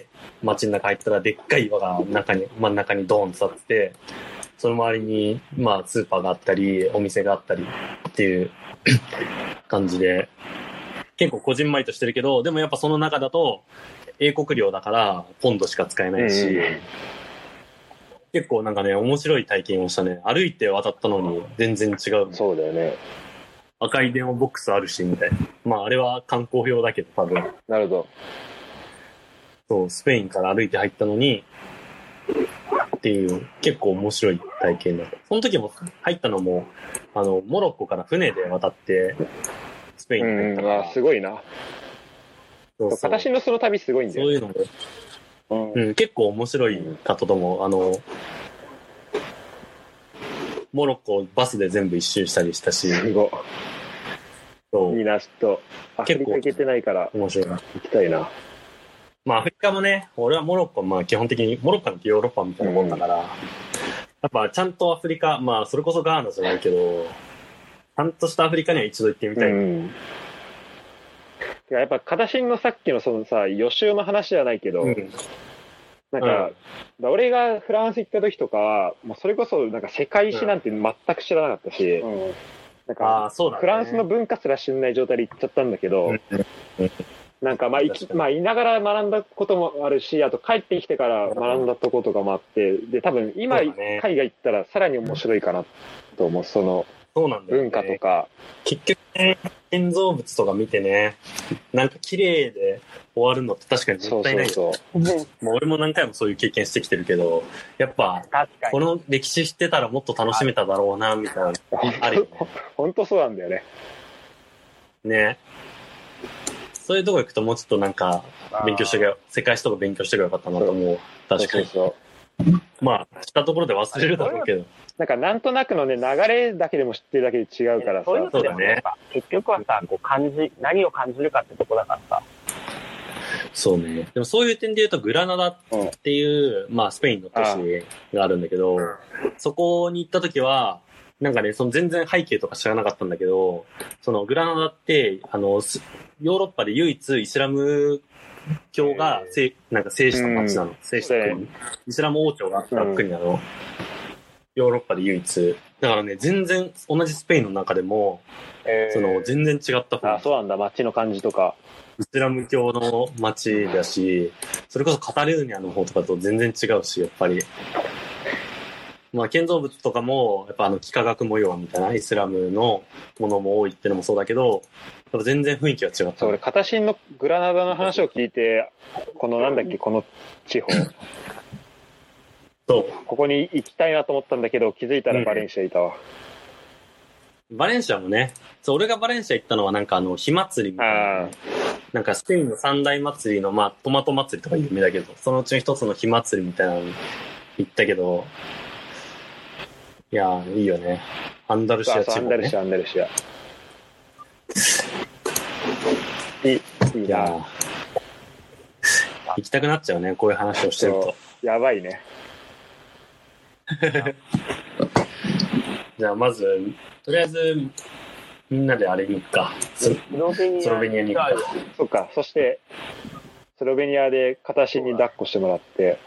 街の中入ったらでっかい岩が中に、真ん中にドーンと立ってて、その周りに、まあ、スーパーがあったり、お店があったりっていう感じで、結構こじんまりとしてるけど、でもやっぱその中だと、英国領だから、ポンドしか使えないし、うん、結構なんかね、面白い体験をしたね。歩いて渡ったのに全然違う。 そうだよね。 赤い電話ボックスあるし、みたいな。まあ、あれは観光用だけど、多分。 なるほど。 そう、スペインから歩いて入ったのに、っていう、結構面白い体験だった。その時も入ったのも、あの、モロッコから船で渡って、スペインに入ったから。 うん、あ、すごいな。そうそう。私のその旅すごいんだよ。 そういうのも、うん、うん、結構面白いかったと思う。あの、モロッコをバスで全部一周したりしたし。 すごい。そう。いいな、ちょっと。アフリカ行けてないから。 面白いな。 行きたいな。 まあアフリカもね、俺はモロッコ、まあ基本的に、モロッコなんてヨーロッパみたいなもんだから、うん、やっぱちゃんとアフリカ、まあそれこそガーナじゃないけど、ちゃんとしたアフリカには一度行ってみたい。うん、 やっぱ、カタシンのさっきのそのさ、予習の話じゃないけど、うん、なんか、うん、俺がフランス行った時とかは、まあ、それこそなんか世界史なんて全く知らなかったし、うん、なんか、フランスの文化すら知らない状態で行っちゃったんだけど、うん、 なんかまあいき、まあ、いながら学んだこともあるし、あと帰ってきてから学んだとことかもあって、で、多分今、ね、海外行ったらさらに面白いかなと思う、その、 そうなんだよね、 文化とか。 結局ね、建造物とか見てね、なんか綺麗で終わるのって確かにもったいないよ。そうそうそうもう俺も何回もそういう経験してきてるけど、やっぱ、この歴史知ってたらもっと楽しめただろうな、みたいなのあるよね。 本当そうなんだよね。 ね。そういうとこ行くともうちょっとなんか、勉強してけば、世界史とか勉強してけばよかったなと思う。確かに。そうそうそうまあ、したところで忘れるだろうけど。 なんかなんとなくのね、流れだけでも知ってるだけで違うからさ。 そういうのでもね、結局はさ、こう感じ、何を感じるかってとこだからさ。 そうね。でもそういう点で言うと、グラナダっていう、うん、まあスペインの都市があるんだけど、そこに行った時は、なんかね、その全然背景とか知らなかったんだけど、そのグラナダって、あの、ヨーロッパで唯一イスラム教がせ、なんか聖した町なの。聖した国。イスラム王朝があった国なの。うんヨーロッパで唯一。だからね、全然、同じスペインの中でも、えー、その、全然違ったあ、そうなんだ、街の感じとか。 イスラム教の街だし、それこそカタルーニャの方とかと全然違うし、やっぱり。まあ、建造物とかも、やっぱあの、幾何学模様みたいな、イスラムのものも多いってのもそうだけど、やっぱ全然雰囲気は違った。 そう、俺、片新のグラナダの話を聞いて、このなんだっけ、この地方。 そうここに行きたいなと思ったんだけど気づいたらバレンシアいたわ、 うん、バレンシアもねそう俺がバレンシア行ったのはなんかあの火祭りみたいな、ね、なんかスペインの三大祭りのまあトマト祭りとか有名だけどそのうちの一つの火祭りみたいなのに行ったけどいやいいよねアンダルシア地方、ね、 アンダルシアアンダルシアいいいいな行きたくなっちゃうねこういう話をしてるとやばいねじゃあまずとりあえずみんなであれに行くかスロベニアに行くかそうかそしてスロベニアで片足に抱っこしてもらって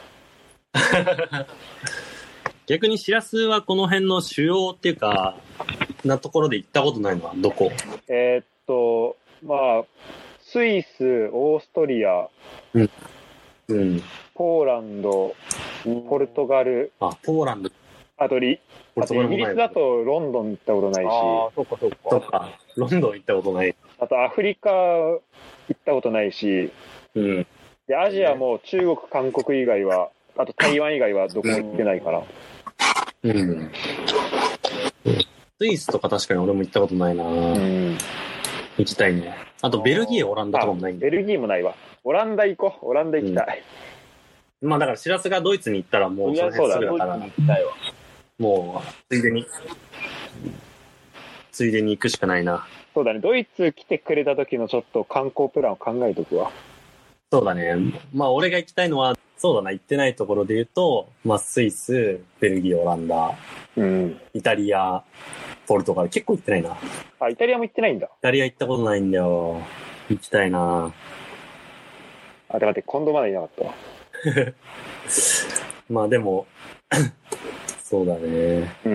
逆にシラスはこの辺の主要っていうかなところで行ったことないのはどこえー、っとまあスイスオーストリアうんうん、 ポーランド、ポルトガル、 あ、ポーランド、 あとリ、あとイギリスだとロンドン行ったことないし、 ああ、そっかそっか。 そっか、ロンドン行ったことない。 あとアフリカ行ったことないし、 うん。 で、アジアも中国、韓国以外は、あと台湾以外はどこも行ってないから。 うん。うん、スイスとか確かに俺も行ったことないな、うん、行きたいね。あとベルギー、オランダとかもないんだ。 ベルギーもないわ。オランダ行こう。オランダ行きたい。 うん、まあだから、シラスがドイツに行ったらもうその辺すぐだから、もう、ついでに、ついでに行くしかないな。 そうだね。ドイツ来てくれた時のちょっと観光プランを考えとくわ。 そうだね。まあ俺が行きたいのは、そうだな、行ってないところで言うと、まあスイス、ベルギー、オランダ、 うん、 イタリア、ポルトガル、結構行ってないな。 あ、イタリアも行ってないんだ。イタリア行ったことないんだよ。行きたいな。 あ、で待って、今度まだいなかったわ。 まあでも、そうだね。 うん。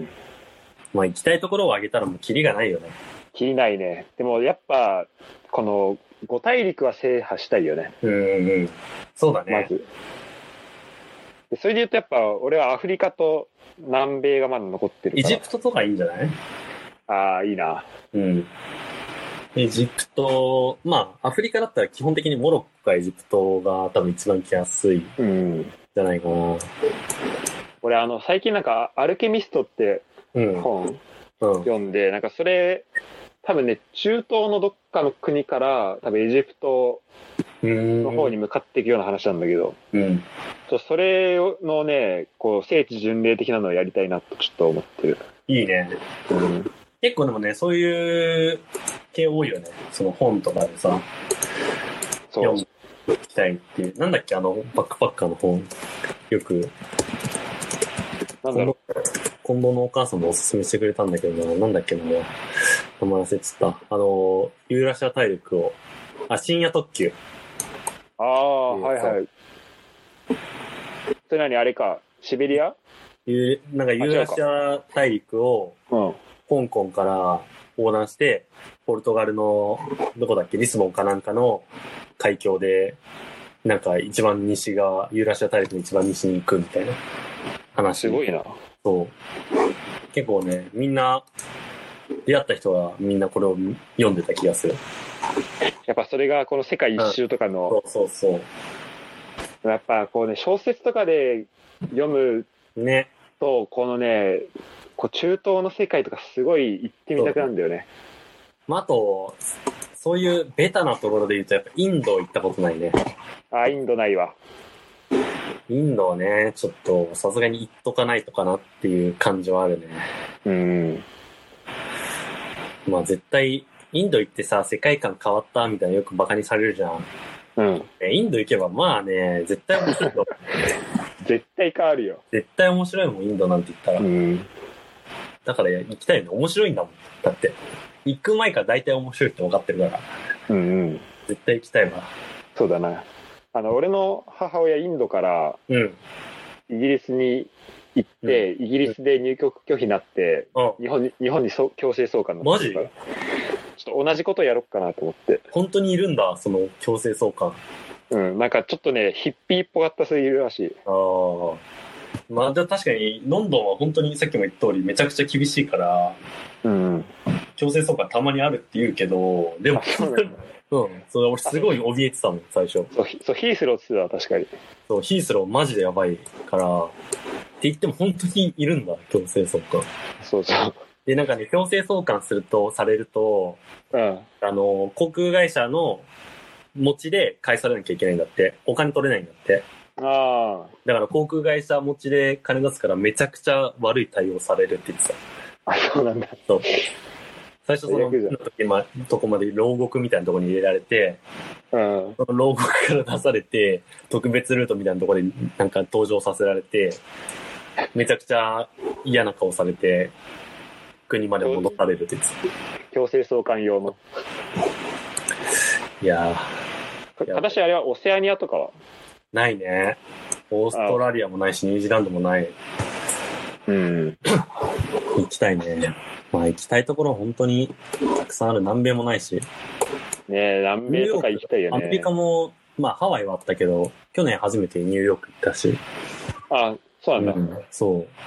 まあ行きたいところを挙げたらもうキリがないよね。 キリないね。でもやっぱ、この五大陸は制覇したいよね。 うんうん。そうだね。 まず。でそれで言うとやっぱ俺はアフリカと南米がまだ残ってるから。 エジプトとかいいんじゃない？ ああ、いいな。 うん。エジプト、まあ、アフリカだったら基本的にモロッコかエジプトが多分一番来やすいんじゃないかな。うん、 俺、あの、最近なんか、アルケミストって本読んで、うん、なんかそれ、多分ね、中東のどっかの国から、多分エジプトの方に向かっていくような話なんだけど、 うん、 それのね、こう、聖地巡礼的なのをやりたいなとちょっと思ってる。 いいね。うん結構でもね、そういう系多いよね。その本とかでさ、 そう読みたいっていう。なんだっけ、あの、バックパッカーの本。よく、 なんだろう。 近藤のお母さんもおすすめしてくれたんだけどな、なんだっけな、名前忘れてた。あの、ユーラシア大陸を、あ、深夜特急。 ああ、はいはい。それ何あれか、シベリア？ なんかユーラシア大陸を、 うん。 香港から横断して、ポルトガルの、どこだっけ、リスボンかなんかの海峡で、なんか一番西側、ユーラシア大陸の一番西に行くみたいな話。 すごいな。 そう。結構ね、みんな、出会った人はみんなこれを読んでた気がする。 やっぱそれがこの世界一周とかの、 うん、そうそうそう。やっぱこうね、小説とかで読むねと、このね、こう中東の世界とかすごい行ってみたくなるんだよね。 まあ、あと、そういうベタなところで言うと、やっぱインド行ったことないね。 あ、インドないわ。 インドはね、ちょっとさすがに行っとかないとかなっていう感じはあるね。 うん。 まあ絶対、インド行ってさ、世界観変わったみたいなよくバカにされるじゃん。 うん。 インド行けばまあね、絶対面白いよ。 絶対変わるよ。 絶対面白いもん、インドなんて言ったら。 うん。 だから行きたいよね。面白いんだもん。だって。行く前から大体面白いって分かってるから。 うんうん。 絶対行きたいわ。 そうだな。あの、俺の母親インドから、 うん。 イギリスに行って、うん、イギリスで入国拒否になって、うん、日本に、日本にそ強制送還になってるから。マジ？ちょっと同じことやろっかなと思って。 本当にいるんだ、その強制送還。 うん、なんかちょっとね、ヒッピーっぽかった人いるらしい。 ああ。まあ、で確かに、ロンドンは本当にさっきも言った通り、めちゃくちゃ厳しいから、 うん。 強制送還たまにあるって言うけど、でも、 そうなんだ。 うん。それ俺すごい怯えてたもん、最初。 そう、そう、ヒースローって言ってた、確かに。 そう、ヒースローマジでやばいから、って言っても本当にいるんだ、強制送還。 そうそう。 で、なんかね、強制送還すると、されると、 うん。 あの、航空会社の持ちで返されなきゃいけないんだって。お金取れないんだって。 ああ。 だから航空会社持ちで金出すからめちゃくちゃ悪い対応されるって言ってた。 あ、そうなんだ。 そう。最初その時、ま、とこまで牢獄みたいなところに入れられて、 うん、 その牢獄から出されて、特別ルートみたいなところでなんか登場させられて、めちゃくちゃ嫌な顔されて、国まで戻されるって言ってた。強制送還用の。 いやー。私あれはオセアニアとかはないね。オーストラリアもないし、ニュージーランドもない。 うん。 行きたいね。まあ行きたいところは本当にたくさんある。南米もないし。 ねえ、南米とか行きたいよね。 アメリカも、まあハワイはあったけど、去年初めてニューヨーク行ったし。 あ、そうなんだ。 うん、そう。い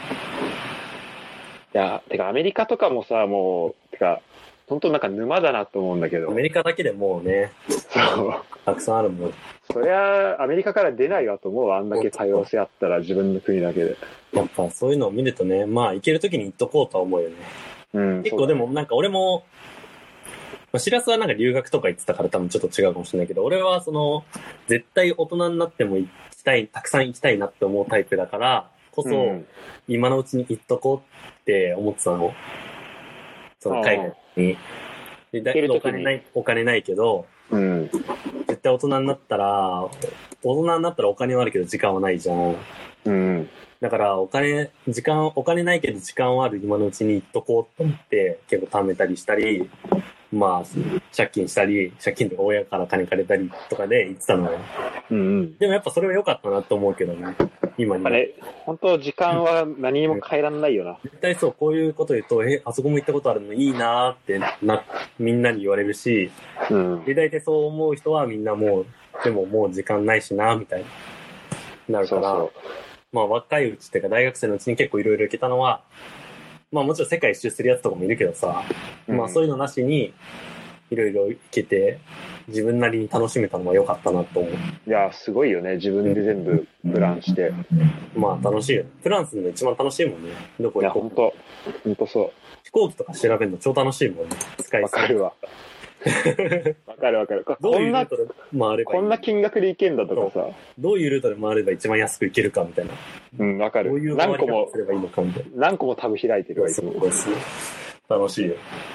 や、てかアメリカとかもさ、もう、てか、本当なんか沼だなと思うんだけど。 アメリカだけでもうね、 そう。 たくさんあるもん。 そりゃ、アメリカから出ないわと思うわ。あんだけ多様性あったら自分の国だけで。 やっぱそういうのを見るとね、まあ行けるときに行っとこうとは思うよね。 うん。 結構でもなんか俺も、まあ、シラスはなんか留学とか行ってたから多分ちょっと違うかもしれないけど、俺はその、絶対大人になっても行きたい、たくさん行きたいなって思うタイプだからこそ、うん、今のうちに行っとこうって思ってたの。その海外に。でだお金ない、お金ないけど、 うん、 絶対大人になったら、大人になったらお金はあるけど時間はないじゃん。 うん。 だからお金、時間、お金ないけど時間はある今のうちに行っとこうと思って結構貯めたりしたり、まあ、借金したり、借金で親から金借りたりとかで行ってたのよ。 うんうん。 でもやっぱそれは良かったなと思うけどね。今に。 あれ、本当時間は何にも変えらんないよな。 絶対そう、こういうこと言うと、え、あそこも行ったことあるのいいなーってな、みんなに言われるし、 うん。 で、大体そう思う人はみんなもう、でももう時間ないしな、みたいになるから、そうそう、まあ若いうちっていうか大学生のうちに結構いろいろ行けたのは、まあもちろん世界一周するやつとかもいるけどさ、うん、まあそういうのなしにいろいろ行けて自分なりに楽しめたのは良かったなと思う。 いやすごいよね、自分で全部プランして、 うん、まあ楽しいよ。プランするの一番楽しいもんね。どこ行こう。 いや本当本当そう。 飛行機とか調べるの超楽しいもんね。使いわかるわ。わかるわかる。 どういうルートで回ればいい？ こんな金額で行けんだとかさ。 どういうルートで回れば一番安く行けるかみたいな。 うん、わかる。 どういう回り方すればいいのかみたいな。 何個もタブ開いてるわ、いつも。 楽しいよ。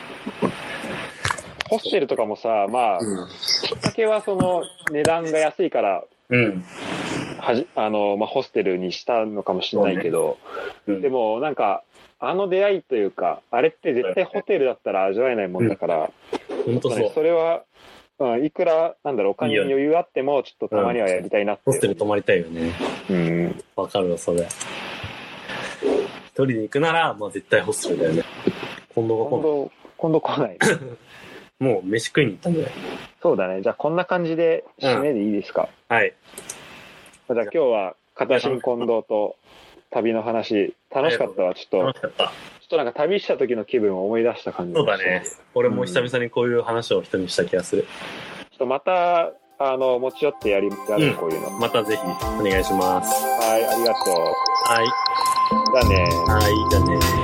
ホステルとかもさ、まあ、うん、きっかけはその値段が安いから、 うん。 はじ、あの、まあ、ホステルにしたのかもしれないけど、ね、うん、でもなんか、あの出会いというか、あれって絶対ホテルだったら味わえないもんだから、 本当、うん、そう。 それは、うん、いくら、なんだろう、お金に余裕あっても、ちょっとたまにはやりたいなって。 ホステル泊まりたいよね。 うん。 わかるわ、それ。一人で行くなら、まあ絶対ホステルだよね。今度が今度。 今度来ないもう飯食いに行ったんじゃない？ そうだね。じゃあこんな感じで締めでいいですか？ うん、はい。 じゃあ今日は片新近藤と旅の話、楽しかったわ。ちょっと、 楽しかった。ちょっとなんか旅した時の気分を思い出した感じ。 そうだね。俺も久々にこういう話を人にした気がする。 ちょっとまた、あの、持ち寄ってやり、やる、うん、こういうの。 またぜひお願いします。 はい、ありがとう。 はい。 じゃあね。 はい、じゃあね。